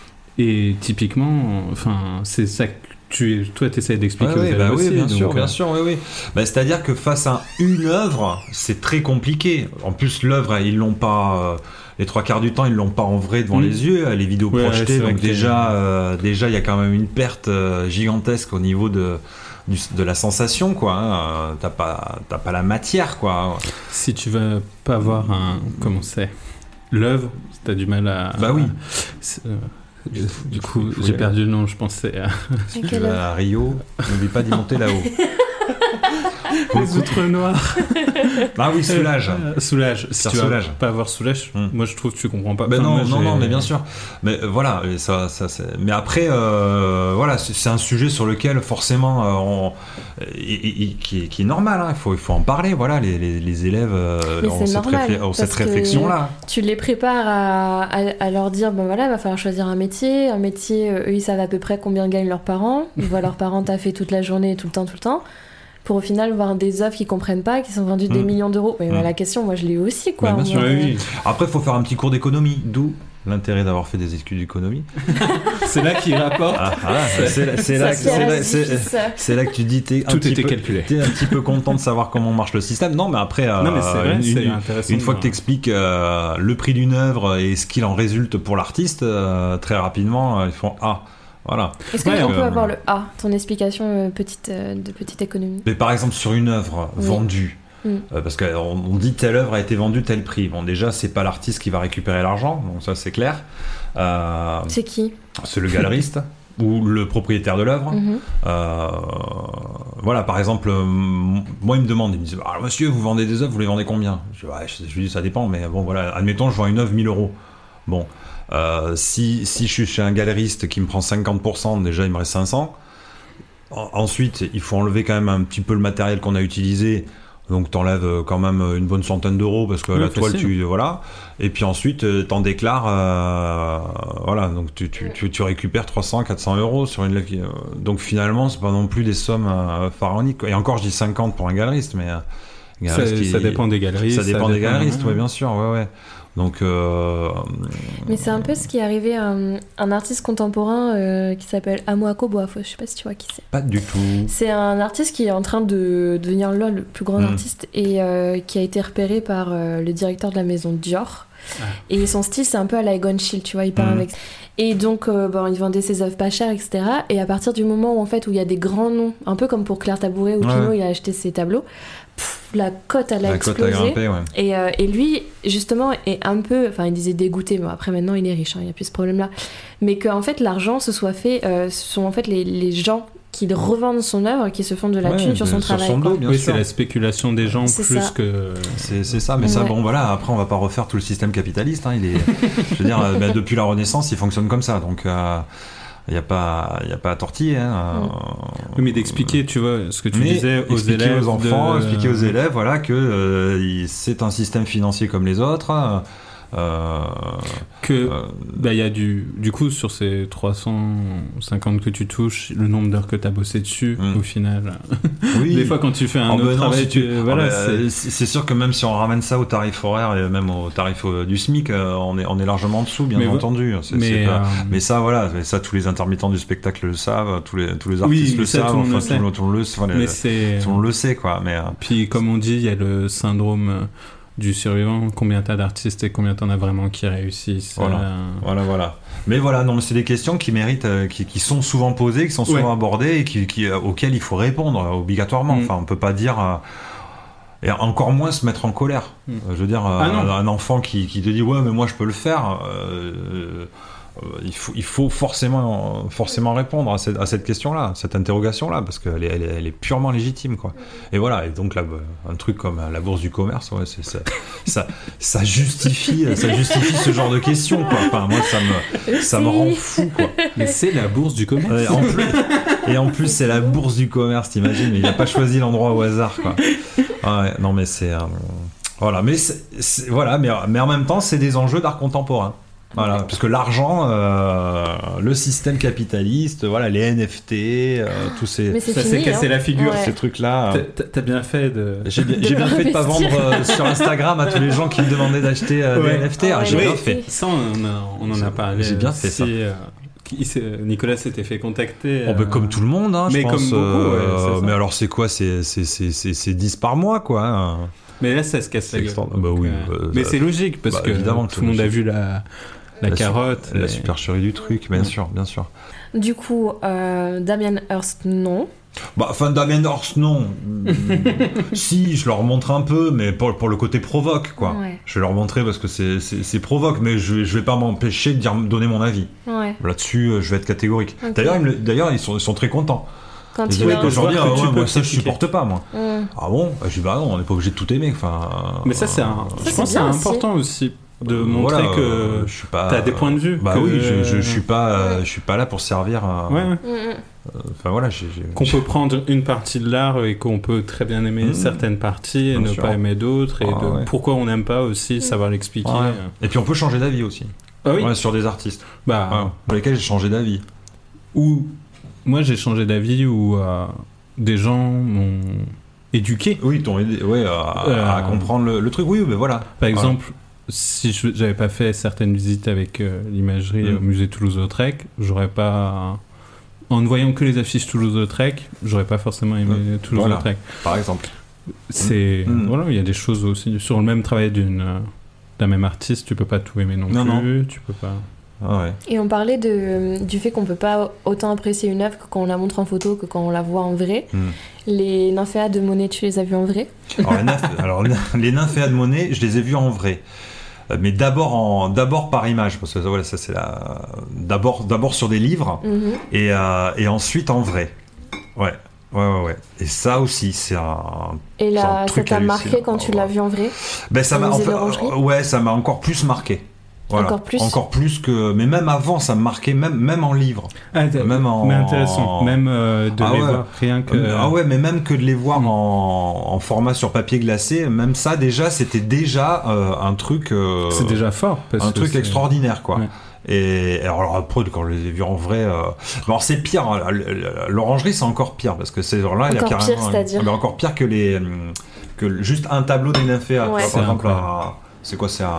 et typiquement enfin c'est ça que tu, toi tu essaies d'expliquer ouais, aux oui, élèves bah aussi. Oui, bien donc, sûr, euh... bien sûr, oui, oui. Bah, c'est-à-dire que face à une œuvre, c'est très compliqué. En plus, l'œuvre, ils l'ont pas. Euh, les trois quarts du temps, ils l'ont pas en vrai devant mmh. les yeux. Les vidéos ouais, projetées, donc déjà, euh, déjà, il y a quand même une perte euh, gigantesque au niveau de. Du, de la sensation, quoi. Hein. T'as pas, t'as pas la matière, quoi. Si tu veux pas voir un, comment c'est, l'œuvre, t'as du mal à. Bah oui. À, euh, du coup, j'ai perdu le nom, je pensais à. Si tu vas à Rio, n'oublie pas d'y monter là-haut. Les outres noires. Ah oui, soulage. Euh, soulage. Si tu soulage. Vas pas avoir soulage, hum. moi je trouve que tu comprends pas. Ben enfin, non, moi, non, j'ai... non, mais bien sûr. Mais euh, voilà, ça, ça, c'est... mais après, euh, voilà, c'est, c'est un sujet sur lequel forcément, euh, on... et, et, et, qui, est, qui est normal. Hein. Il faut, il faut en parler. Voilà, les, les, les élèves euh, ont cette, réflé- ont cette réflexion-là. Tu les prépares à, à, à leur dire, ben voilà, il va falloir choisir un métier. Un métier, eux, ils savent à peu près combien gagnent leurs parents. Ils voient leurs parents taffer toute la journée, tout le temps, tout le temps. Pour au final voir des œuvres qu'ils comprennent pas, qui sont vendues mmh. des millions d'euros. Mais mmh. la question, moi je l'ai aussi, quoi. Ouais, bien sûr, oui, oui. Après, il faut faire un petit cours d'économie, d'où l'intérêt d'avoir fait des études d'économie. C'est là qu'il rapporte. Ah, ah, c'est, c'est, c'est, là, c'est, là, c'est, c'est là que tu dis t'es tout un petit était peu, calculé. T'es un petit peu content de savoir comment marche le système. Non, mais après, non, mais c'est vrai, une, c'est une, intéressant une fois que tu expliques euh, le prix d'une œuvre et ce qu'il en résulte pour l'artiste, euh, très rapidement, euh, ils font ah. Voilà. Est-ce qu'on ouais, peut euh, avoir le A, ton explication euh, petite, euh, de petite économie? Mais par exemple, sur une œuvre oui. vendue, mm. euh, parce qu'on on dit telle œuvre a été vendue tel prix. Bon, déjà, c'est pas l'artiste qui va récupérer l'argent, donc ça, c'est clair. Euh, c'est qui? C'est le galeriste ou le propriétaire de l'œuvre. Mm-hmm. Euh, voilà, par exemple, euh, moi, il me demande, il me dit ah, monsieur, vous vendez des œuvres, vous les vendez combien? Je, ouais, je, je lui dis ça dépend, mais bon, voilà, admettons, je vends une œuvre mille euros. Bon. Euh, si, si je suis chez un galériste qui me prend cinquante pour cent, déjà il me reste cinq cents. En, ensuite, il faut enlever quand même un petit peu le matériel qu'on a utilisé. Donc t'enlèves quand même une bonne centaine d'euros parce que oui, la toile, tu voilà. Et puis ensuite t'en déclares, euh, voilà. Donc tu, tu, tu, tu récupères trois cents, quatre cents euros sur une. Donc finalement, c'est pas non plus des sommes euh, pharaoniques. Et encore, je dis cinquante pour un galeriste, mais euh, ça, qui, ça dépend des galeristes. Ça dépend, ça dépend des galeristes, ouais, bien sûr, ouais, ouais. Donc, euh... mais c'est un peu ce qui est arrivé à un, un artiste contemporain euh, qui s'appelle Amoako Boafo. Je sais pas si tu vois qui c'est. Pas du tout. C'est un artiste qui est en train de devenir là le plus grand mmh. artiste et euh, qui a été repéré par euh, le directeur de la maison Dior Ah. Et son style, c'est un peu à la Egon Schiele, tu vois, il peint mmh. avec... Et donc, euh, bon, il vendait ses œuvres pas chères, et cetera. Et à partir du moment où, en fait, où il y a des grands noms, un peu comme pour Claire Tabouret, où ouais. Pinault, il a acheté ses tableaux, pff, la cote, elle a la explosé. Cote a grimpé, ouais. et, euh, et lui, justement, est un peu... Enfin, il disait dégoûté, mais après, maintenant, il est riche, hein, il n'y a plus ce problème-là. Mais qu'en fait, l'argent se soit fait... Euh, ce sont en fait les, les gens... qui revendent son œuvre, qui se font de la ouais, thune sur son sur travail. Son dos, bien oui, sûr. c'est la spéculation des gens c'est plus ça. que... C'est, c'est ça, mais ouais. ça, bon, voilà, après, on va pas refaire tout le système capitaliste. Hein, il est, je veux dire, bah, depuis la Renaissance, il fonctionne comme ça, donc il euh, n'y a pas, il y a pas à tortiller. Hein, mm. Oui, mais d'expliquer, tu vois, ce que tu mais disais aux élèves, aux enfants, de... expliquer aux élèves, voilà, que euh, c'est un système financier comme les autres. Hein, Euh, que euh, bah il y a du du coup sur ces trois cent cinquante que tu touches, le nombre d'heures que tu as bossé dessus mm. au final. Oui. Des fois quand tu fais un oh, autre ben non, travail si tu, tu, voilà, oh, ben, c'est... c'est sûr que même si on ramène ça au tarif horaire et même au tarif du SMIC, on est on est largement en dessous, bien mais entendu. C'est, mais, c'est pas... euh... mais ça voilà, ça tous les intermittents du spectacle le savent, tous les tous les artistes oui, le ça, savent, tout, enfin, le sait. tout, tout le enfin, mais les, c'est... tout le monde le sait quoi. Mais puis comme on dit, il y a le syndrome du survivant, combien t'as d'artistes et combien t'en as vraiment qui réussissent. Voilà, euh... voilà, voilà. Mais voilà, non, mais c'est des questions qui méritent, euh, qui, qui sont souvent posées, qui sont souvent ouais. abordées et qui, qui, euh, auxquelles il faut répondre euh, obligatoirement. Mm. Enfin, on peut pas dire, euh, et encore moins se mettre en colère. Mm. Euh, je veux dire, euh, ah un enfant qui, qui te dit ouais, mais moi je peux le faire. Euh, euh, il faut, il faut forcément, forcément répondre à cette, à cette question-là, cette interrogation-là, parce qu'elle est, elle est, elle est purement légitime, quoi. Et voilà. Et donc là, un truc comme la bourse du commerce, ouais, c'est, ça, ça, ça justifie, ça justifie ce genre de questions, quoi. Enfin, moi, ça me, ça me rend fou, quoi. Mais c'est la bourse du commerce. Et en plus, et en plus c'est la bourse du commerce, t'imagines. Mais il n'a pas choisi l'endroit au hasard, quoi. Ah ouais, non, mais c'est, euh, voilà. Mais c'est, c'est, voilà. Mais, mais en même temps, c'est des enjeux d'art contemporain. Voilà, parce que l'argent, euh, le système capitaliste, voilà, les N F T, euh, tous ces... Ça s'est cassé hein. la figure, ouais. ces trucs-là. T'as, t'as bien fait de... J'ai bien, j'ai bien fait de pas vendre euh, sur Instagram à tous les gens qui me demandaient d'acheter euh, ouais. des N F T. Ah, j'ai oui, bien fait. Ça, on, a, on en a parlé. J'ai bien fait si, ça. Euh, Nicolas s'était fait contacter. Oh, bah, comme tout le monde, hein, mais je pense. Comme beaucoup, euh, ouais, mais alors, c'est quoi c'est, c'est, c'est, c'est, c'est dix par mois, quoi. Hein. Mais là, ça se casse la gueule. Bah, oui, euh, bah, mais ça, c'est logique, parce bah, que évidemment, tout le monde a vu la... La, la carotte. Su- et... La supercherie du truc, bien mmh. sûr, bien sûr. Du coup, euh, Damien Hirst, non. Bah, enfin, Damien Hirst, non. Si, je leur montre un peu, mais pour, pour le côté provoque, quoi. Ouais. Je vais leur montrer parce que c'est, c'est, c'est provoque, mais je, je vais pas m'empêcher de dire, donner mon avis. Ouais. Là-dessus, je vais être catégorique. Okay. D'ailleurs, ils, d'ailleurs ils, sont, ils sont très contents. Quand ils tu disent aujourd'hui, ah, ouais, moi ça je supporte pas, moi. Mm. Ah bon? Je dis, bah non, on n'est pas obligé de tout aimer. Enfin, mais ça, c'est un... ça, je c'est pense que c'est aussi. important aussi. De montrer voilà, que euh, je suis pas, t'as des points de vue. Bah que... oui, je, je, je suis pas, euh, je suis pas là pour servir. À... Ouais. ouais. Euh, enfin voilà, j'ai, j'ai... qu'on peut prendre une partie de l'art et qu'on peut très bien aimer mmh. certaines parties et bien ne sûr. Pas aimer d'autres et ah, de... ouais. pourquoi on n'aime pas aussi, savoir l'expliquer. Ouais. Et puis on peut changer d'avis aussi. Ah oui. Ouais, sur des artistes. Bah, ouais, pour lesquels j'ai changé d'avis. Ou moi j'ai changé d'avis où euh, des gens m'ont éduqué. Oui, t'ont aidé, ouais, à, euh... à comprendre le, le truc. Oui, mais voilà. Par exemple. Voilà. Si je n'avais pas fait certaines visites avec euh, l'imagerie mmh. au musée Toulouse-Lautrec, j'aurais pas... En ne voyant que les affiches Toulouse-Lautrec, j'aurais pas forcément aimé mmh. Toulouse-Lautrec. Voilà. Par exemple. C'est... Mmh. Voilà, il y a des choses aussi... Sur le même travail d'une, euh, d'un même artiste, tu peux pas tout aimer non, non plus. Non. Tu peux pas... Ah ouais. Et on parlait de, du fait qu'on peut pas autant apprécier une œuvre que quand on la montre en photo que quand on la voit en vrai. Mm. Les nymphéas de Monet, tu les as vus en vrai? Alors, les, nymph- alors, les nymphéas de Monet, je les ai vus en vrai. Mais d'abord, en, d'abord par image, parce que voilà, ça c'est la... d'abord, d'abord sur des livres, mm-hmm. et, euh, et ensuite en vrai. Ouais. Ouais, ouais, ouais. Et ça aussi, c'est un. Et là, un truc ça t'a marqué quand tu l'as vu en vrai? Ben, ça m'a, en fait, euh, ouais, ça m'a encore plus marqué. Voilà. Encore plus. Encore plus que. Mais même avant, ça me marquait, même, même en livre. Ah, même en. Mais intéressant. Même euh, de ah les ouais. voir rien que. Ah ouais, mais même que de les voir mmh. en, en format sur papier glacé, même ça, déjà, c'était déjà euh, un truc. Euh, c'est déjà fort. Parce un que truc c'est... extraordinaire, quoi. Ouais. Et alors après, quand je les ai vus en vrai, euh... alors c'est pire. L'orangerie, c'est encore pire parce que ces gens-là, il y a carrément. Pire, c'est-à-dire mais encore pire que les que juste un tableau des nymphéas. Ouais. Par exemple, à... c'est quoi, c'est à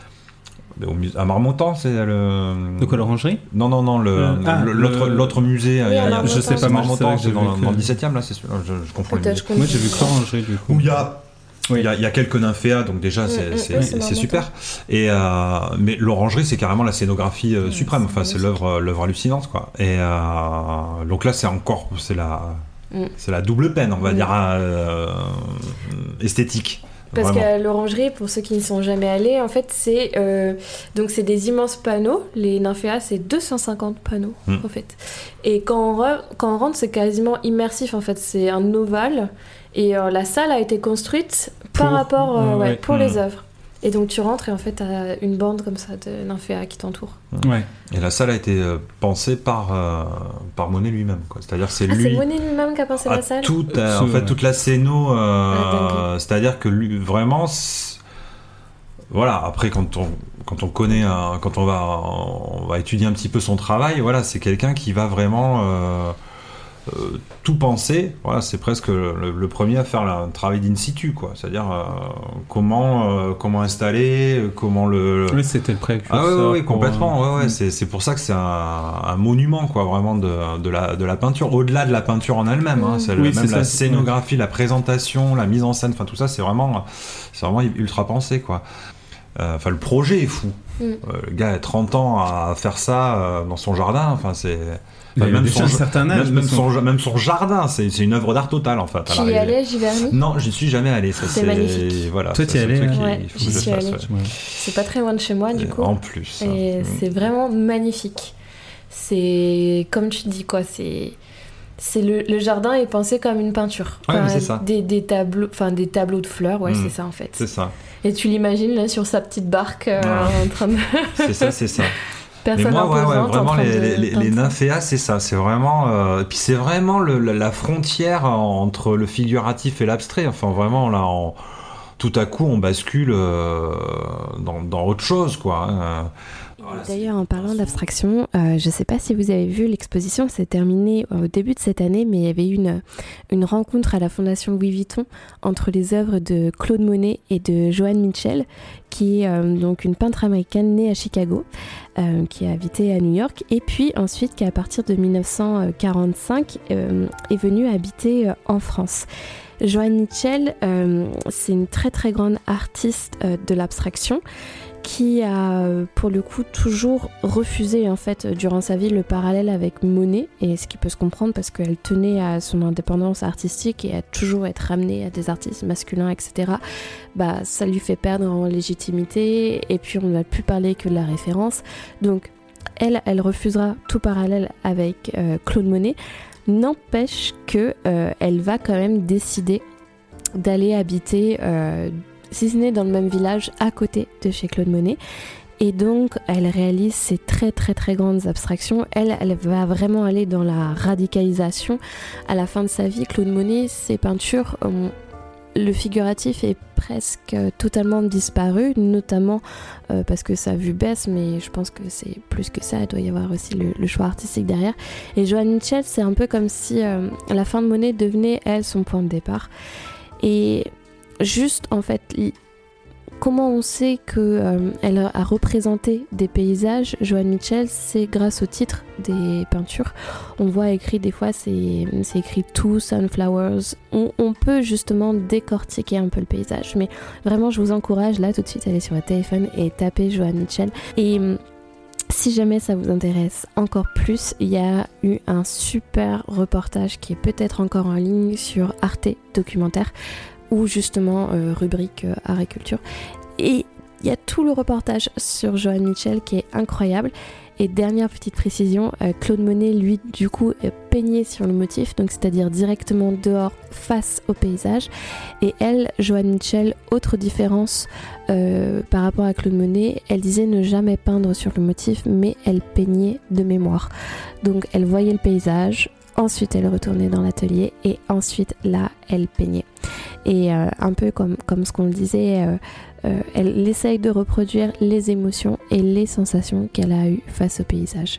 à Marmottan, c'est le. De quoi, l'orangerie? Non, non, non, le, euh, ah, l'autre, le... l'autre musée. Oui, il y a, je sais pas, Marmottan, c'est, c'est dans, que... dans le dix-septième, là, c'est sûr. Je, je confonds les musées. Moi, j'ai vu que l'orangerie, du coup. Où il y a. Il y, a, il y a quelques nymphéas, donc déjà c'est, mmh, c'est, mmh, c'est, c'est c'est super. Et euh, mais l'orangerie, c'est carrément la scénographie euh, mmh, suprême. Enfin, c'est l'œuvre, l'œuvre hallucinante, quoi. Et euh, donc là, c'est encore, c'est la, mmh. c'est la double peine, on va mmh. dire, euh, esthétique. Parce Vraiment. qu'à l'orangerie, pour ceux qui n'y sont jamais allés, en fait, c'est euh, donc c'est des immenses panneaux. Les nymphéas, c'est deux cent cinquante panneaux, mmh. en fait. Et quand on, re- quand on rentre, c'est quasiment immersif, en fait. C'est un ovale. Et euh, la salle a été construite par pour, rapport euh, ouais, ouais, pour mmh. les œuvres. Et donc tu rentres et en fait t'as une bande comme ça de nymphéas qui t'entoure. Ouais. Et la salle a été euh, pensée par euh, par Monet lui-même, quoi. C'est-à-dire c'est ah, lui. c'est Monet lui-même qui a pensé la salle. Tout, euh, en fait toute la scéno. Euh, ah, c'est-à-dire que lui vraiment. Voilà. Après quand on quand on connaît un, quand on va on va étudier un petit peu son travail, voilà, c'est quelqu'un qui va vraiment. Euh, Euh, tout penser, voilà, c'est presque le, le premier à faire la, un travail d'in situ, quoi. C'est-à-dire euh, comment euh, comment installer, comment le. Oui, c'était le précurseur. Ah oui, oui, oui pour... complètement. Ouais, ouais, mmh. c'est c'est pour ça que c'est un, un monument, quoi, vraiment de de la de la peinture. Au-delà de la peinture en elle-même, mmh. hein, c'est oui, le, même c'est la ça, scénographie, ouais. la présentation, la mise en scène, enfin tout ça, c'est vraiment c'est vraiment ultra pensé, quoi. Enfin, euh, le projet est fou. Mmh. Euh, le gars a trente ans à faire ça euh, dans son jardin. Enfin, c'est. Enfin, même, son, certain âge, même, même, son, même son jardin, c'est, c'est une œuvre d'art totale en fait. Tu y es allé, Giverny ? Non, j'y suis jamais allé. Ça, c'est, c'est magnifique. Voilà, toi, tu y es allé ? Ouais, j'y suis allé. Ouais. C'est pas très loin de chez moi, du coup. En plus. Et hein. c'est vraiment magnifique. C'est comme tu dis, quoi. C'est. C'est le, le jardin est pensé comme une peinture. Ouais, enfin, c'est ça. Des, des, tableaux, enfin, des tableaux de fleurs, ouais, mmh, c'est ça en fait. C'est ça. Et tu l'imagines là sur sa petite barque euh, ouais. en train de. c'est ça, c'est ça. Personne mais moi, ouais, ouais, vraiment, les, de, les, les nymphéas, c'est ça. C'est vraiment. Euh, puis c'est vraiment le, la, la frontière entre le figuratif et l'abstrait. Enfin, vraiment, là, on, tout à coup, on bascule euh, dans, dans autre chose, quoi. Hein. D'ailleurs, en parlant d'abstraction, euh, je ne sais pas si vous avez vu, l'exposition s'est terminée au début de cette année, mais il y avait eu une, une rencontre à la Fondation Louis Vuitton entre les œuvres de Claude Monet et de Joan Mitchell, qui est euh, donc une peintre américaine née à Chicago, euh, qui a habité à New York, et puis ensuite qui, à partir de dix-neuf cent quarante-cinq, euh, est venue habiter euh, en France. Joan Mitchell, euh, c'est une très très grande artiste euh, de l'abstraction, qui a pour le coup toujours refusé en fait durant sa vie le parallèle avec Monet, et ce qui peut se comprendre parce qu'elle tenait à son indépendance artistique et à toujours être ramenée à des artistes masculins, et cetera. Bah ça lui fait perdre en légitimité, et puis on ne va plus parler que de la référence. Donc elle, elle refusera tout parallèle avec euh, Claude Monet. N'empêche que euh, elle va quand même décider d'aller habiter euh, si ce n'est dans le même village à côté de chez Claude Monet. Et donc, elle réalise ces très très très grandes abstractions. Elle, elle va vraiment aller dans la radicalisation. À la fin de sa vie, Claude Monet, ses peintures, euh, le figuratif est presque totalement disparu, notamment euh, parce que sa vue baisse, mais je pense que c'est plus que ça. Il doit y avoir aussi le, le choix artistique derrière. Et Joan Mitchell, c'est un peu comme si euh, la fin de Monet devenait, elle, son point de départ. Et juste, en fait, comment on sait qu'elle euh, a représenté des paysages, Joan Mitchell, c'est grâce au titre des peintures. On voit écrit des fois, c'est, c'est écrit « Two Sunflowers ». On, on peut justement décortiquer un peu le paysage. Mais vraiment, je vous encourage là tout de suite à aller sur votre téléphone et taper Joan Mitchell. Et si jamais ça vous intéresse encore plus, il y a eu un super reportage qui est peut-être encore en ligne sur Arte Documentaire, ou justement euh, rubrique euh, art et culture. Et il y a tout le reportage sur Joan Mitchell qui est incroyable. Et dernière petite précision, euh, Claude Monet, lui, du coup, euh, peignait sur le motif, donc c'est-à-dire directement dehors, face au paysage. Et elle, Joan Mitchell, autre différence euh, par rapport à Claude Monet, elle disait ne jamais peindre sur le motif, mais elle peignait de mémoire. Donc elle voyait le paysage, ensuite elle retournait dans l'atelier, et ensuite là, elle peignait. Et euh, un peu comme, comme ce qu'on le disait, euh, euh, elle essaye de reproduire les émotions et les sensations qu'elle a eues face au paysage.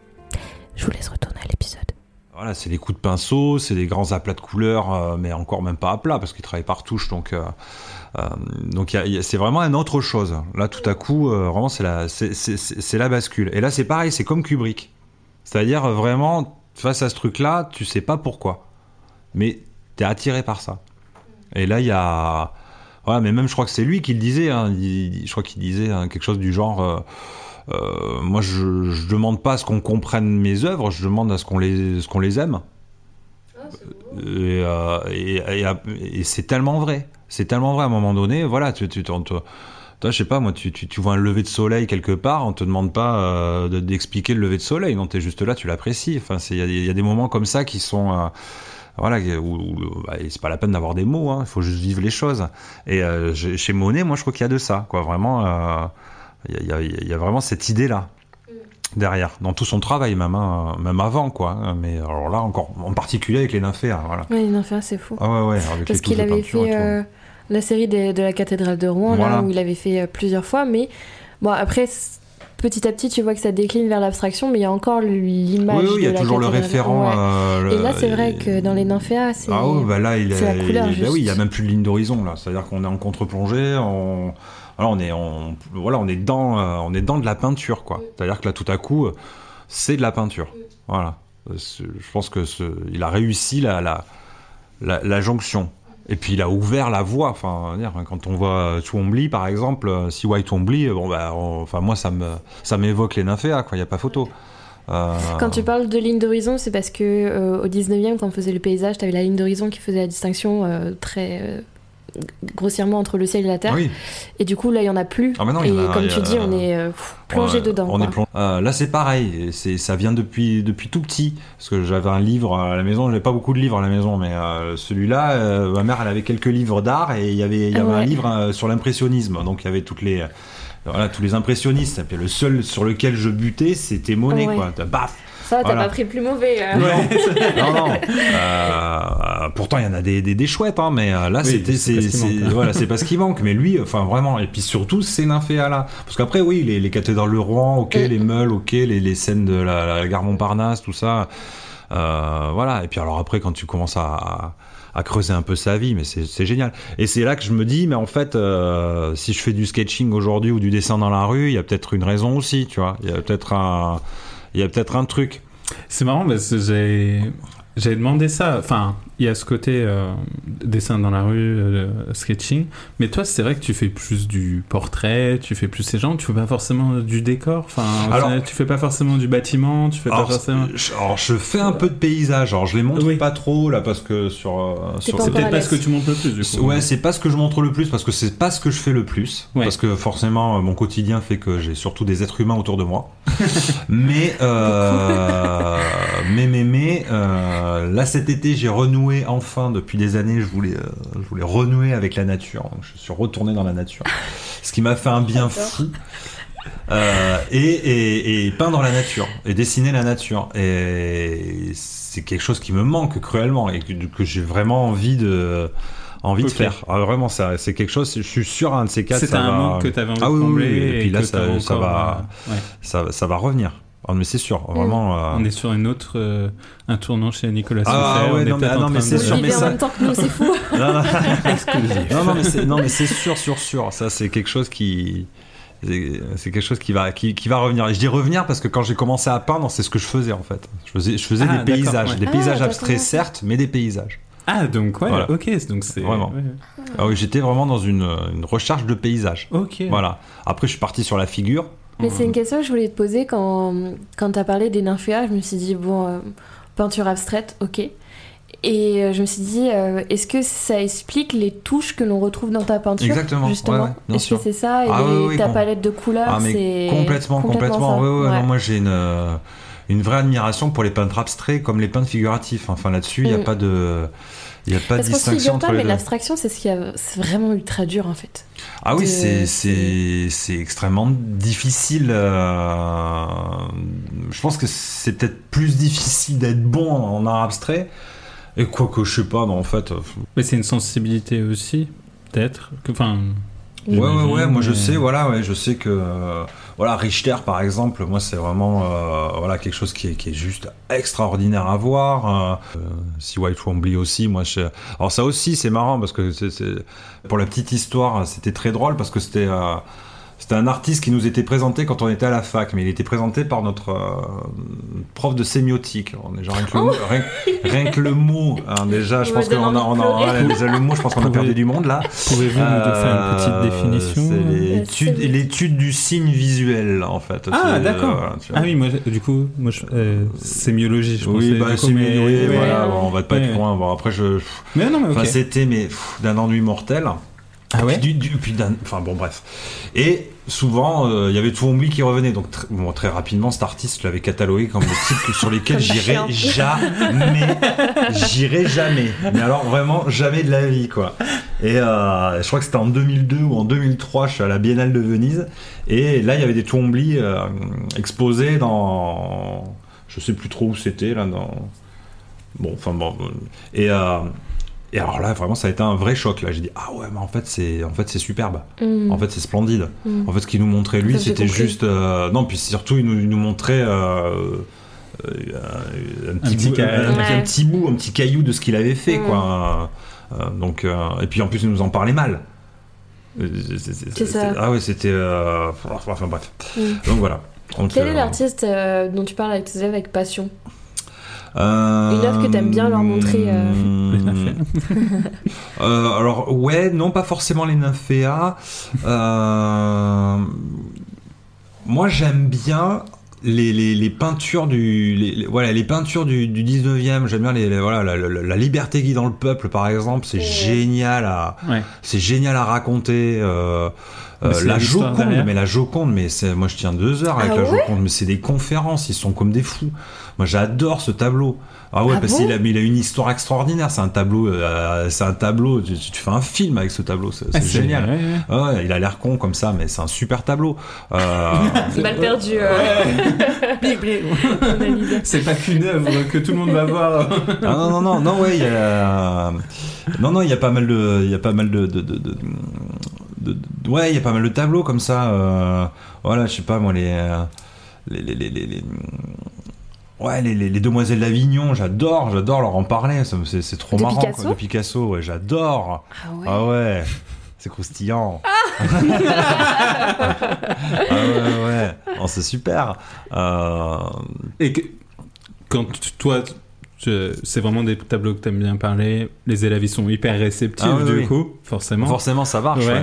Je vous laisse retourner à l'épisode. Voilà, c'est des coups de pinceau, c'est des grands aplats de couleurs, euh, mais encore même pas aplats, parce qu'il travaille par touche, donc, euh, euh, donc y a, y a, c'est vraiment une autre chose. Là, tout à coup, euh, vraiment, c'est la, c'est, c'est, c'est, c'est la bascule. Et là, c'est pareil, c'est comme Kubrick. C'est-à-dire, vraiment, face à ce truc-là, tu sais pas pourquoi, mais t'es attiré par ça. Et là, il y a... Ouais, mais même je crois que c'est lui qui le disait. Hein. Il, je crois qu'il disait hein, quelque chose du genre. Euh, euh, moi, je, je demande pas à ce qu'on comprenne mes œuvres, je demande à ce qu'on les, ce qu'on les aime. Ah, et, euh, et, et, et c'est tellement vrai. C'est tellement vrai à un moment donné. Voilà, tu, tu, tu, tu toi, je sais pas, moi, tu, tu, tu vois un lever de soleil quelque part, on te demande pas euh, de, d'expliquer le lever de soleil. Non, t'es juste là, tu l'apprécies. Enfin, il y, y a des moments comme ça qui sont. Euh, Voilà, où, où, bah, c'est pas la peine d'avoir des mots, il hein, faut juste vivre les choses. Et euh, chez Monet, moi je crois qu'il y a de ça, quoi. Vraiment, il euh, y, a, y, a, y a vraiment cette idée-là derrière, dans tout son travail, même, hein, même avant, quoi. Mais alors là, encore, en particulier avec les nymphéas, voilà. Ouais, les nymphéas, c'est fou. Ah ouais, ouais, avec parce les qu'il avait fait euh, la série des, de la cathédrale de Rouen, voilà. Là, où il avait fait euh, plusieurs fois, mais bon, après. Petit à petit, tu vois que ça décline vers l'abstraction, mais il y a encore l'image. Oui, oui, il y a de toujours la le référent. Ouais. Euh, et là, c'est le... vrai que dans les nymphéas, c'est, ah oui, bah là, il c'est est... la couleur. il... Juste. Bah oui, il y a même plus de ligne d'horizon là. C'est-à-dire qu'on est en contre-plongée, on, voilà, on est, on... Voilà, on est dans, euh, on est dans de la peinture, quoi. C'est-à-dire que là, tout à coup, c'est de la peinture. Voilà. Je pense que ce... il a réussi la, la, la, la jonction. Et puis il a ouvert la voie. Enfin, quand on voit Twombly, par exemple, si White Twombly, bon bah, on, enfin moi ça me, ça m'évoque les nymphéas, quoi. Il y a pas photo. Euh... Quand tu parles de ligne d'horizon, c'est parce que euh, au dix-neuvième, quand on faisait le paysage, t'avais la ligne d'horizon qui faisait la distinction euh, très euh, grossièrement entre le ciel et la terre. Oui. Et du coup là, il y en a plus. Ah non, et a, comme a, tu dis, on est euh, plongé on, dedans. On quoi. est plong... euh, là, c'est pareil. C'est, ça vient depuis depuis tout petit. Parce que j'avais un livre à la maison. J'avais pas beaucoup de livres à la maison, mais euh, celui-là, euh, ma mère, elle avait quelques livres d'art et il y avait il y avait ah ouais. un livre euh, sur l'impressionnisme. Donc il y avait toutes les voilà tous les impressionnistes. Et puis, le seul sur lequel je butais, c'était Monet, ah ouais. quoi. Baf. Ça, t'as voilà. pas pris le plus mauvais. Euh. Ouais. non, non. Euh, pourtant, il y en a des, des, des chouettes, hein, mais euh, là, oui, c'était, c'est, c'est, c'est, manque, voilà, c'est pas ce qui manque. Mais lui, enfin, vraiment. Et puis surtout, ces nymphéas-là. Parce qu'après, oui, les, les cathédrales de Rouen, ok, mm. les meules, ok, les, les scènes de la, la gare Montparnasse, tout ça. Euh, voilà. Et puis alors après, quand tu commences à, à, à creuser un peu sa vie, mais c'est, c'est génial. Et c'est là que je me dis, mais en fait, euh, si je fais du sketching aujourd'hui ou du dessin dans la rue, il y a peut-être une raison aussi, tu vois. Il y a peut-être un... Il y a peut-être un truc. C'est marrant parce que j'ai, j'ai demandé ça. Enfin, il y a ce côté euh, dessin dans la rue, euh, sketching. Mais toi, c'est vrai que tu fais plus du portrait, tu fais plus ces gens. Tu fais pas forcément du décor. Enfin, alors, tu fais pas forcément du bâtiment. Tu fais alors, pas forcément. Je, alors, je fais un peu de paysage. Alors, je les montre oui. pas trop là parce que sur. Euh, sur... C'est peut-être pas ce que tu montres le plus. Du coup. Ouais, c'est pas ce que je montre le plus parce que c'est pas ce que je fais le plus. Ouais. Parce que forcément, mon quotidien fait que j'ai surtout des êtres humains autour de moi. mais, euh, mais, mais, mais, euh, là cet été, j'ai renoué enfin depuis des années. Je voulais, euh, je voulais renouer avec la nature. Donc, je suis retourné dans la nature, ce qui m'a fait un bien fou. Euh, et, et, et peindre la nature et dessiner la nature. Et c'est quelque chose qui me manque cruellement et que, que j'ai vraiment envie de. envie okay. de faire. Ah, vraiment, ça, c'est quelque chose, je suis sûr, un de ces quatre, c'est ça un va... manque que tu avais envie ah, de combler. Oui, oui, et, et puis là, ça, encore, ça, va, euh, ouais. ça, ça va revenir. Ah, mais c'est sûr, vraiment. Euh... On est sur une autre, euh, un tournant chez Nicolas Ah Soufflet. ouais, non, mais, ah, non, mais c'est sûr, mais ça. En même temps que nous, c'est fou. non, non. non, non, mais c'est, non, mais c'est sûr, sûr, sûr. Ça, c'est quelque chose qui. C'est, c'est quelque chose qui va, qui, qui va revenir. Et je dis revenir parce que quand j'ai commencé à peindre, c'est ce que je faisais en fait. Je faisais, je faisais ah, des paysages, ouais. des paysages ah, abstraits certes, mais des paysages. Ah donc ouais, voilà. ok, donc c'est vraiment. Ouais. Ah oui, j'étais vraiment dans une, une recherche de paysages. Ok. Voilà. Après, je suis parti sur la figure. Mais c'est une question que je voulais te poser quand quand t'as parlé des nymphéas. Je me suis dit bon, euh, peinture abstraite, ok. Et euh, je me suis dit, euh, est-ce que ça explique les touches que l'on retrouve dans ta peinture ? Exactement. Justement. Ouais, ouais, bien est-ce sûr. que c'est ça et ah, les, oui, oui, ta com- palette de couleurs, ah, mais c'est complètement, complètement. complètement. Ouais, ouais, ouais. Non, moi, j'ai une euh, une vraie admiration pour les peintres abstraits comme les peintres figuratifs. Enfin, là-dessus, il mm. n'y a pas de Il n'y a pas Parce de distinction entre pas, les mais deux. L'abstraction, c'est ce qui a... c'est vraiment ultra dur en fait. Ah oui, de... c'est, c'est, c'est extrêmement difficile. Euh... Je pense que c'est peut-être plus difficile d'être bon en art abstrait. Et quoi que je sais pas, non, en fait. Mais c'est une sensibilité aussi, peut-être. Que, enfin. Ouais, ouais, ouais. Moi, je sais, voilà, ouais, je sais que. Euh, Voilà, Richter par exemple, moi c'est vraiment euh, voilà quelque chose qui est, qui est juste extraordinaire à voir. Euh, si White Twombly aussi, moi je... alors ça aussi c'est marrant parce que c'est, c'est... pour la petite histoire c'était très drôle parce que c'était euh, C'était un artiste qui nous était présenté quand on était à la fac, mais il était présenté par notre euh, prof de sémiotique. On est genre rien que le, oh rien, rien que le mot, hein, déjà, je pense qu'on a, on a, on a déjà le mot, je pense qu'on a perdu du monde là. Pouvez-vous euh, nous faire une petite définition? C'est l'étude, l'étude du signe visuel, en fait. Ah, c'est, d'accord. Euh, ah oui, moi, du coup, moi, je, euh, sémiologie, je oui, pensais. Bah, sémiologie, oui, mais... voilà, ouais. Bon, on va pas ouais. être loin. Bon, après, je. Mais non, mais enfin, okay. c'était mais pff, d'un ennui mortel. Ah ouais. Puis, du, du, puis d'un, enfin bon, bref. Et souvent, il euh, y avait Twombly qui revenait. Donc tr- bon, très rapidement, cet artiste, je l'avais catalogué comme des types sur lesquels j'irai jamais, j'irai jamais. Mais alors vraiment jamais de la vie, quoi. Et euh, je crois que c'était en deux mille deux ou en deux mille trois, je suis à la Biennale de Venise. Et là, il y avait des Twombly euh, exposés dans, je sais plus trop où c'était là, dans. Bon, enfin bon. Et euh, Et alors là, vraiment, ça a été un vrai choc. Là, j'ai dit ah ouais, mais en fait, c'est en fait c'est superbe. Mm. En fait, c'est splendide. Mm. En fait, ce qu'il nous montrait lui, ça, c'était juste euh, non. Puis surtout, il nous, il nous montrait euh, euh, un, petit un, petit bout, ca... un, ouais. un petit bout, un petit caillou de ce qu'il avait fait, mm. quoi. Euh, donc, euh, et puis en plus, il nous en parlait mal. C'est, c'est, c'est ça. Ah ouais, c'était. Euh, enfin bref. Mm. Donc voilà. Donc, Quel euh, est l'artiste euh, dont tu parles avec tes élèves avec passion? Euh... Une œuvre que t'aimes bien leur montrer. Euh... Les nymphéas. euh, alors ouais, non, pas forcément les nymphéas. Euh... Moi, j'aime bien les, les, les peintures du, les, les, voilà, les peintures du, du dix-neuvième. J'aime bien les, les voilà, la, la, la liberté qui dans le peuple, par exemple. C'est ouais. génial à, ouais. c'est génial à raconter. Euh... Euh, la Joconde, derrière. mais la Joconde, mais c'est, moi je tiens deux heures avec ah la ouais Joconde, mais c'est des conférences, ils sont comme des fous. Moi j'adore ce tableau. Ah ouais, ah parce bon qu'il a, il a une histoire extraordinaire. C'est un tableau, euh, c'est un tableau. Tu, tu fais un film avec ce tableau, c'est, c'est ah, génial. C'est, ouais, ouais. Ah ouais, il a l'air con comme ça, mais c'est un super tableau. Euh... Mal perdu. Euh... Ouais. C'est pas qu'une œuvre que tout le monde va voir. Ah non non non non ouais, il y a non non il y a pas mal de, il y a pas mal de, de, de, de... De, de, ouais, il y a pas mal de tableaux comme ça. Euh, voilà, je sais pas moi, les, les, les, les, les, ouais, les, les, les demoiselles d'Avignon, j'adore, j'adore leur en parler. C'est, c'est trop de marrant. Picasso quoi. De Picasso, ouais, j'adore. Ah ouais. Ah ouais. C'est croustillant. Ah, ah ouais, ouais. Oh, c'est super. Euh... Et que, quand toi. Je, c'est vraiment des tableaux que t'aimes bien parler. Les élèves, ils sont hyper réceptifs, ah, oui, du oui. coup, forcément. Forcément, ça marche, ouais. ouais.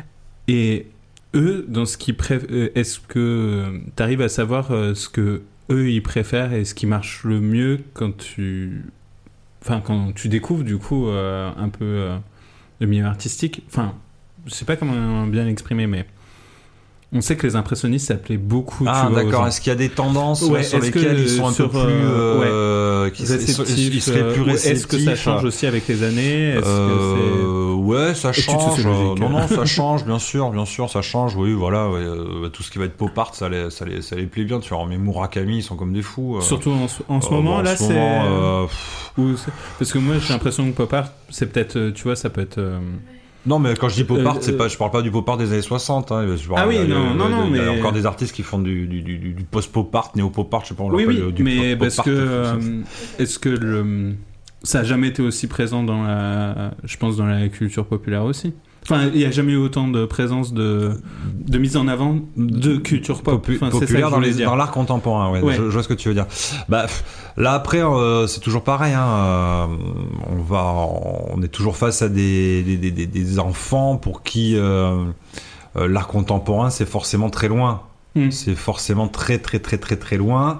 Et eux, dans ce qu'ils préfèrent, est-ce que t'arrives à savoir ce que eux, ils préfèrent et ce qui marche le mieux quand tu... Enfin, quand tu découvres, du coup, euh, un peu euh, le milieu artistique. Enfin, je sais pas comment bien l'exprimer, mais... On sait que les impressionnistes s'appelaient beaucoup. Ah tu vois, d'accord. Est-ce qu'il y a des tendances ouais, sur lesquelles ils sont un peu plus, euh, ouais, qui ils seraient plus réceptifs? Est-ce que ça change aussi avec les années? Est-ce euh, que c'est... Ouais, ça change. Non, non, ça change, bien sûr, bien sûr, ça change. Oui, voilà, ouais, euh, tout ce qui va être pop art, ça les, ça les, ça les plaît bien. Tu vois, mais Murakami, ils sont comme des fous. Euh, Surtout en, en ce euh, moment, bon, là, ce c'est. Moment, euh... Où c'est... Parce que moi, j'ai l'impression que pop art, c'est peut-être, tu vois, ça peut être. Euh... Non, mais quand je dis pop art, euh, c'est pas, je parle pas du pop art des années soixante. Hein. Je parle, ah oui, il y a, non, il y a, non, non, il y a mais... encore des artistes qui font du, du, du, du post-pop art, néo-pop art, je sais pas, on oui, l'appelle oui, du mais pop parce art. que euh, est-ce que le, ça a jamais été aussi présent dans la, je pense, dans la culture populaire aussi. Enfin, il n'y a jamais eu autant de présence de, de mise en avant de culture pop. Popu- enfin, populaire dans, les, dans l'art contemporain, ouais, ouais. Je, je vois ce que tu veux dire. Bah, là, après, euh, c'est toujours pareil. Hein, euh, on, va, on est toujours face à des, des, des, des enfants pour qui euh, euh, l'art contemporain, c'est forcément très loin. Mmh. C'est forcément très, très, très, très, très loin.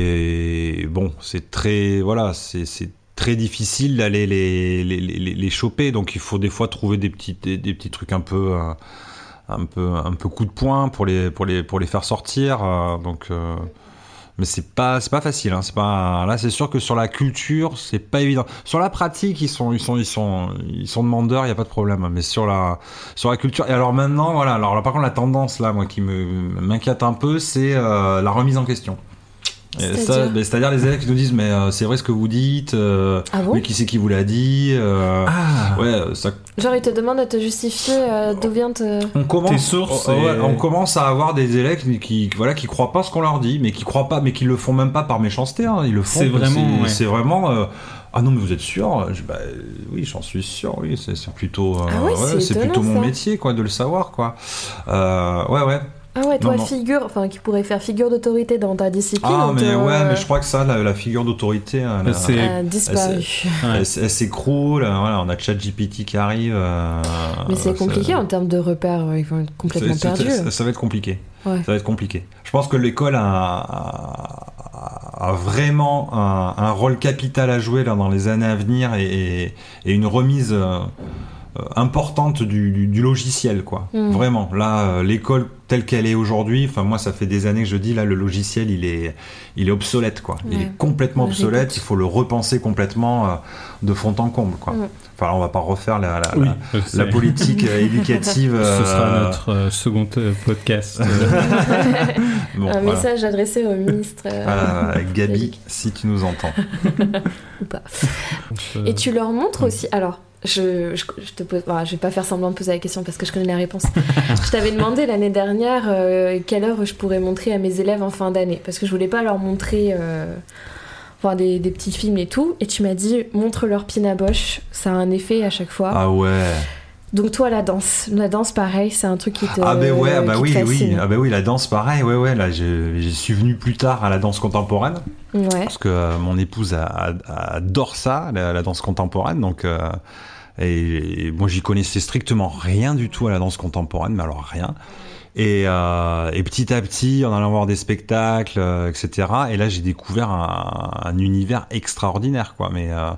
Et bon, c'est très... Voilà, c'est... c'est très difficile d'aller les, les, les, les choper, donc il faut des fois trouver des petits, des, des petits trucs un peu, euh, un peu, un peu coup de poing pour les, pour les, pour les faire sortir. Euh, donc, euh, mais c'est pas, c'est pas facile. Hein, c'est pas, là, c'est sûr que sur la culture, c'est pas évident. Sur la pratique, ils sont, ils sont, ils sont, ils sont demandeurs, il y a pas de problème. Mais sur la, sur la culture. Et alors maintenant, voilà. Alors là, par contre, la tendance là, moi, qui me m'inquiète un peu, c'est euh, la remise en question. C'est-à-dire, ça, ben, c'est-à-dire les élèves qui nous disent mais euh, c'est vrai ce que vous dites, euh, ah bon mais qui c'est qui vous l'a dit, euh, ah. ouais, ça... Genre ils te demandent de te justifier euh, d'où vient te... on commence, tes sources on, et... ouais, on commence à avoir des élèves qui, qui voilà qui croient pas ce qu'on leur dit, mais qui croient pas, mais qui le font même pas par méchanceté, hein, ils le font. C'est vraiment, c'est, ouais. c'est vraiment euh, Ah non, mais vous êtes sûr? Je, bah, oui, j'en suis sûr, oui, c'est, c'est plutôt, euh, ah ouais, c'est, ouais, c'est étonnant, plutôt mon ça. métier, quoi, de le savoir, quoi. Euh, ouais, ouais. Ah ouais, toi, non, non. figure, enfin, qui pourrait faire figure d'autorité dans ta discipline. Ah, mais te... ouais, mais je crois que ça, la, la figure d'autorité, elle a, c'est... a disparu. Elle, elle, elle, elle s'écroule, voilà, on a ChatGPT qui arrive. Euh, mais c'est compliqué c'est... en termes de repères, ils vont être complètement c'est, perdus. Ça, ça va être compliqué. Ouais. Ça va être compliqué. Je pense que l'école a, a, a vraiment un, un rôle capital à jouer là, dans les années à venir et, et, et une remise euh, importante du, du, du logiciel, quoi. Mmh. Vraiment. Là, euh, l'école telle qu'elle est aujourd'hui, enfin moi ça fait des années que je dis là le logiciel il est il est obsolète, quoi. Ouais. Il est complètement ouais, obsolète. Il faut le repenser complètement euh, de fond en comble, quoi. Mmh. Enfin, on va pas refaire la, la, oui, la, la politique éducative. Euh... Ce sera notre euh, second euh, podcast. bon, un voilà. Message adressé au ministre. Euh, ah, Gabi, si tu nous entends. Ou pas. Euh... Et tu leur montres aussi. Alors, je, je, je te pose. Voilà, je vais pas faire semblant de poser la question parce que je connais la réponse. Je t'avais demandé l'année dernière euh, quelle œuvre je pourrais montrer à mes élèves en fin d'année parce que je voulais pas leur montrer. Euh, Enfin, des, des petits films et tout, et tu m'as dit montre-leur Pina Bausch, ça a un effet à chaque fois. Ah ouais. Donc toi la danse, la danse pareil, c'est un truc qui te Ah ben ouais, ah bah oui, oui, ah bah oui, la danse pareil, ouais ouais, là j'ai, j'y suis venu plus tard à la danse contemporaine, ouais. Parce que euh, mon épouse a, a, adore ça, la, la danse contemporaine, donc euh, et, et moi j'y connaissais strictement rien du tout à la danse contemporaine, mais alors rien. Et, euh, et petit à petit, en allant voir des spectacles, euh, et cetera. Et là, j'ai découvert un, un univers extraordinaire, quoi. Mais euh,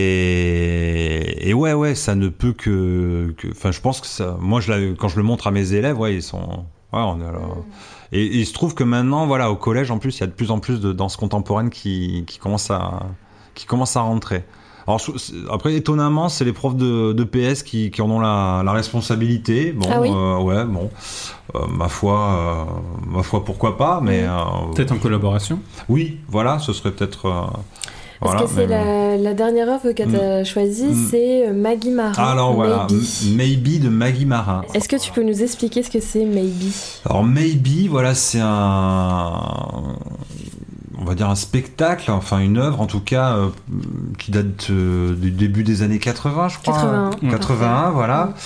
et, et ouais, ouais, ça ne peut que, enfin, je pense que ça. Moi, je la, quand je le montre à mes élèves, ouais, ils sont. Ouais, on est là. Et, et il se trouve que maintenant, voilà, au collège, en plus, il y a de plus en plus de danse contemporaine qui, qui commence à, qui commence à rentrer. Alors, après, étonnamment, c'est les profs de, de P S qui, qui en ont la, la responsabilité. Bon, ah oui. euh, ouais, bon, euh, ma foi, euh, ma foi, pourquoi pas, mais euh, peut-être en collaboration. Oui, voilà, ce serait peut-être. Euh, Parce voilà, que c'est la, la dernière œuvre que tu as mmh. choisie, mmh. c'est Maggie Marin. Alors voilà, Maybe. Maybe de Maggie Marin. Est-ce que tu peux nous expliquer ce que c'est Maybe? Alors Maybe, voilà, c'est un. On va dire un spectacle, enfin une œuvre en tout cas euh, qui date euh, du début des années quatre-vingts, je crois. quatre-vingt-un. quatre-vingt-un, voilà. Mmh.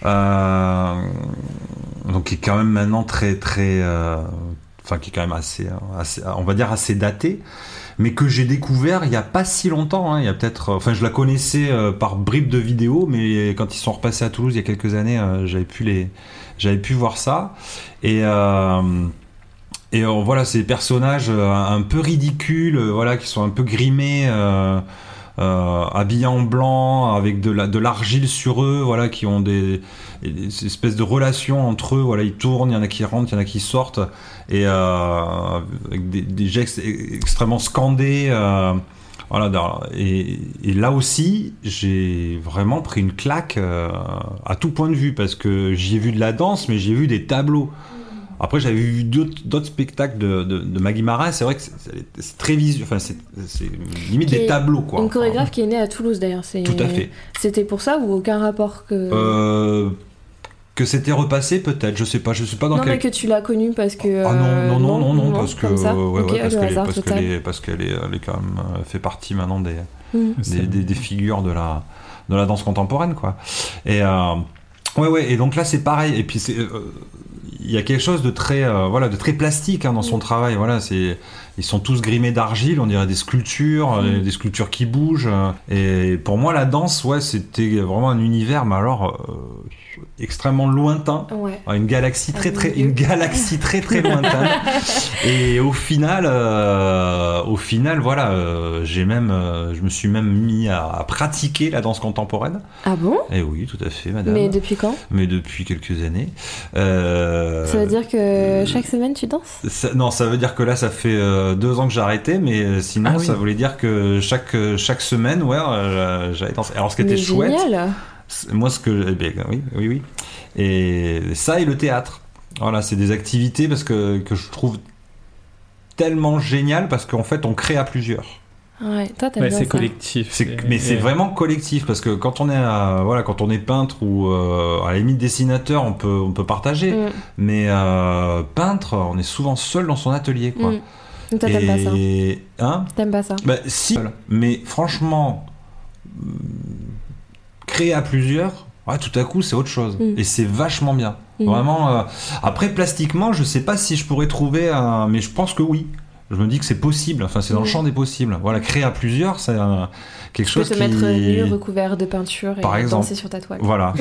Euh, donc qui est quand même maintenant très très, euh, enfin qui est quand même assez, assez, on va dire assez daté, mais que j'ai découvert il y a pas si longtemps. Hein, il y a peut-être, enfin je la connaissais euh, par bribes de vidéos, mais quand ils sont repassés à Toulouse il y a quelques années, euh, j'avais pu les, j'avais pu voir ça et euh, Et euh, voilà, ces personnages euh, un peu ridicules, euh, voilà, qui sont un peu grimés, euh, euh, habillés en blanc, avec de, la, de l'argile sur eux, voilà, qui ont des, des espèces de relations entre eux. Voilà, ils tournent, il y en a qui rentrent, il y en a qui sortent, et euh, avec des, des gestes extrêmement scandés. Euh, voilà, et, et là aussi, j'ai vraiment pris une claque euh, à tout point de vue, parce que j'y ai vu de la danse, mais j'ai vu des tableaux. Après, j'avais vu d'autres, d'autres spectacles de, de, de Maggie Marin. C'est vrai que c'est, c'est très visuel. Enfin, c'est, c'est limite qui des tableaux, quoi. Une chorégraphe enfin, qui est née à Toulouse, d'ailleurs. C'est... Tout à fait. C'était pour ça ou aucun rapport que. Euh, que c'était repassé, peut-être. Je sais pas. Je sais pas dans non, quel. mais que tu l'as connue parce que. Ah non, non, non, non, non, non parce que. Ça. Ouais, okay, ouais, parce, qu'elle est, parce, total. qu'elle est, parce qu'elle est, elle est quand même elle fait partie maintenant des, mmh. des, des, des figures de la, de la danse contemporaine, quoi. Et euh, ouais, ouais. Et donc là, c'est pareil. Et puis c'est. Euh, il y a quelque chose de très, euh, voilà, de très plastique hein, dans son mmh. travail. Voilà, c'est, ils sont tous grimés d'argile, on dirait des sculptures, mmh. des sculptures qui bougent. Et pour moi, la danse, ouais, c'était vraiment un univers, mais alors euh, extrêmement lointain, ouais. une galaxie très, très, une galaxie très, très lointaine. Et au final, euh, au final, voilà, euh, j'ai même, euh, je me suis même mis à, à pratiquer la danse contemporaine. Ah bon ? Et oui, tout à fait, madame. Mais depuis quand ? Mais depuis quelques années. Euh, Ça veut dire que chaque semaine tu danses ? ça, Non, ça veut dire que là, ça fait euh, deux ans que j'ai arrêté, mais sinon, ah, oui. ça voulait dire que chaque, chaque semaine, ouais, euh, j'allais danser. Alors, ce qui mais était génial. chouette, moi, ce que, eh bien, oui, oui, oui, et ça et le théâtre. Voilà, c'est des activités parce que que je trouve tellement génial parce qu'en fait, on crée à plusieurs. Ouais, toi, t'aimes ouais, bien c'est ça. collectif. C'est, et, mais et... c'est vraiment collectif parce que quand on est, à, voilà, quand on est peintre ou euh, à la limite dessinateur, on peut, on peut partager. Mm. Mais euh, peintre, on est souvent seul dans son atelier, quoi. Mm. Toi, t'aimes et... pas ça. Hein T'aimes pas ça. Bah, si, mais franchement, créer à plusieurs, ouais, tout à coup c'est autre chose. Mmh. Et c'est vachement bien. Mmh. Vraiment. Euh... Après, plastiquement, je sais pas si je pourrais trouver un. Mais je pense que oui. Je me dis que c'est possible. Enfin, c'est dans mmh. le champ des possibles. Voilà, créer à plusieurs, c'est un... quelque tu chose qui. Tu peux te mettre nu, recouvert de peinture et Par exemple, danser sur ta toile. Voilà.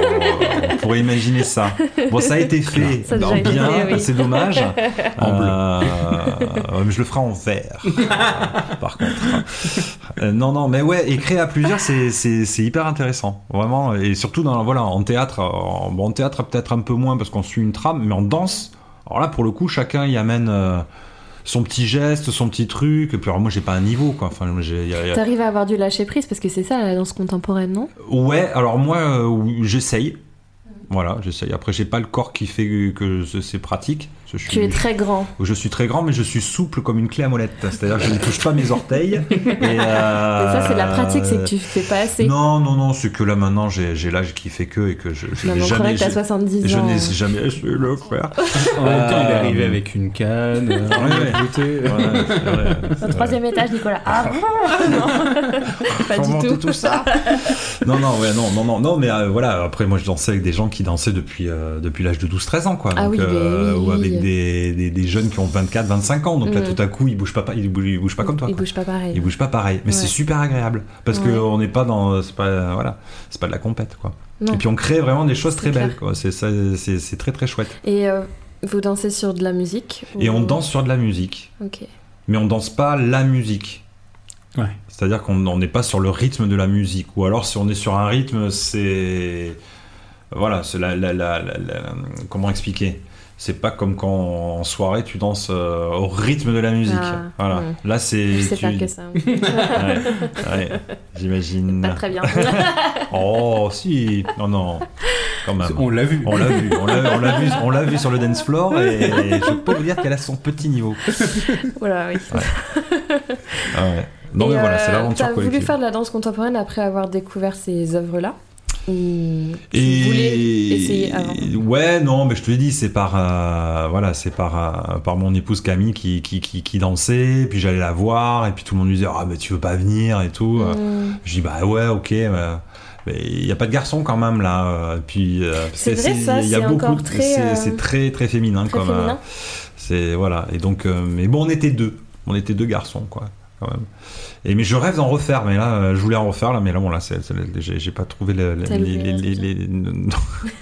On pourrait imaginer ça. Bon, ça a été fait ça a en bien, fait, oui. C'est dommage. En bleu. Euh... je le ferai en vert. Par contre. Euh, non, non, mais ouais, et créer à plusieurs, c'est, c'est, c'est hyper intéressant. Vraiment. Et surtout, dans, voilà, en théâtre, en, bon, en théâtre, peut-être un peu moins parce qu'on suit une trame, mais en danse, alors là, pour le coup, chacun y amène. Euh, son petit geste, son petit truc, et puis alors moi j'ai pas un niveau quoi. Enfin, j'ai, y a, y a... T'arrives à avoir du lâcher prise parce que c'est ça la danse contemporaine, non ? Ouais, alors moi euh, j'essaye. Voilà, j'essaye. Après, j'ai pas le corps qui fait que c'est pratique. Je suis, tu es très grand. Je suis très grand, mais je suis souple comme une clé à molette. C'est-à-dire que je ne touche pas mes orteils. Et, euh, et ça, c'est la pratique, c'est que tu fais pas assez. Non, non, non, c'est que là maintenant, j'ai, j'ai l'âge qui fait que et que je, je non, n'ai non, jamais. T'as soixante-dix je ans. n'ai jamais su le faire. En même temps, il est arrivé avec une canne. Ouais, ouais. Ouais, c'est vrai, c'est Au troisième vrai. étage, Nicolas. Ah non, pas du tout. tout ça. non, non, ouais, non, non, non, non, mais euh, voilà. Après, moi, je dansais avec des gens qui dansaient depuis. Euh, depuis l'âge de douze treize ans quoi. Ah donc, oui, euh, oui, ou avec oui. Des, des, des jeunes qui ont vingt-quatre vingt-cinq ans donc mmh. là tout à coup ils bougent pas ils bougent, ils bougent pas comme toi ils quoi. bougent pas pareil ils bougent pas pareil mais ouais. c'est super agréable parce ouais. que on n'est pas dans c'est pas voilà c'est pas de la compète quoi non. Et puis on crée vraiment des choses c'est très clair. Belles quoi. C'est, ça, c'est, c'est très très chouette et euh, vous dansez sur de la musique et ou... on danse sur de la musique ok mais on danse pas la musique ouais. C'est-à-dire qu'on n'est pas sur le rythme de la musique ou alors si on est sur un rythme c'est voilà, c'est la, la, la, la, la, comment expliquer ? C'est pas comme quand en soirée tu danses euh, au rythme de la musique. Ah, voilà. Hum. Là c'est. Je sais tu... pas que ça. ouais, ouais, j'imagine. Pas très bien. Oh si, non non, quand même. On l'a vu. On l'a vu. On l'a, on l'a vu. On l'a vu sur le dance floor et, et je peux vous dire qu'elle a son petit niveau. Voilà, oui. Ouais. Ah ouais. Non mais euh, voilà, c'est l'aventure collective. T'as voulu faire de la danse contemporaine après avoir découvert ces œuvres-là ? Ou tu et voulais essayer avant ? Ouais, non, mais je te l'ai dit, c'est par euh, voilà, c'est par euh, par mon épouse Camille qui qui qui, qui dansait, puis j'allais la voir, et puis tout le monde lui disait ah mais tu veux pas venir et tout. Mm. Je dis bah ouais, ok. Mais il y a pas de garçon quand même là. Puis euh, c'est, c'est vrai c'est, ça, il y a c'est beaucoup encore très, c'est, euh... c'est très très féminin très comme. Féminin. Euh, c'est voilà, et donc euh, mais bon, on était deux, on était deux garçons quoi. Quand même. Et mais je rêve d'en refaire, mais là euh, je voulais en refaire là, mais là bon là c'est, c'est, j'ai, j'ai pas trouvé le, les, les, les, les, les... non.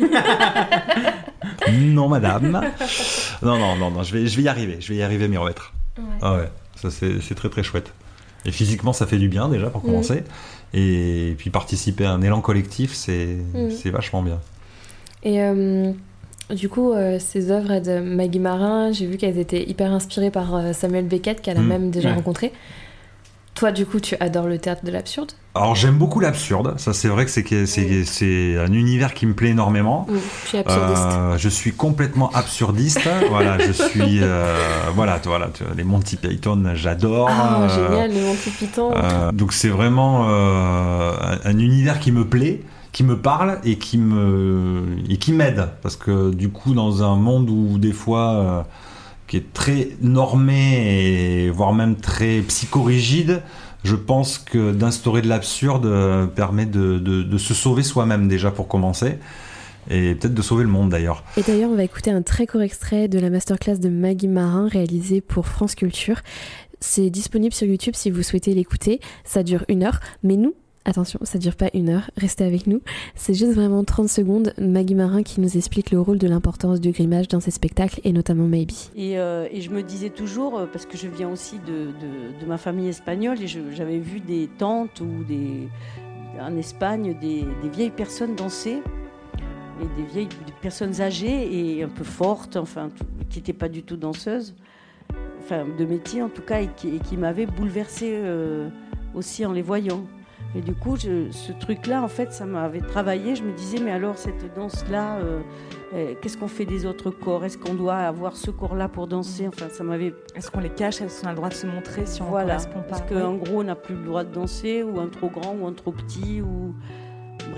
non madame, non non non non je vais je vais y arriver, je vais y arriver à m'y remettre. Ouais. Ah ouais, ça c'est c'est très très chouette. Et physiquement ça fait du bien déjà pour commencer, mmh. et puis participer à un élan collectif c'est mmh. c'est vachement bien. Et euh... Du coup, euh, ces œuvres de Maggie Marin, j'ai vu qu'elles étaient hyper inspirées par euh, Samuel Beckett, qu'elle a mmh. même déjà ouais. rencontré. Toi, du coup, tu adores le théâtre de l'absurde ? Alors, j'aime beaucoup l'absurde. Ça, c'est vrai que c'est, que c'est, mmh. c'est un univers qui me plaît énormément. Mmh. Je suis absurdiste. Euh, je suis complètement absurdiste. voilà, je suis... Euh, voilà, voilà les Monty Python, j'adore. Ah, euh, génial, les Monty Python. Euh, donc, c'est vraiment euh, un, un univers qui me plaît, qui me parle et qui me et qui m'aide parce que du coup dans un monde où des fois euh, qui est très normé et voire même très psychorigide, je pense que d'instaurer de l'absurde euh, permet de, de, de se sauver soi-même déjà pour commencer et peut-être de sauver le monde d'ailleurs. Et d'ailleurs on va écouter un très court extrait de la masterclass de Maggie Marin réalisée pour France Culture. C'est disponible sur YouTube si vous souhaitez l'écouter, ça dure une heure, mais nous attention, ça dure pas une heure, restez avec nous. C'est juste vraiment trente secondes. Maggie Marin qui nous explique le rôle de l'importance du grimage dans ses spectacles et notamment Maybe. Et, euh, et je me disais toujours, parce que je viens aussi de, de, de ma famille espagnole, et je, j'avais vu des tantes ou des, en Espagne des, des vieilles personnes danser, et des vieilles des personnes âgées et un peu fortes, enfin, tout, qui n'étaient pas du tout danseuses, enfin de métier en tout cas, et qui, et qui m'avaient bouleversée euh, aussi en les voyant. Et du coup, je, ce truc-là, en fait, ça m'avait travaillé. Je me disais, mais alors, cette danse-là, euh, euh, qu'est-ce qu'on fait des autres corps ? Est-ce qu'on doit avoir ce corps-là pour danser ? Enfin, ça m'avait... Est-ce qu'on les cache ? Est-ce qu'on a le droit de se montrer si on voilà. correspond pas ? Est-ce qu'en gros, on n'a plus le droit de danser, ou un trop grand, ou un trop petit, ou...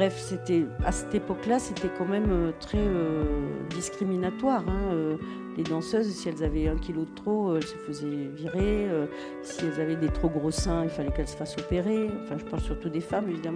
bref, c'était, à cette époque-là, c'était quand même euh, très euh, discriminatoire. Hein, euh, les danseuses, si elles avaient un kilo de trop, elles se faisaient virer. Euh, si elles avaient des trop gros seins, il fallait qu'elles se fassent opérer. Enfin, je parle surtout des femmes, évidemment.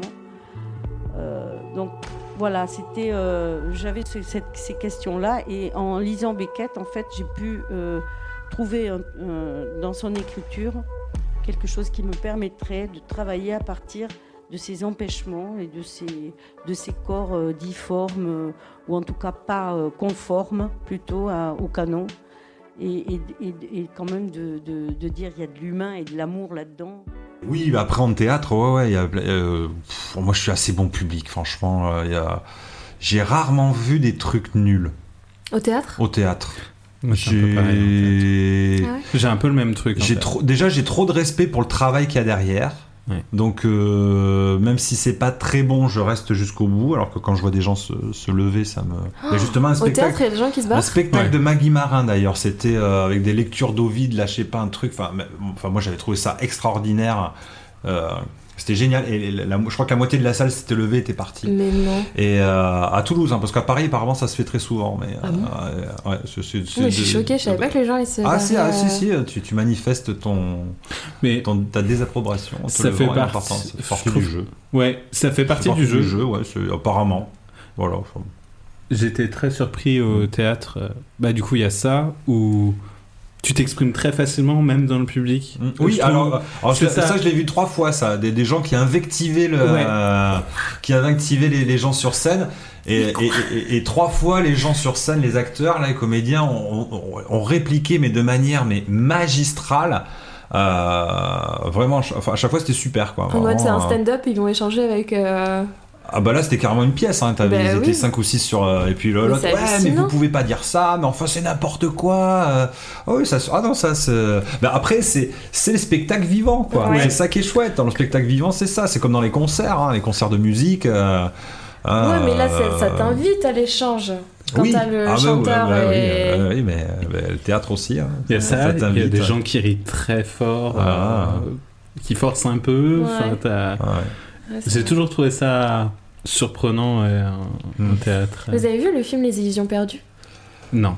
Euh, donc, voilà, c'était, euh, j'avais ce, cette, ces questions-là. Et en lisant Beckett, en fait, j'ai pu euh, trouver un, un, dans son écriture quelque chose qui me permettrait de travailler à partir de ces empêchements et de ces, de ces corps euh, difformes, euh, ou en tout cas pas euh, conformes plutôt à, au canon, et, et, et, et quand même de, de, de dire qu'il y a de l'humain et de l'amour là-dedans. Oui, bah après en théâtre, ouais, ouais, y a, euh, pff, moi je suis assez bon public, franchement. Euh, y a, j'ai rarement vu des trucs nuls. Au théâtre ? Au théâtre. Moi, c'est un peu pareil, en fait. Ah ouais. J'ai un peu le même truc. J'ai trop, déjà, j'ai trop de respect pour le travail qu'il y a derrière. Ouais. Donc, euh, même si c'est pas très bon, je reste jusqu'au bout. Alors que quand je vois des gens se, se lever, ça me. Oh, mais justement, un spectacle. Au théâtre, il y a des gens qui se battent. Un spectacle ouais. de Maggie Marin d'ailleurs. C'était euh, avec des lectures d'Ovide, là, je sais pas, un truc. Enfin, enfin moi, j'avais trouvé ça extraordinaire. Euh, C'était génial. Et la, la, je crois que la moitié de la salle s'était levée, était partie. Mais non. Et euh, à Toulouse, hein, parce qu'à Paris, apparemment, ça se fait très souvent. Mais, ah bon euh, ouais, c'est, c'est, c'est mais je suis de, choquée, je savais de, pas que les gens ils se. Ah, si, ah, euh... si, si, tu, tu manifestes ton, mais ton, ta désapprobation. Ça fait partie, partie du jeu. Ouais, ça fait partie, partie du jeu. Du jeu, ouais, c'est, apparemment. Voilà. Enfin. J'étais très surpris au théâtre. Bah, du coup, il y a ça où. Tu t'exprimes très facilement, même dans le public. Mmh. Oui, trouve, alors, alors ça, ça, je l'ai vu trois fois, ça. Des, des gens qui invectivaient, le, ouais. euh, qui invectivaient les, les gens sur scène. Et, et, et, et trois fois, les gens sur scène, les acteurs, là, les comédiens, ont, ont, ont répliqué, mais de manière mais magistrale. Euh, vraiment, enfin, à chaque fois, c'était super, quoi. En mode, c'est un stand-up, ils vont échanger avec. Euh... Ah bah là c'était carrément une pièce, hein. T'avais, bah, ils étaient oui. cinq ou six sur... Euh, et puis là, l'autre, ouais mais vous pouvez pas dire ça, mais enfin c'est n'importe quoi. Euh, oh oui, ça... Ah non, ça c'est... Bah, après c'est, c'est le spectacle vivant, quoi. Ouais. C'est ça qui est chouette, dans le spectacle vivant c'est ça, c'est comme dans les concerts, hein, les concerts de musique. Euh, euh, ouais mais là ça, ça t'invite à l'échange. Quand oui. t'as le ah chanteur bah, bah, et... oui, oui, mais bah, le théâtre aussi. Hein. Il y a ça, ça il y a des gens qui rient très fort, ah. euh, qui forcent un peu. Ouais. T'as... Ouais. Ouais, J'ai vrai. toujours trouvé ça... surprenant euh, mmh. au théâtre. Vous avez vu le film Les Illusions perdues ? Non.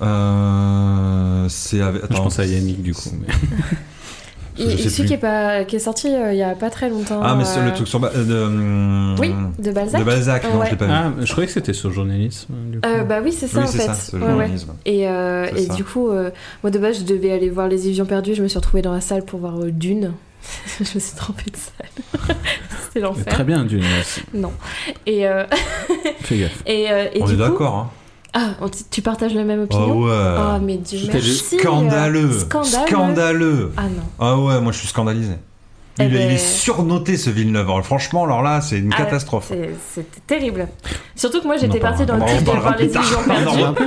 Euh, c'est avec... Attends, je pense à Yannick du coup. Mais... Il, celui qui est, pas, qui est sorti euh, il y a pas très longtemps. Ah mais c'est euh... le truc sur ba- euh, de oui de Balzac. De Balzac, non, ouais. je l'ai pas vu. Ah, je croyais que c'était sur le journalisme. Du coup. Euh, bah oui c'est ça oui, en c'est fait. Ça, c'est le ouais, journalisme. Ouais. Et, euh, et du coup euh, moi de base je devais aller voir Les Illusions perdues, je me suis retrouvée dans la salle pour voir euh, Dune. Je me suis trompée de salle. C'était l'enfer. Mais très bien Dune aussi. Non. Et euh... fais gaffe. Et, euh, et on du est coup... d'accord hein. Ah, tu partages la même opinion ? Ah ouais. Ah, mais Dieu merci. Scandaleux. Scandaleux. Scandaleux. Ah non. Ah ouais, moi je suis scandalisé. Eh il, ben... il est surnoté ce Villeneuve. Alors, franchement, alors là, c'est une ah, catastrophe. C'est, c'était terrible. Surtout que moi, j'étais partie dans le but de voir Les Illusions perdues.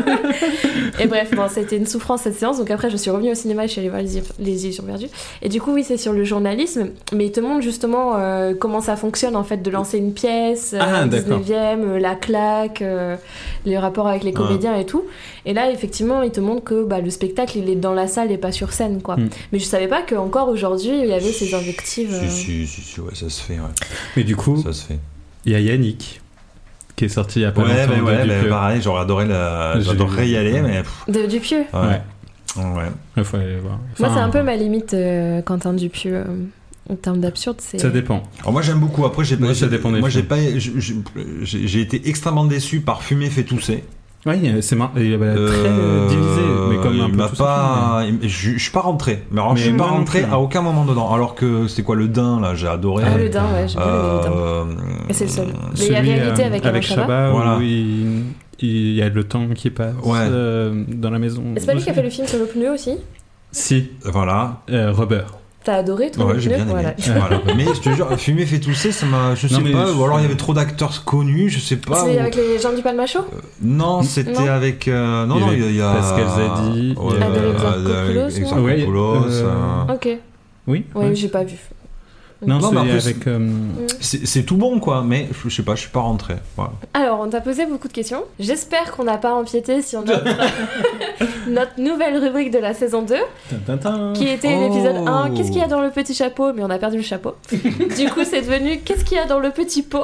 Et bref, bon, c'était une souffrance cette séance. Donc après, je suis revenue au cinéma et je suis allée voir Les, les Illusions perdues. Et du coup, oui, c'est sur le journalisme. Mais il te montre justement euh, comment ça fonctionne, en fait, de lancer une pièce, ah, euh, dix-neuvième, euh, la claque, euh, les rapports avec les comédiens ah. et tout. Et là, effectivement, il te montre que bah, le spectacle, il est dans la salle et pas sur scène, quoi. Mm. Mais je savais pas qu'encore aujourd'hui, il y avait ces invectives. Si, si, si, si, ouais, ça se fait, ouais. Mais du coup, ça se fait. Il y a Yannick qui est sorti il y a pas ouais, longtemps. Mais ouais, mais pareil, j'aurais adoré la... j'adorerais y aller, mais... De Dupieux. Ouais. Ouais. ouais. Il faut aller voir. Enfin, moi, c'est un peu ma limite, euh, Quentin Dupieux. Euh... En termes d'absurde, c'est... Ça dépend. Alors moi j'aime beaucoup. Après j'ai pas. Moi, ça dépend des moi j'ai films. pas. J'ai, j'ai, j'ai été extrêmement déçu par Fumer fait tousser. Oui, c'est mar... il est très euh, divisé, mais comme un il peu m'a tout pas. ça, mais... Je, je suis pas rentré. Mais alors, mais je suis pas rentré à aucun moment dedans. Alors que c'était quoi le Dain là, j'ai adoré. Ah le Dain, ouais, j'ai bien aimé le Dain. Et c'est le seul. Mais il y a Réalité euh, avec Alain Chabat. Chabat voilà. Où il... il y a le temps qui passe ouais. euh, dans la maison. Et c'est pas lui qui a fait le film sur le pneu aussi ? Si. Voilà. Euh, Rubber. T'as adoré toi ouais, le j'ai pneu bien aimé. Voilà. Voilà. Mais je te jure, Fumer fait tousser, ça m'a. Je sais non, pas. Je... Ou alors il y avait trop d'acteurs connus, je sais pas. C'est ou... avec les gens du Palma Show euh, Non, c'était non. avec. Euh... Non, il non, il y a. Pascal Zadi. Ouais, Adèle Exarchopoulos. Exarchopoulos. Euh... Ok. Oui. Ouais, ouais. j'ai pas vu. Non, Non, c'est mais en plus, avec. euh, c'est, c'est tout bon, quoi, mais je sais pas, je suis pas rentré. Voilà. Alors, on t'a posé beaucoup de questions. J'espère qu'on n'a pas empiété sur notre, notre nouvelle rubrique de la saison deux, Tintin. qui était Oh. l'épisode un. Qu'est-ce qu'il y a dans le petit chapeau? Mais on a perdu le chapeau. Du coup, c'est devenu qu'est-ce qu'il y a dans le petit pot?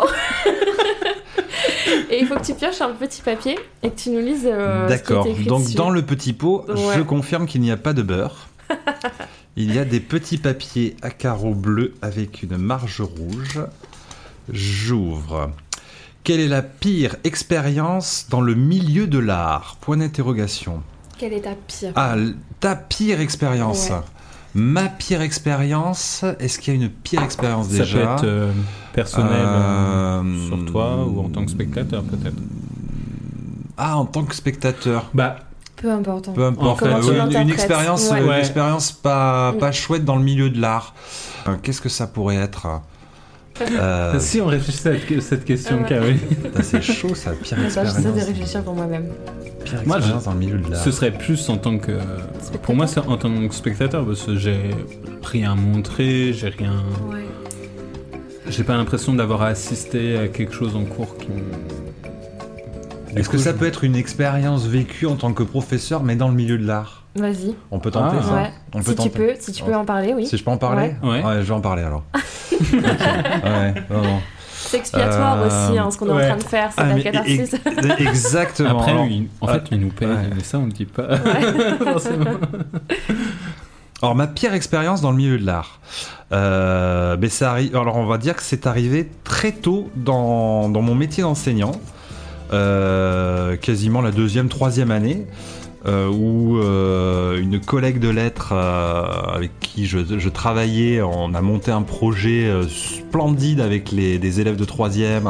Et il faut que tu pioches un petit papier et que tu nous lises euh, D'accord. ce qui est écrit Donc dessus. dans le petit pot, Ouais. je confirme qu'il n'y a pas de beurre. Il y a des petits papiers à carreaux bleus avec une marge rouge. J'ouvre. Quelle est la pire expérience dans le milieu de l'art? Point d'interrogation. Quelle est ta pire? Ah, l- ta pire expérience. Ouais. Ma pire expérience. Est-ce qu'il y a une pire expérience Ça déjà peut être euh, personnel euh, Euh, sur toi ou en tant que spectateur, peut-être. Ah, en tant que spectateur. Bah, Peu importe. Peu importe. Comment Euh, tu oui, une, l'interprètes. une expérience, Ouais. euh, une Ouais. expérience pas, Mm. pas chouette dans le milieu de l'art. Euh, Qu'est-ce que ça pourrait être? Euh, si on réfléchit à cette- cette question, Ouais. Carré. putain, c'est chaud, ça, pire Attends, expérience. j'essaie de réfléchir pour moi-même. Pire Moi, expérience je- dans le milieu de l'art. Ce serait plus en tant que. Pour moi, c'est en tant que spectateur, parce que j'ai rien montré, j'ai rien. Ouais. J'ai pas l'impression d'avoir assisté à quelque chose en cours qui. me- Du Est-ce coup, que ça je- peut être une expérience vécue en tant que professeur, mais dans le milieu de l'art? Vas-y. On peut tenter Ah. ça? Ouais. On peut Si tu tenter. peux, si tu peux en parler, oui. Si je peux en parler? Ouais. Ouais, je vais en parler alors. Ok. Ouais, vraiment. C'est expiatoire Euh, aussi, hein, ce qu'on est ouais. en train de faire, c'est Ah, de la mais catharsis. ex- Exactement. Après, Alors, lui, en ah, fait, il nous paye, ouais. mais ça, on ne dit pas. Forcément. Alors, ma pire expérience dans le milieu de l'art. Euh, ben, ça arrive, alors, on va dire que c'est arrivé très tôt dans, dans mon métier d'enseignant, euh, quasiment la deuxième, troisième année, euh, où euh, une collègue de lettres euh, avec qui je, je travaillais, on a monté un projet euh, splendide avec les, des élèves de troisième.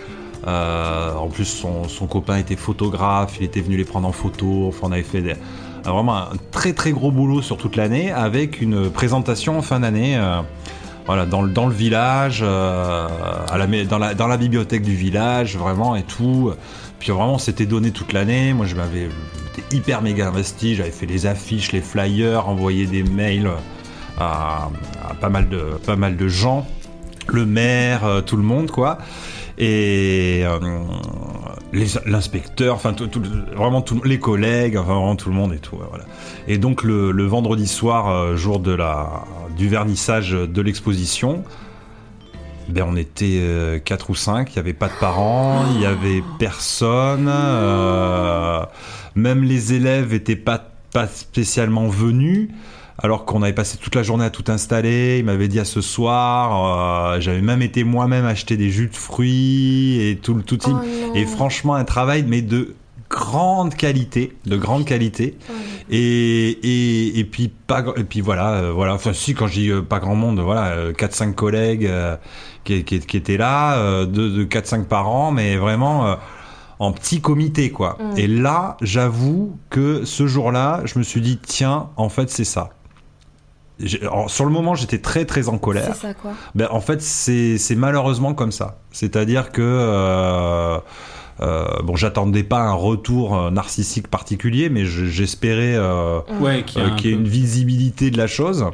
Euh, en plus, son, son copain était photographe, il était venu les prendre en photo. Enfin, on avait fait des, vraiment un très très gros boulot sur toute l'année avec une présentation en fin d'année. Euh, voilà, dans le, dans le village, euh, à la, dans, la, dans la bibliothèque du village, vraiment et tout. Puis vraiment, on s'était donné toute l'année. Moi, je m'avais j'étais hyper méga investi. J'avais fait les affiches, les flyers, envoyé des mails à, à pas mal de pas mal de gens, le maire, euh, tout le monde, quoi. Et euh, les, l'inspecteur, enfin tout, tout, vraiment tout, les collègues, enfin vraiment tout le monde et tout. Voilà. Et donc le, le vendredi soir, euh, jour de la du vernissage de l'exposition, ben on était euh, quatre ou cinq. Il y avait pas de parents, il y avait personne. Euh, même les élèves étaient pas pas spécialement venus. Alors qu'on avait passé toute la journée à tout installer, il m'avait dit à ce soir, euh, j'avais même été moi-même acheter des jus de fruits et tout le tout type. Oh Et franchement, un travail mais de grande qualité, de grande qualité. Oh Et, et, et puis pas et puis voilà, euh, voilà. Enfin si, quand je dis euh, pas grand monde, voilà, euh, quatre cinq collègues euh, qui, qui, qui étaient là, euh, de, de quatre cinq parents, mais vraiment. Euh, en petit comité, quoi. Mm. Et là, j'avoue que ce jour-là, je me suis dit, tiens, en fait, c'est ça. J'ai- alors, sur le moment, j'étais très, très en colère. C'est ça, quoi. Ben, en fait, c'est, c'est malheureusement comme ça. C'est-à-dire que... Euh, euh, bon, j'attendais pas un retour euh, narcissique particulier, mais je- j'espérais euh, Ouais, qu'il y a euh, un qu'il y ait peu- une visibilité de la chose.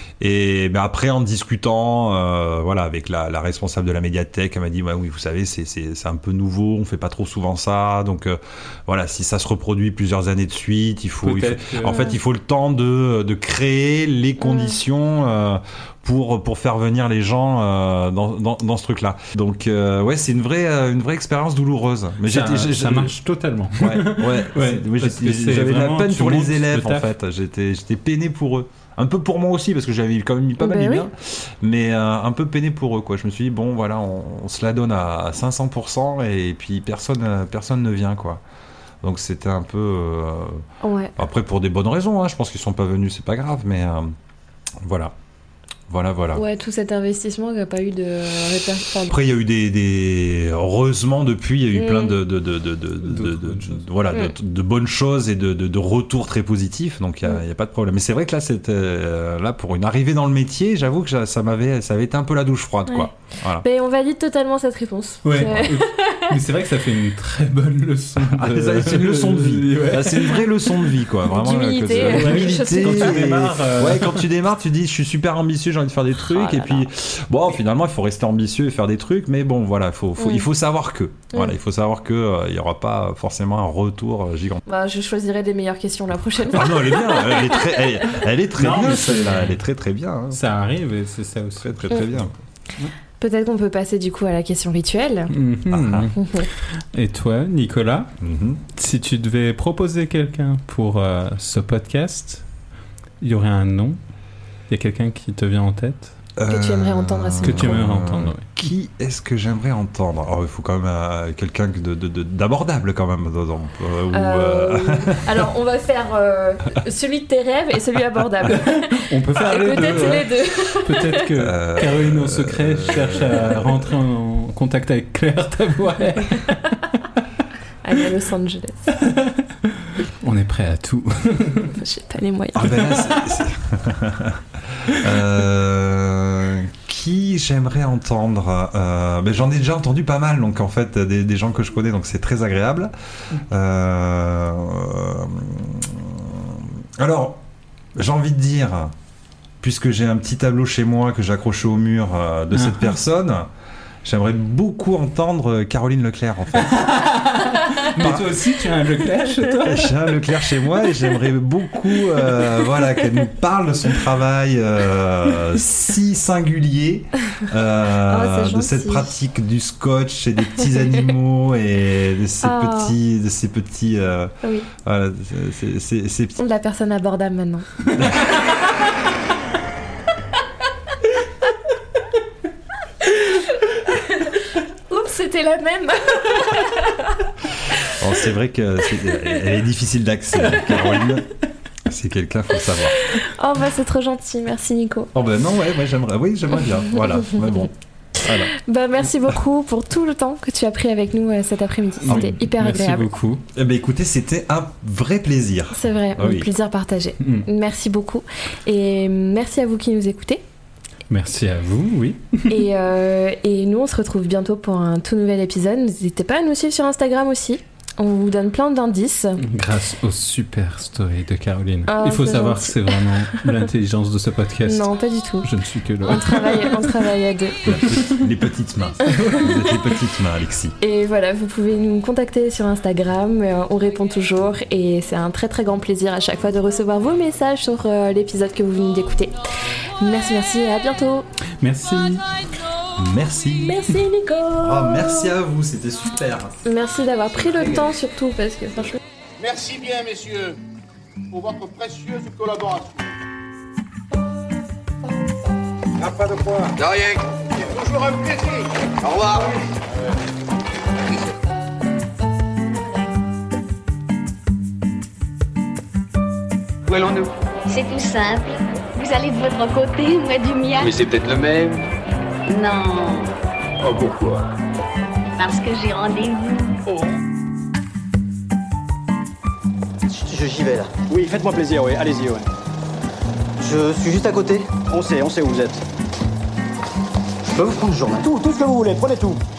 Et ben après, en discutant, euh, voilà, avec la, la responsable de la médiathèque, elle m'a dit, ouais, oui, vous savez, c'est, c'est, c'est un peu nouveau, on fait pas trop souvent ça, donc euh, voilà, si ça se reproduit plusieurs années de suite, il faut, il Peut-être faut- que- en fait, il faut le temps de, de créer les conditions euh, pour pour faire venir les gens euh, dans, dans dans ce truc-là. Donc euh, ouais, c'est une vraie euh, une vraie expérience douloureuse. Mais Ça- j'étais, j'ai- ça j'ai- marche totalement. Ouais, ouais, Ouais, c'est- ouais, parce j'étais- que c'est j'avais de la vraiment, peine tu pour montes les élèves le en taf. fait. J'étais j'étais peiné pour eux. Un peu pour moi aussi parce que j'avais quand même pas mal Ben mis oui. bien, mais euh, un peu peiné pour eux, quoi. Je me suis dit bon voilà, on, on se la donne à, à cinq cents pour cent et puis personne euh, personne ne vient, quoi. Donc c'était un peu euh, Ouais. après pour des bonnes raisons, hein. Je pense qu'ils sont pas venus, c'est pas grave, mais euh, voilà. Voilà, voilà. Ouais, tout cet investissement qui n'a pas eu de répercussion. Après, il y a eu des, des... heureusement depuis, il y a eu Mm. plein de, de, de, de, de, de, de- de- voilà, de, de bonnes choses et de, de, de retours très positifs. Donc il y a, Mm. il y a pas de problème. Mais c'est vrai que là, c'était euh, là pour une arrivée dans le métier, j'avoue que ça, ça m'avait, ça avait été un peu la douche froide, quoi. Ouais. Voilà. Mais on valide totalement cette réponse. Ouais. C'est- Mais c'est vrai que ça fait une très bonne leçon. De... Ah, c'est une leçon de vie. Ouais. Ah, c'est une vraie leçon de vie, quoi. Vraiment. D'humilité. Euh, D'humilité. Quand tu démarres. Euh... Ouais, quand tu démarres, tu dis, je suis super ambitieux, j'ai envie de faire des trucs. Oh et puis, là. bon, finalement, il faut rester ambitieux et faire des trucs. Mais bon, voilà, faut, faut, mm. il faut savoir que. Mm. Voilà, il faut savoir que euh, il y aura pas forcément un retour gigantesque. Bah, je choisirai des meilleures questions la prochaine fois. Ah non, elle est bien. Elle est très, elle, elle est très non, bien. Celle-là. Elle est très très bien. Hein. Ça arrive et c'est ça aussi. Très très très mm. bien. Peut-être qu'on peut passer du coup à la question rituelle. Mm-hmm. Et toi, Nicolas, mm-hmm. si tu devais proposer quelqu'un pour euh, ce podcast, il y aurait un nom. Il y a quelqu'un qui te vient en tête que tu aimerais entendre à ce Que tu aimerais entendre, oui. Qui est-ce que j'aimerais entendre ? Alors, il faut quand même euh, quelqu'un de, de, de, d'abordable, quand même. Euh, ou, euh... Euh... Alors, on va faire euh, celui de tes rêves et celui abordable. On peut faire et les peut-être deux. les deux. Peut-être que euh... Caroline, au secret, euh... cherche à rentrer en contact avec Claire Tabouret. Allez à Los Angeles. On est prêt à tout. J'ai pas les moyens. Ah ben là, c'est, c'est... euh, qui j'aimerais entendre euh, ben j'en ai déjà entendu pas mal, donc en fait des, des gens que je connais, donc c'est très agréable. Euh, alors, j'ai envie de dire, puisque j'ai un petit tableau chez moi que j'ai accroché au mur euh, de cette personne, j'aimerais beaucoup entendre Caroline Leclerc, en fait. Mais toi aussi, tu as un Leclerc chez toi ? J'ai un Leclerc chez moi et j'aimerais beaucoup euh, voilà, qu'elle nous parle de son travail euh, si singulier, euh, oh, de cette pratique du scotch et des petits animaux et de ces oh. petits... De ces petits euh, oui. Voilà, c'est, c'est, c'est petits... La personne abordable maintenant. C'était la même. Bon, c'est vrai que c'est, elle est difficile d'accès, Caroline. C'est quelqu'un, faut le savoir. Oh bah c'est trop gentil, merci Nico. Oh bah non, ouais, ouais j'aimerais, oui, j'aimerais bien. Voilà, mais bon. Voilà. Bah merci beaucoup pour tout le temps que tu as pris avec nous euh, cet après-midi. C'était oh, hyper merci agréable. Merci beaucoup. Eh ben écoutez, c'était un vrai plaisir. C'est vrai, oh, un oui. plaisir partagé. Mm. Merci beaucoup et merci à vous qui nous écoutez. Merci à vous, oui. et, euh, et nous, on se retrouve bientôt pour un tout nouvel épisode. N'hésitez pas à nous suivre sur Instagram aussi. On vous donne plein d'indices. Grâce aux super stories de Caroline. Oh, Il faut savoir gentil. que c'est vraiment l'intelligence de ce podcast. Non, pas du tout. Je ne suis que là. On travaille, on travaille à deux. Les petites mains. Vous êtes les petites mains, Alexis. Et voilà, vous pouvez nous contacter sur Instagram. On répond toujours. Et c'est un très très grand plaisir à chaque fois de recevoir vos messages sur l'épisode que vous venez d'écouter. Merci, merci et à bientôt. Merci. Merci. Merci Nico. Oh, merci à vous, c'était super. Merci d'avoir pris le temps surtout parce que franchement. Merci bien messieurs pour votre précieuse collaboration. Ah, pas de quoi. De rien. C'est toujours un plaisir. Au revoir. Où allons-nous ? C'est tout simple. Vous allez de votre côté, moi du mien. Mais c'est peut-être le même. Non. Oh, pourquoi ? Parce que j'ai rendez-vous. Oh. Je, j'y vais là. Oui, faites-moi plaisir, oui, allez-y, ouais. Je suis juste à côté. On sait, on sait où vous êtes. Je peux vous prendre le journal ? Tout, tout ce que vous voulez, prenez tout.